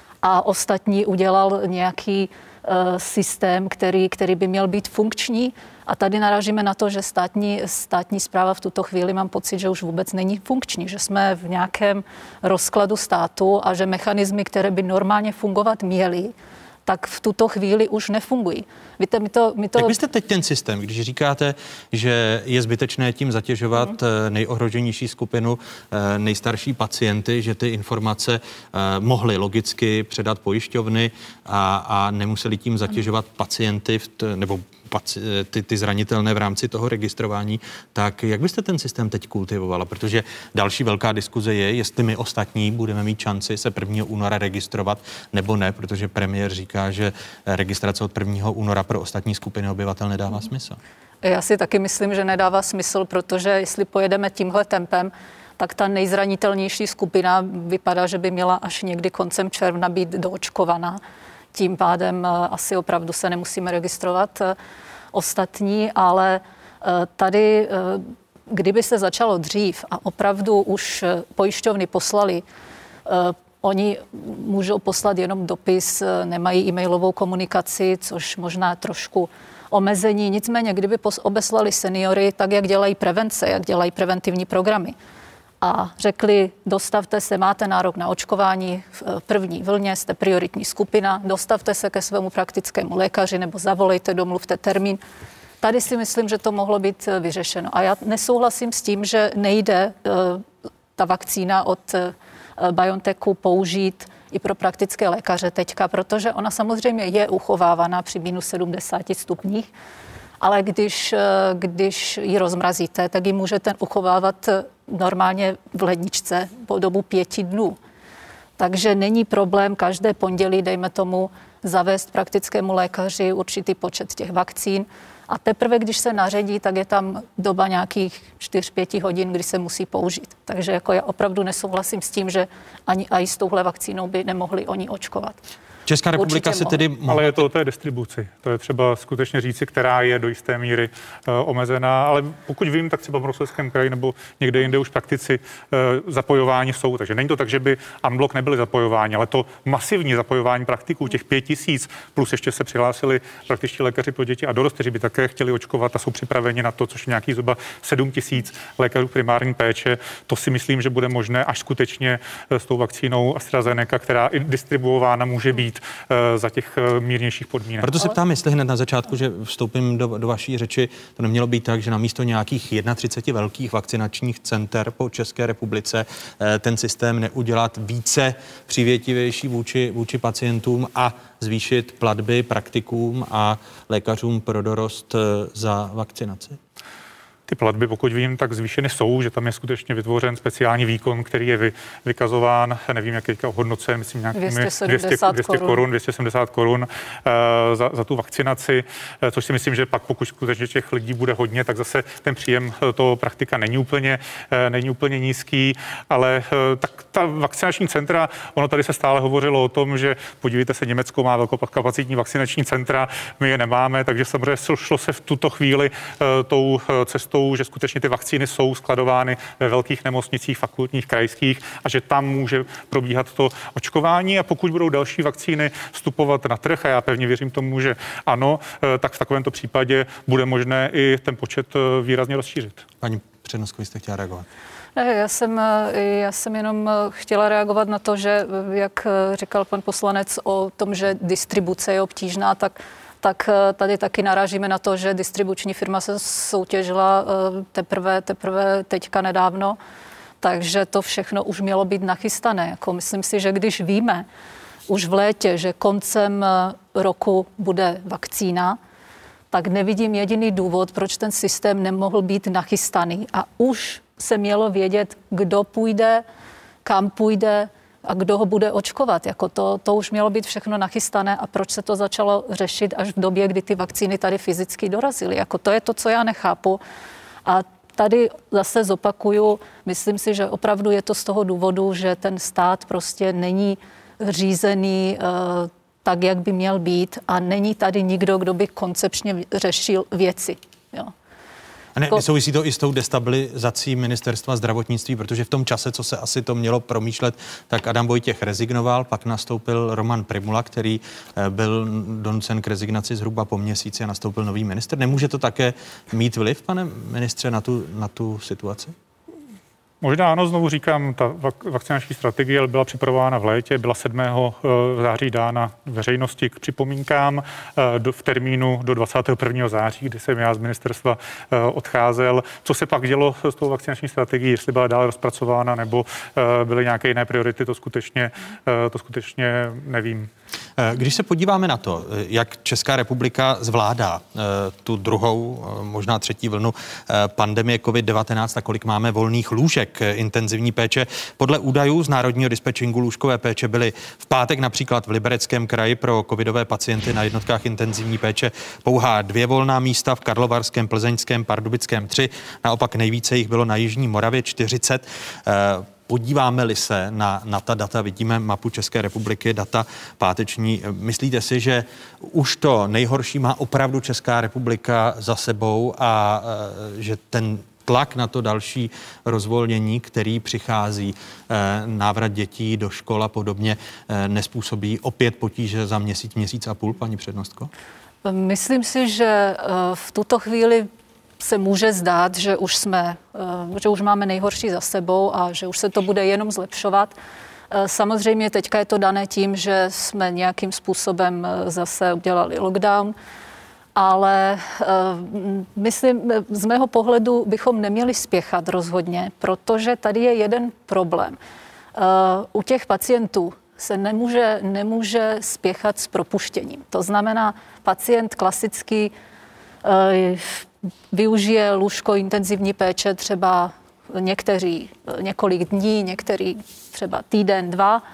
a ostatní udělal nějaký uh, systém, který, který by měl být funkční. A tady narážíme na to, že státní, státní správa v tuto chvíli mám pocit, že už vůbec není funkční, že jsme v nějakém rozkladu státu a že mechanismy, které by normálně fungovat měly, tak v tuto chvíli už nefungují. Víte, my to, my to... Jak byste teď ten systém, když říkáte, že je zbytečné tím zatěžovat hmm. nejohroženější skupinu, nejstarší pacienty, že ty informace mohly logicky předat pojišťovny a, a nemuseli tím zatěžovat pacienty v t, nebo Ty, ty zranitelné v rámci toho registrování, tak jak byste ten systém teď kultivovala? Protože další velká diskuze je, jestli my ostatní budeme mít šanci se prvního února registrovat nebo ne, protože premiér říká, že registrace od prvního února pro ostatní skupiny obyvatel nedává smysl. Já si taky myslím, že nedává smysl, protože jestli pojedeme tímhle tempem, tak ta nejzranitelnější skupina vypadá, že by měla až někdy koncem června být doočkovaná. Tím pádem asi opravdu se nemusíme registrovat ostatní, ale tady, kdyby se začalo dřív a opravdu už pojišťovny poslali Oni můžou poslat jenom dopis, nemají e-mailovou komunikaci, což možná trošku omezení. Nicméně, kdyby obeslali seniory, tak jak dělají prevence, jak dělají preventivní programy a řekli, dostavte se, máte nárok na očkování v první vlně, jste prioritní skupina, dostavte se ke svému praktickému lékaři nebo zavolejte, domluvte termín. Tady si myslím, že to mohlo být vyřešeno. A já nesouhlasím s tím, že nejde ta vakcína od BioNTechu použít i pro praktické lékaře teďka, protože ona samozřejmě je uchovávaná při minus sedmdesáti stupních, ale když, když ji rozmrazíte, tak ji můžete uchovávat normálně v ledničce po dobu pěti dnů. Takže není problém každé pondělí, dejme tomu, zavést praktickému lékaři určitý počet těch vakcín. A teprve, když se naředí, tak je tam doba nějakých čtyři pět hodin, kdy se musí použít. Takže jako já opravdu nesouhlasím s tím, že ani i s touhle vakcínou by nemohli oni očkovat. Česká republika se tedy... Mohla... Ale je to o té distribuci. To je třeba skutečně říci, která je do jisté míry uh, omezená. Ale pokud vím, tak třeba v Moravskoslezském kraji nebo někde jinde už praktici uh, zapojování jsou. Takže není to tak, že by unblock nebyli zapojováni, ale to masivní zapojování praktiků, těch pět tisíc, plus ještě se přihlásili praktičtí lékaři pro děti a dorost, kteří by také chtěli očkovat a jsou připraveni na to, což je nějaký zhruba sedm tisíc lékařů primární péče. To si myslím, že bude možné až skutečně s tou vakcínou AstraZeneca, která i distribuována může být za těch mírnějších podmínek. Proto se ptám, jestli hned na začátku, že vstoupím do, do vaší řeči, to nemělo být tak, že namísto nějakých třiceti jedna velkých vakcinačních center po České republice ten systém neudělat více přivětivější vůči, vůči pacientům a zvýšit platby praktikům a lékařům pro dorost za vakcinaci? Ty platby, pokud vím, tak zvýšeny jsou, že tam je skutečně vytvořen speciální výkon, který je vy, vykazován, nevím, jak je teďka hodnocen, myslím nějakými dvě stě korun, dvě stě sedmdesát korun uh, za, za tu vakcinaci, uh, což si myslím, že pak, pokud skutečně těch lidí bude hodně, tak zase ten příjem toho praktika není úplně, uh, není úplně nízký, ale uh, tak ta vakcinační centra, ono tady se stále hovořilo o tom, že podívejte se, Německo má velkokapacitní vakcinační centra, my je nemáme, takže samozřejmě šlo se v tuto chvíli uh, tou cestou, že skutečně ty vakcíny jsou skladovány ve velkých nemocnicích, fakultních, krajských a že tam může probíhat to očkování a pokud budou další vakcíny vstupovat na trh, a já pevně věřím tomu, že ano, tak v takovémto případě bude možné i ten počet výrazně rozšířit. Paní Přednosková, vy jste chtěla reagovat? Ne, já jsem, já jsem jenom chtěla reagovat na to, že jak říkal pan poslanec o tom, že distribuce je obtížná, tak tak tady taky narážíme na to, že distribuční firma se soutěžila teprve, teprve teďka nedávno, takže to všechno už mělo být nachystané. Jako myslím si, že když víme už v létě, že koncem roku bude vakcína, tak nevidím jediný důvod, proč ten systém nemohl být nachystaný. A už se mělo vědět, kdo půjde, kam půjde, a kdo ho bude očkovat. Jako to, to už mělo být všechno nachystané a proč se to začalo řešit až v době, kdy ty vakcíny tady fyzicky dorazily. Jako to je to, co já nechápu. A tady zase zopakuju, myslím si, že opravdu je to z toho důvodu, že ten stát prostě není řízený uh, tak, jak by měl být a není tady nikdo, kdo by koncepčně řešil věci. Jo. A ne, souvisí to i s tou destabilizací ministerstva zdravotnictví, protože v tom čase, co se asi to mělo promýšlet, tak Adam Vojtěch rezignoval, pak nastoupil Roman Prymula, který byl donucen k rezignaci zhruba po měsíci a nastoupil nový ministr. Nemůže to také mít vliv, pane ministře, na tu, na tu situaci? Možná ano, znovu říkám, ta vakcinační strategie byla připravována v létě, byla sedmého září dána veřejnosti k připomínkám v termínu do dvacátého prvního září, kdy jsem já z ministerstva odcházel. Co se pak dělo s tou vakcinační strategií, jestli byla dále rozpracována nebo byly nějaké jiné priority, to skutečně, to skutečně nevím. Když se podíváme na to, jak Česká republika zvládá tu druhou, možná třetí vlnu pandemie covid devatenáct a kolik máme volných lůžek intenzivní péče. Podle údajů z Národního dispečingu lůžkové péče byly v pátek například v Libereckém kraji pro covidové pacienty na jednotkách intenzivní péče pouhá dvě volná místa, v Karlovarském, Plzeňském, Pardubickém tři, naopak nejvíce jich bylo na Jižní Moravě čtyřicet. Podíváme-li se na, na ta data, vidíme mapu České republiky, data páteční. Myslíte si, že už to nejhorší má opravdu Česká republika za sebou a že ten tlak na to další rozvolnění, který přichází, návrat dětí do škol a podobně, nespůsobí opět potíže za měsíc, měsíc a půl, paní přednostko? Myslím si, že v tuto chvíli se může zdát, že už jsme, že už máme nejhorší za sebou a že už se to bude jenom zlepšovat. Samozřejmě teďka je to dané tím, že jsme nějakým způsobem zase udělali lockdown, ale myslím, z mého pohledu bychom neměli spěchat rozhodně, protože tady je jeden problém. U těch pacientů se nemůže, nemůže spěchat s propuštěním. To znamená, pacient klasicky využije lůžko intenzivní péče třeba někteří několik dní, některý třeba týden, dva,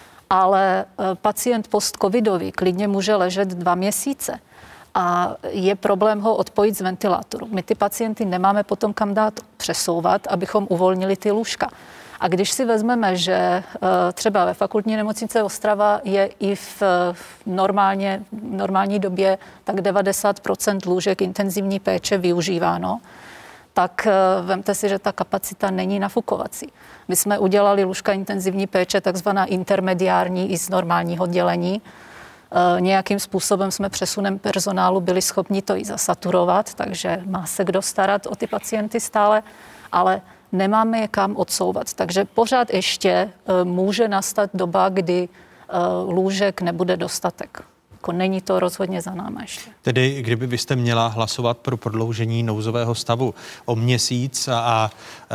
ale pacient post-covidový klidně může ležet dva měsíce a je problém ho odpojit z ventilátoru. My ty pacienty nemáme potom kam dát přesouvat, abychom uvolnili ty lůžka. A když si vezmeme, že třeba ve fakultní nemocnice Ostrava je i v normálně, normální době tak devadesát procent lůžek intenzivní péče využíváno, tak vemte si, že ta kapacita není nafukovací. My jsme udělali lůžka intenzivní péče, takzvaná intermediární i z normálního oddělení. Nějakým způsobem jsme přesunem personálu byli schopni to i zasaturovat, takže má se kdo starat o ty pacienty stále, ale nemáme je kam odsouvat. Takže pořád ještě může nastat doba, kdy lůžek nebude dostatek. Jako není to rozhodně za námi ještě. Tedy kdyby byste měla hlasovat pro prodloužení nouzového stavu o měsíc a, a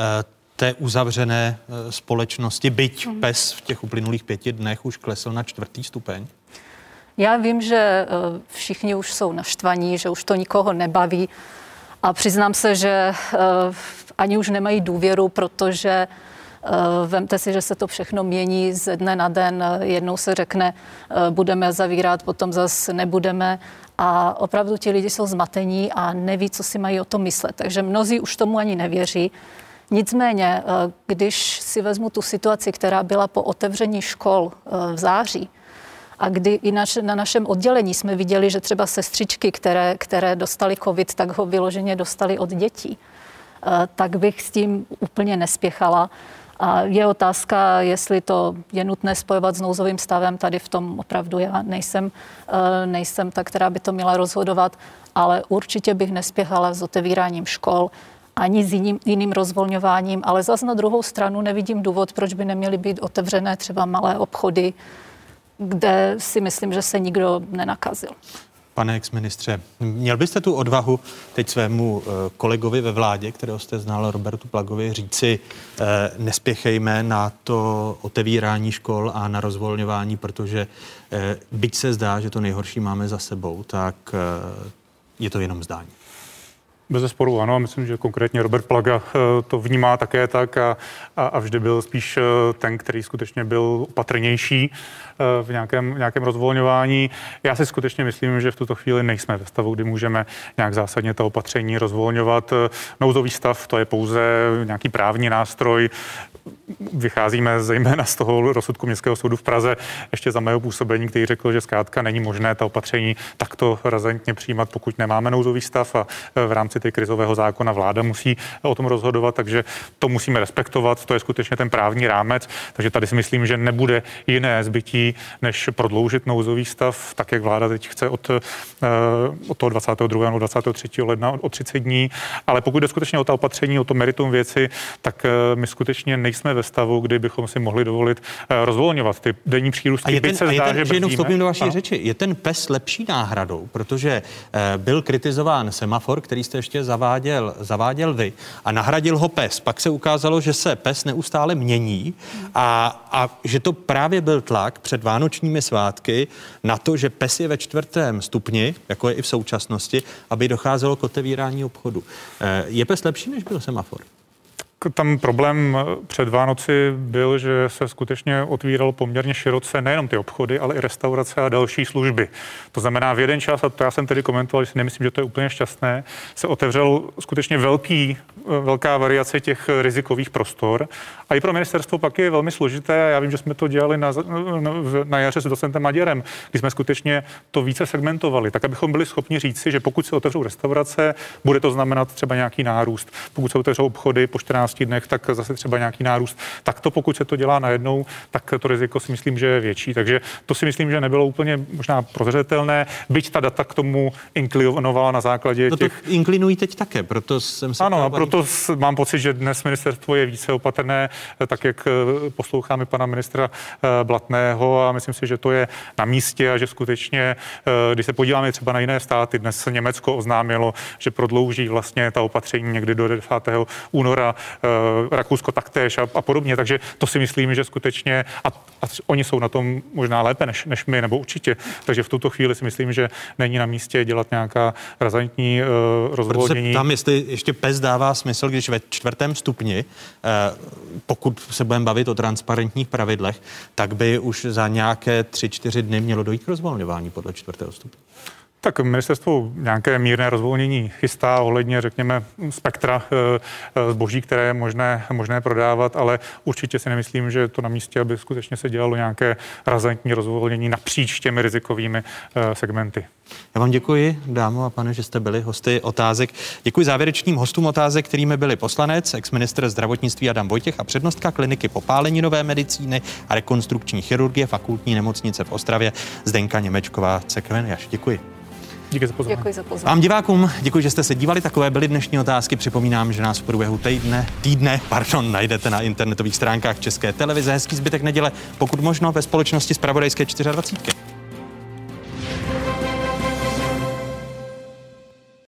té uzavřené společnosti, byť hmm. pes v těch uplynulých pěti dnech už klesl na čtvrtý stupeň? Já vím, že všichni už jsou naštvaní, že už to nikoho nebaví a přiznám se, že ani už nemají důvěru, protože vemte si, že se to všechno mění ze dne na den. Jednou se řekne, budeme zavírat, potom zase nebudeme. A opravdu ti lidi jsou zmatení a neví, co si mají o tom myslet. Takže mnozí už tomu ani nevěří. Nicméně, když si vezmu tu situaci, která byla po otevření škol v září, a kdy i naš, na našem oddělení jsme viděli, že třeba sestřičky, které, které dostali covid, tak ho vyloženě dostali od dětí, tak bych s tím úplně nespěchala. A je otázka, jestli to je nutné spojovat s nouzovým stavem. Tady v tom opravdu já nejsem, nejsem ta, která by to měla rozhodovat, ale určitě bych nespěchala s otevíráním škol ani s jiným, jiným rozvolňováním, ale zase na druhou stranu nevidím důvod, proč by neměly být otevřené třeba malé obchody, kde si myslím, že se nikdo nenakazil. Pane exministře, měl byste tu odvahu teď svému kolegovi ve vládě, kterého jste znal, Robertu Plagovi, říci, nespěchejme na to otevírání škol a na rozvolňování, protože byť se zdá, že to nejhorší máme za sebou, tak je to jenom zdání. Bezesporu ano, myslím, že konkrétně Robert Plaga to vnímá také tak a, a, a vždy byl spíš ten, který skutečně byl opatrnější v nějakém, nějakém rozvolňování. Já si skutečně myslím, že v tuto chvíli nejsme ve stavu, kdy můžeme nějak zásadně to opatření rozvolňovat. Nouzový stav, to je pouze nějaký právní nástroj. Vycházíme zejména z toho rozsudku Městského soudu v Praze ještě za mého působení, který řekl, že zkrátka není možné ta opatření takto razantně přijímat, pokud nemáme nouzový stav a v rámci té krizového zákona vláda musí o tom rozhodovat, takže to musíme respektovat, to je skutečně ten právní rámec, takže tady si myslím, že nebude jiné zbytí, než prodloužit nouzový stav, tak jak vláda teď chce od, od toho dvacátého druhého nebo dvacátého třetího ledna o třicet dní, ale pokud jde skutečně o ta opatření, o to meritum věci, tak my skutečně nejsme ve stavu, kdy bychom si mohli dovolit rozvolňovat ty denní přírůstky. A je ten, se a je zdá, ten, že že jenom vstupím do vaší ano. řeči, je ten pes lepší náhradou, protože byl kritizován semafor, který jste ještě zaváděl, zaváděl vy a nahradil ho pes. Pak se ukázalo, že se pes neustále mění a, a že to právě byl tlak před vánočními svátky na to, že pes je ve čtvrtém stupni, jako je i v současnosti, aby docházelo k otevírání obchodu. Je pes lepší, než byl semafor? tam problém před Vánoci byl, že se skutečně otvíralo poměrně široce nejenom ty obchody, ale i restaurace a další služby. To znamená v jeden čas, a to já jsem tedy komentoval, že si nemyslím, že to je úplně šťastné, se otevřel skutečně velký, velká variace těch rizikových prostor. A i pro ministerstvo pak je velmi složité. Já vím, že jsme to dělali na, na, na jaře s docentem Maděrem, kdy jsme skutečně to více segmentovali, tak abychom byli schopni říci, že pokud se otevřou restaurace, bude to znamenat třeba nějaký nárůst. Pokud se otevřou obchody po čtrnácti dnech, tak zase třeba nějaký nárůst. Tak to, pokud se to dělá najednou, tak to riziko si myslím, že je větší. Takže to si myslím, že nebylo úplně možná prozřetelné, byť ta data k tomu inklinovala na základě no těch... To inklinují teď také, proto jsem se... Ano, a proto mám pocit, že dnes ministerstvo je více opatrné, tak jak posloucháme pana ministra Blatného, a myslím si, že to je na místě a že skutečně, když se podíváme třeba na jiné státy, dnes Německo oznámilo, že prodlouží vlastně ta opatření někdy do desátého února, Rakousko taktéž a, a podobně, takže to si myslím, že skutečně, a, a oni jsou na tom možná lépe než, než my, nebo určitě, takže v tuto chvíli si myslím, že není na místě dělat nějaká razantní uh, rozvolnění. Tam, jestli ještě pes dává smysl, když ve čtvrtém stupni, uh, pokud se budeme bavit o transparentních pravidlech, tak by už za nějaké tři, čtyři dny mělo dojít k rozvolňování podle čtvrtého stupně. Tak ministerstvo nějaké mírné rozvolnění chystá ohledně, řekněme, spektra zboží, které je možné, možné prodávat, ale určitě si nemyslím, že je to na místě, aby skutečně se dělalo nějaké razantní rozvolnění napříč těmi rizikovými segmenty. Já vám děkuji, dámo a pane, že jste byli hosty otázek. Děkuji závěrečným hostům otázek, kterými byli poslanec, exministr zdravotnictví Adam Vojtěch a přednostka kliniky popáleninové medicíny a rekonstrukční chirurgie fakultní nemocnice v Ostravě Zdenka Němečková-Cerkven-Jaš. Děkuji. Díky za pozvání. Děkuji za pozvání. Vám divákům děkuji, že jste se dívali. Takové byly dnešní otázky. Připomínám, že nás v průběhu týdne, týdne pardon, najdete na internetových stránkách České televize. Hezký zbytek neděle, pokud možno ve společnosti Zpravodajské dvacet čtyři.